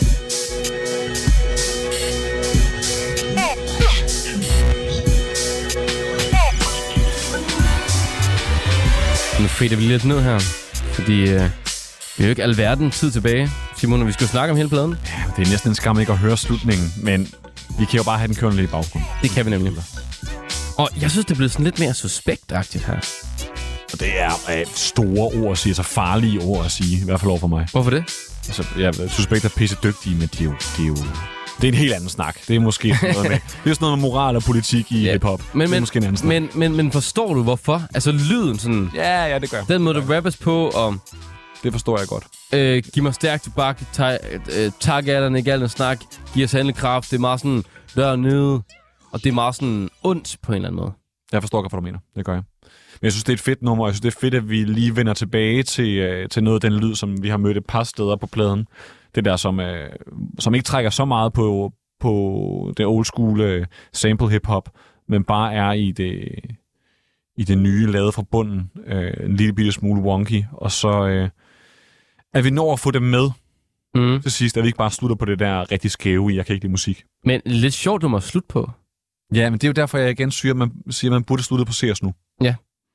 S1: Nu fader vi lidt ned her, fordi øh, vi har jo ikke alverden tid tilbage, Simon, og vi skal jo snakke om hele pladen.
S2: Ja, det er næsten en skam ikke at høre slutningen, men vi kan jo bare have den kørende lidt i baggrunden.
S1: Det kan vi nemlig. Og jeg synes, det er blevet sådan lidt mere suspektagtigt her.
S2: Og det er øh, store ord at sige, altså farlige ord at sige, i hvert fald over for mig.
S1: Hvorfor det?
S2: Altså, jeg suspekt er pisse dygtige, men de er jo... De er jo det er en helt anden snak. Det er måske sådan noget med, det er sådan noget med moral og politik i ja. Hip-hop.
S1: Men,
S2: det er
S1: men,
S2: måske en anden snak.
S1: Men, men, men forstår du, hvorfor? Altså lyden sådan...
S2: Ja, ja, det gør jeg.
S1: Den måde, der rappers på, og...
S2: Det forstår jeg godt.
S1: Øh, giv mig stærk tilbage, øh, tak Allan, ikke alt snak, giv os handlekraft. Det er meget sådan dernede, og det er meget sådan ondt på en eller anden måde.
S2: Jeg forstår godt, hvad du mener. Det gør jeg. Men jeg synes, det er et fedt nummer, og jeg synes, det er fedt, at vi lige vender tilbage til, øh, til noget af den lyd, som vi har mødt et par steder på pladen. Det der, som, øh, som ikke trækker så meget på... på det old school uh, sample hip-hop, men bare er i det, i det nye, lavet fra bunden, uh, en lille bitte smule wonky, og så uh, er vi når at få dem med mm. til sidst, at vi ikke bare slutter på det der rigtig skæve i, jeg kan ikke lide musik.
S1: Men lidt sjovt, du må slutte på.
S2: Ja, men det er jo derfor, jeg igen siger, at man, siger, at man burde slutte på C S nu.
S1: Ja.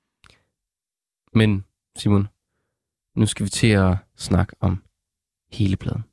S1: Men, Simon, nu skal vi til at snakke om hele pladen.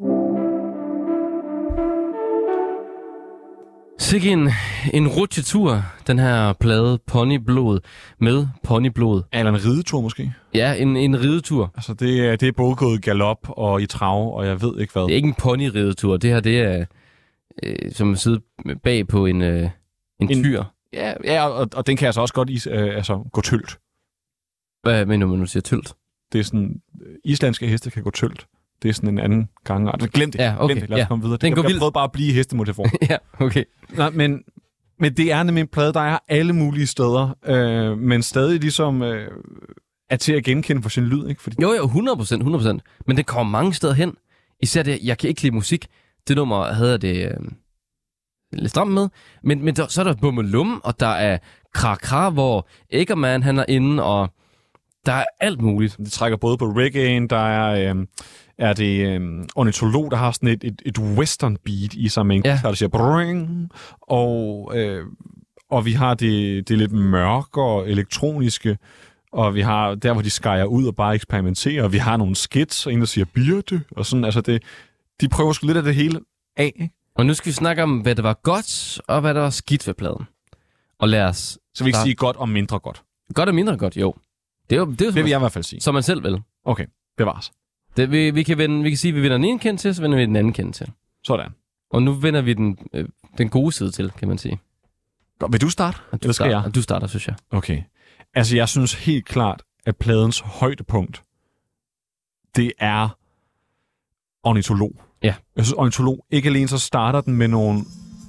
S1: Sikke en, en rutsjetur, den her plade Ponyblod med Ponyblod.
S2: Eller en ridetur måske?
S1: Ja, en, en ridetur.
S2: Altså det er, det er både gået galop og i trav, og jeg ved ikke hvad.
S1: Det er ikke en ponyridetur, det her det er øh, som at sidde bag på en, øh, en, en tyr.
S2: Ja, ja og, og den kan altså også godt is, øh, altså, gå tøldt.
S1: Hvad mener du, når du siger tøldt?
S2: Det er sådan, islandske heste kan gå tøldt. Det er sådan en anden gang. Altså, glem det.
S1: Ja, okay.
S2: Glem det. Lad os
S1: ja.
S2: komme videre.
S1: Den
S2: jeg jeg prøvede bare at blive hestemetafor.
S1: Ja, okay.
S2: Nej, men, men det er nemlig en plade, der er alle mulige steder, øh, men stadig ligesom øh, er til at genkende for sin lyd, ikke? Fordi...
S1: Jo, jo, hundrede procent, hundrede procent. Men det kommer mange steder hen. Især det, jeg kan ikke lide musik. Det nummer havde det øh, lidt stramt med. Men, men der, så er der Bummelum, og der er Kra-Kra, hvor Eggerman han er inde, og der er alt muligt.
S2: Det trækker både på reggae'en, der er... Øh, er det øh, ornitolog, der har sådan et, et, et western beat i sig med en guitar, der siger bring, og, øh, og vi har det, det lidt mørke og elektroniske, og vi har der, hvor de skærer ud og bare eksperimenterer, og vi har nogle skits, og en, der siger birte, og sådan, altså det, de prøver sgu lidt af det hele af, ikke?
S1: Og nu skal vi snakke om, hvad der var godt, og hvad der var skidt ved pladen. Og lad os...
S2: Så vi kan sige godt og mindre godt.
S1: Godt og mindre godt, jo. Det, er jo, det, er jo,
S2: det vil jeg i hvert fald sige.
S1: Som man selv vil.
S2: Okay, bevares.
S1: Det, vi, vi, kan vende, vi kan sige, at vi vinder den ene kendt til, så vender vi den anden kendt til.
S2: Sådan.
S1: Og nu vender vi den, øh, den gode side til, kan man sige.
S2: Godt, vil du starte?
S1: Du Eller skal starter, jeg? Du starter, synes jeg.
S2: Okay. Altså, jeg synes helt klart, at pladens højdepunkt, det er Ornitolog.
S1: Ja.
S2: Jeg synes, Ornitolog, ikke alene så starter den med nogle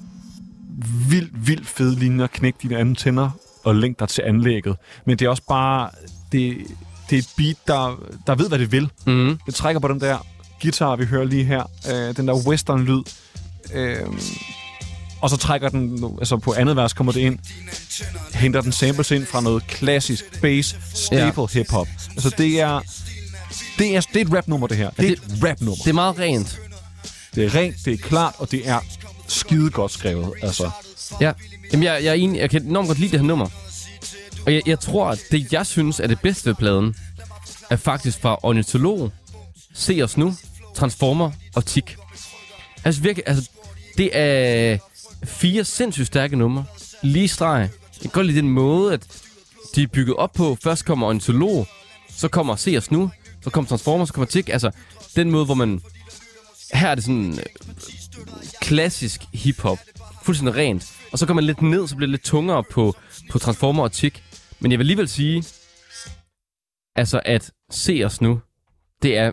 S2: vildt, vildt fede linjer, knæk dine anden tænder og lænk dig til anlægget. Men det er også bare, det, det er et beat, der, der ved, hvad det vil.
S1: Mm.
S2: Det trækker på den der guitar, vi hører lige her. Øh, den der western-lyd. Øh, og så trækker den, altså på andet vers kommer det ind, henter den samples ind fra noget klassisk bass, staple ja. hip-hop. Altså det er, det er, det er et rap-nummer, det her. Det er et rap-nummer.
S1: Det er meget rent.
S2: Det er rent, det er klart, og det er skide godt skrevet, altså.
S1: Ja, jamen jeg, jeg er enig, jeg kan enormt godt lide det her nummer. Og jeg, jeg tror, at det, jeg synes er det bedste ved pladen, er faktisk fra Ornitolog, Se os nu, Transformer og Tik. Altså virkelig, altså, det er fire sindssygt stærke numre. Lige streg. Jeg kan godt lide den måde, at de er bygget op på. Først kommer Ornitolog, så kommer Se os nu, så kommer Transformer, så kommer Tik. Altså, den måde, hvor man... Her er det sådan øh, klassisk hiphop. Fuldstændig rent. Og så går man lidt ned, så bliver det lidt tungere på, på Transformer og Tik. Men jeg vil alligevel sige, altså at Se os nu, det er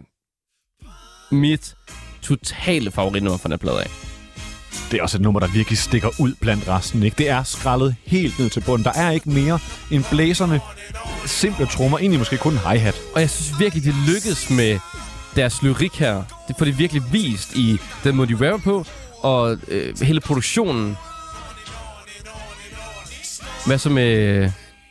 S1: mit totale favoritnummer fra den plade af.
S2: Det er også et nummer, der virkelig stikker ud blandt resten, ikke? Det er skrællet helt ned til bunden. Der er ikke mere end blæserne, simple trommer, egentlig måske kun en hi-hat.
S1: Og jeg synes virkelig, det lykkedes med deres lyrik her. Det får de virkelig vist i den måde, de rapper på, og øh, hele produktionen. Hvad så med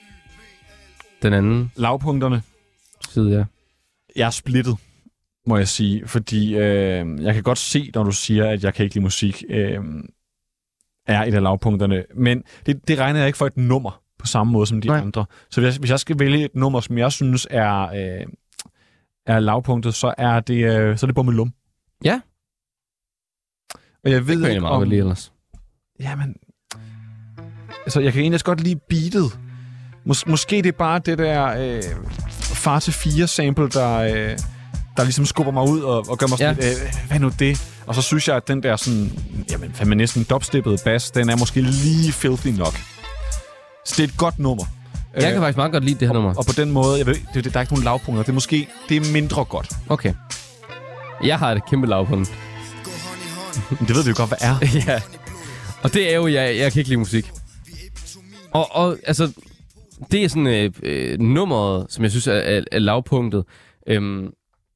S1: den anden?
S2: Lavpunkterne.
S1: Side, ja.
S2: Jeg er splittet, må jeg sige, fordi øh, jeg kan godt se, når du siger, at jeg kan ikke lide musik, øh, er et af lavpunkterne. Men det, det regner jeg ikke for et nummer på samme måde som de Nej. andre. Så hvis jeg, hvis jeg skal vælge et nummer, som jeg synes er, øh, er lavpunktet, så er det, øh, så er det Bummelum.
S1: Ja.
S2: Og jeg ved
S1: det kan
S2: ikke,
S1: jeg meget
S2: om...
S1: lide ellers.
S2: Jamen... Altså, jeg kan egentlig også godt lide beatet. Mås- måske det er bare det der øh, far til fire sample, der, øh, der ligesom skubber mig ud og, og gør mig sådan ja. lidt, øh, hvad nu det? Og så synes jeg, at den der sådan, jamen, fandme næsten dubsteppede bass, den er måske lige filthy nok. Så det er et godt nummer.
S1: Jeg kan øh, faktisk meget godt lide det her
S2: og,
S1: nummer.
S2: Og på den måde, jeg ved, det, det, der er ikke nogen lavpunkter. Det er måske, det er mindre godt.
S1: Okay. Jeg har et kæmpe lavpunkt.
S2: Det ved vi jo godt, hvad er.
S1: Ja. Og det er jo, jeg, jeg kan ikke lide musik. Og, og altså, det er sådan øh, øh, nummeret, som jeg synes er, er, er lavpunktet. Øhm,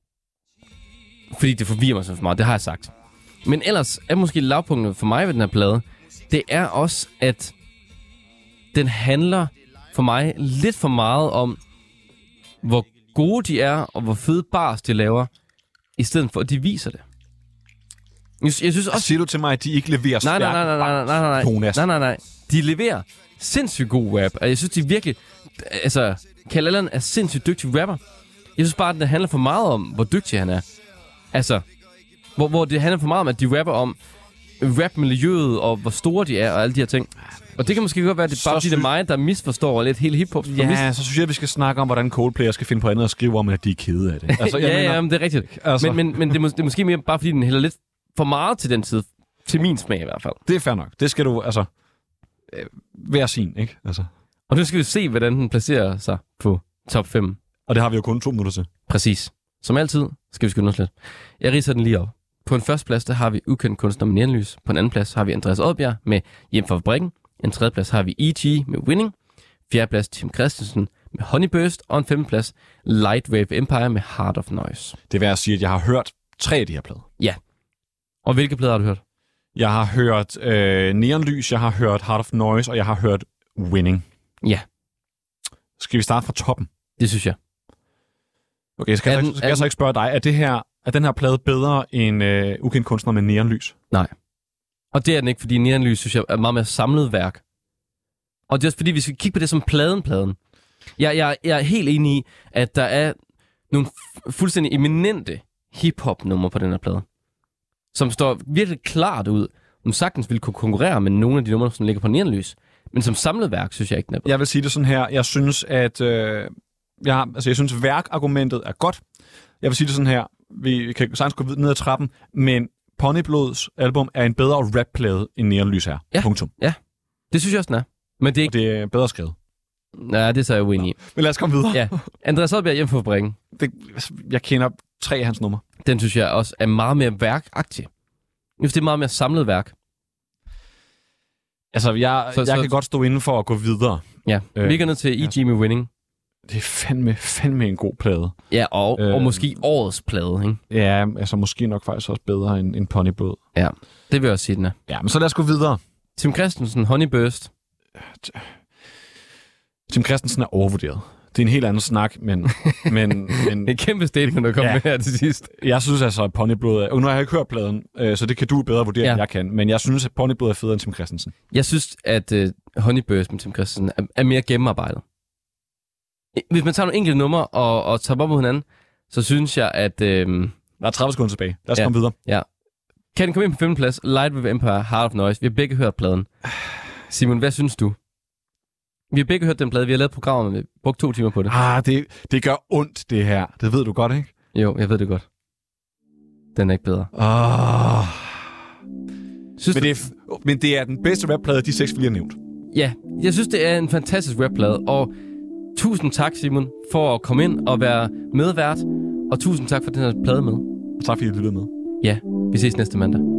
S1: fordi det forvirrer mig så for meget, det har jeg sagt. Men ellers er måske lavpunktet for mig ved den her plade, det er også, at den handler for mig lidt for meget om, hvor gode de er, og hvor fede bars de laver, i stedet for, at de viser det. Jeg, jeg synes også...
S2: Siger du til mig, at de ikke leverer
S1: nej, nej, nej, nej, nej, nej, nej,
S2: nej,
S1: nej, nej, nej. De leverer sindssygt god rap, og jeg synes, de virkelig... Altså, Kjeld Allan er sindssygt dygtig rapper. Jeg synes bare, at det handler for meget om, hvor dygtig han er. Altså, hvor, hvor det handler for meget om, at de rapper om rap-miljøet, og hvor store de er, og alle de her ting. Og det kan måske godt være, at det er bare fordi, det er mig, der misforstår lidt hele hiphop.
S2: Ja, så synes jeg, at vi skal snakke om, hvordan Coldplay skal finde på andet og skrive om, at de er kede af det.
S1: Altså, ja, mener, ja, men det er rigtigt. Altså. Men, men, men det, er mås- det er måske mere bare, fordi den hælder lidt for meget til den tid. Til min smag i hvert fald.
S2: Det er fair nok. Det skal du, altså... Øh, være sin, ikke? Altså.
S1: Og nu skal vi se, hvordan den placerer sig på top fem.
S2: Og det har vi jo kun to minutter til.
S1: Præcis. Som altid skal vi skynde os lidt. Jeg ridser den lige op. På en første plads, der har vi ukendt kunstner med Neonlys. På en anden plads har vi Andreas Odbjerg med Hjem fra fabrikken. En tredje plads har vi E G med Winning. Fjerde plads Tim Christensen med Honeyburst. Og en femte plads Lightwave Empire med Heart of Noise.
S2: Det er værd at sige, at jeg har hørt tre af de her plader.
S1: Ja. Og hvilke plader har du hørt?
S2: Jeg har hørt øh, Neonlys, jeg har hørt Heart of Noise, og jeg har hørt Winning.
S1: Ja.
S2: Skal vi starte fra toppen?
S1: Det synes jeg.
S2: Okay, så kan, jeg,
S1: den,
S2: så kan jeg så ikke spørge dig, er, det her, er den her plade bedre end øh, ukendt kunstner med Neonlys?
S1: Nej. Og det er den ikke, fordi Neonlys, synes jeg, er meget mere samlet værk. Og det er også fordi, vi skal kigge på det som pladen-pladen. Jeg, jeg, jeg er helt enig i, at der er nogle f- fuldstændig eminente hip-hop-numre på den her plade, som står virkelig klart ud, nu sagtens ville kunne konkurrere med nogle af de numre, som ligger på Neonlys. Men som samlet værk, synes jeg ikke, den er bedre.
S2: Jeg vil sige det sådan her. Jeg synes, at øh, jeg, altså, jeg synes, værkargumentet er godt. Jeg vil sige det sådan her. Vi kan sagtens gå ned ad trappen, men Ponyblods album er en bedre rapplade, end Neonlys er.
S1: Ja.
S2: Punktum.
S1: Ja, det synes jeg også, den er. Men det er ikke...
S2: Og det er bedre skrevet.
S1: Nej, det er så jeg uenig i.
S2: Men lad os komme videre.
S1: Ja. Andreas Oddbjerg hjemme fra fabrikken.
S2: Det, jeg kender tre af hans numre.
S1: Den synes jeg også er meget mere værkagtig. Det er meget mere samlet værk.
S2: Altså, jeg,
S1: så,
S2: jeg
S1: så,
S2: kan godt stå inden for at gå videre.
S1: Ja, øh, vi går ned til E G ja. med Winning.
S2: Det er fandme, fandme en god plade.
S1: Ja, og, øh, og måske årets plade, ikke?
S2: Ja, altså måske nok faktisk også bedre end, end Ponyblod.
S1: Ja, det vil jeg også sige, den er.
S2: Ja, men så lad os gå videre.
S1: Tim Christensen, Honeyburst.
S2: Tim Christensen er overvurderet. Det er en helt anden snak, men... men, men
S1: et kæmpe statement at komme ja. med her til sidst.
S2: Jeg synes altså, at Ponyblod er... Nu har jeg ikke hørt pladen, øh, så det kan du bedre vurdere, ja. end jeg kan. Men jeg synes, at Ponyblod er federe end Tim Christensen.
S1: Jeg synes, at uh, Honeyburst med Tim Christensen er, er mere gennemarbejdet. Hvis man tager nogle enkelte numre og, og tager op mod hinanden, så synes jeg, at... Øh,
S2: der er tredive sekunder tilbage. Lad os
S1: ja,
S2: komme videre.
S1: Ja. Kan den komme ind på femte plads? Light with Empire, Heart of Noise. Vi har begge hørt pladen. Simon, hvad synes du? Vi har begge hørt den plade. Vi har lavet programmer, vi brugt to timer på det.
S2: Ah, det, det gør ondt, det her. Det ved du godt, ikke?
S1: Jo, jeg ved det godt. Den er ikke bedre.
S2: Oh.
S1: Synes
S2: men,
S1: du...
S2: det er, men det er den bedste rapplade af de seks, vi lige har nævnt.
S1: Ja, jeg synes, det er en fantastisk rapplade. Og tusind tak, Simon, for at komme ind og være medvært. Og tusind tak for den her plade med.
S2: Tak fordi du lyttede med.
S1: Ja, vi ses næste mandag.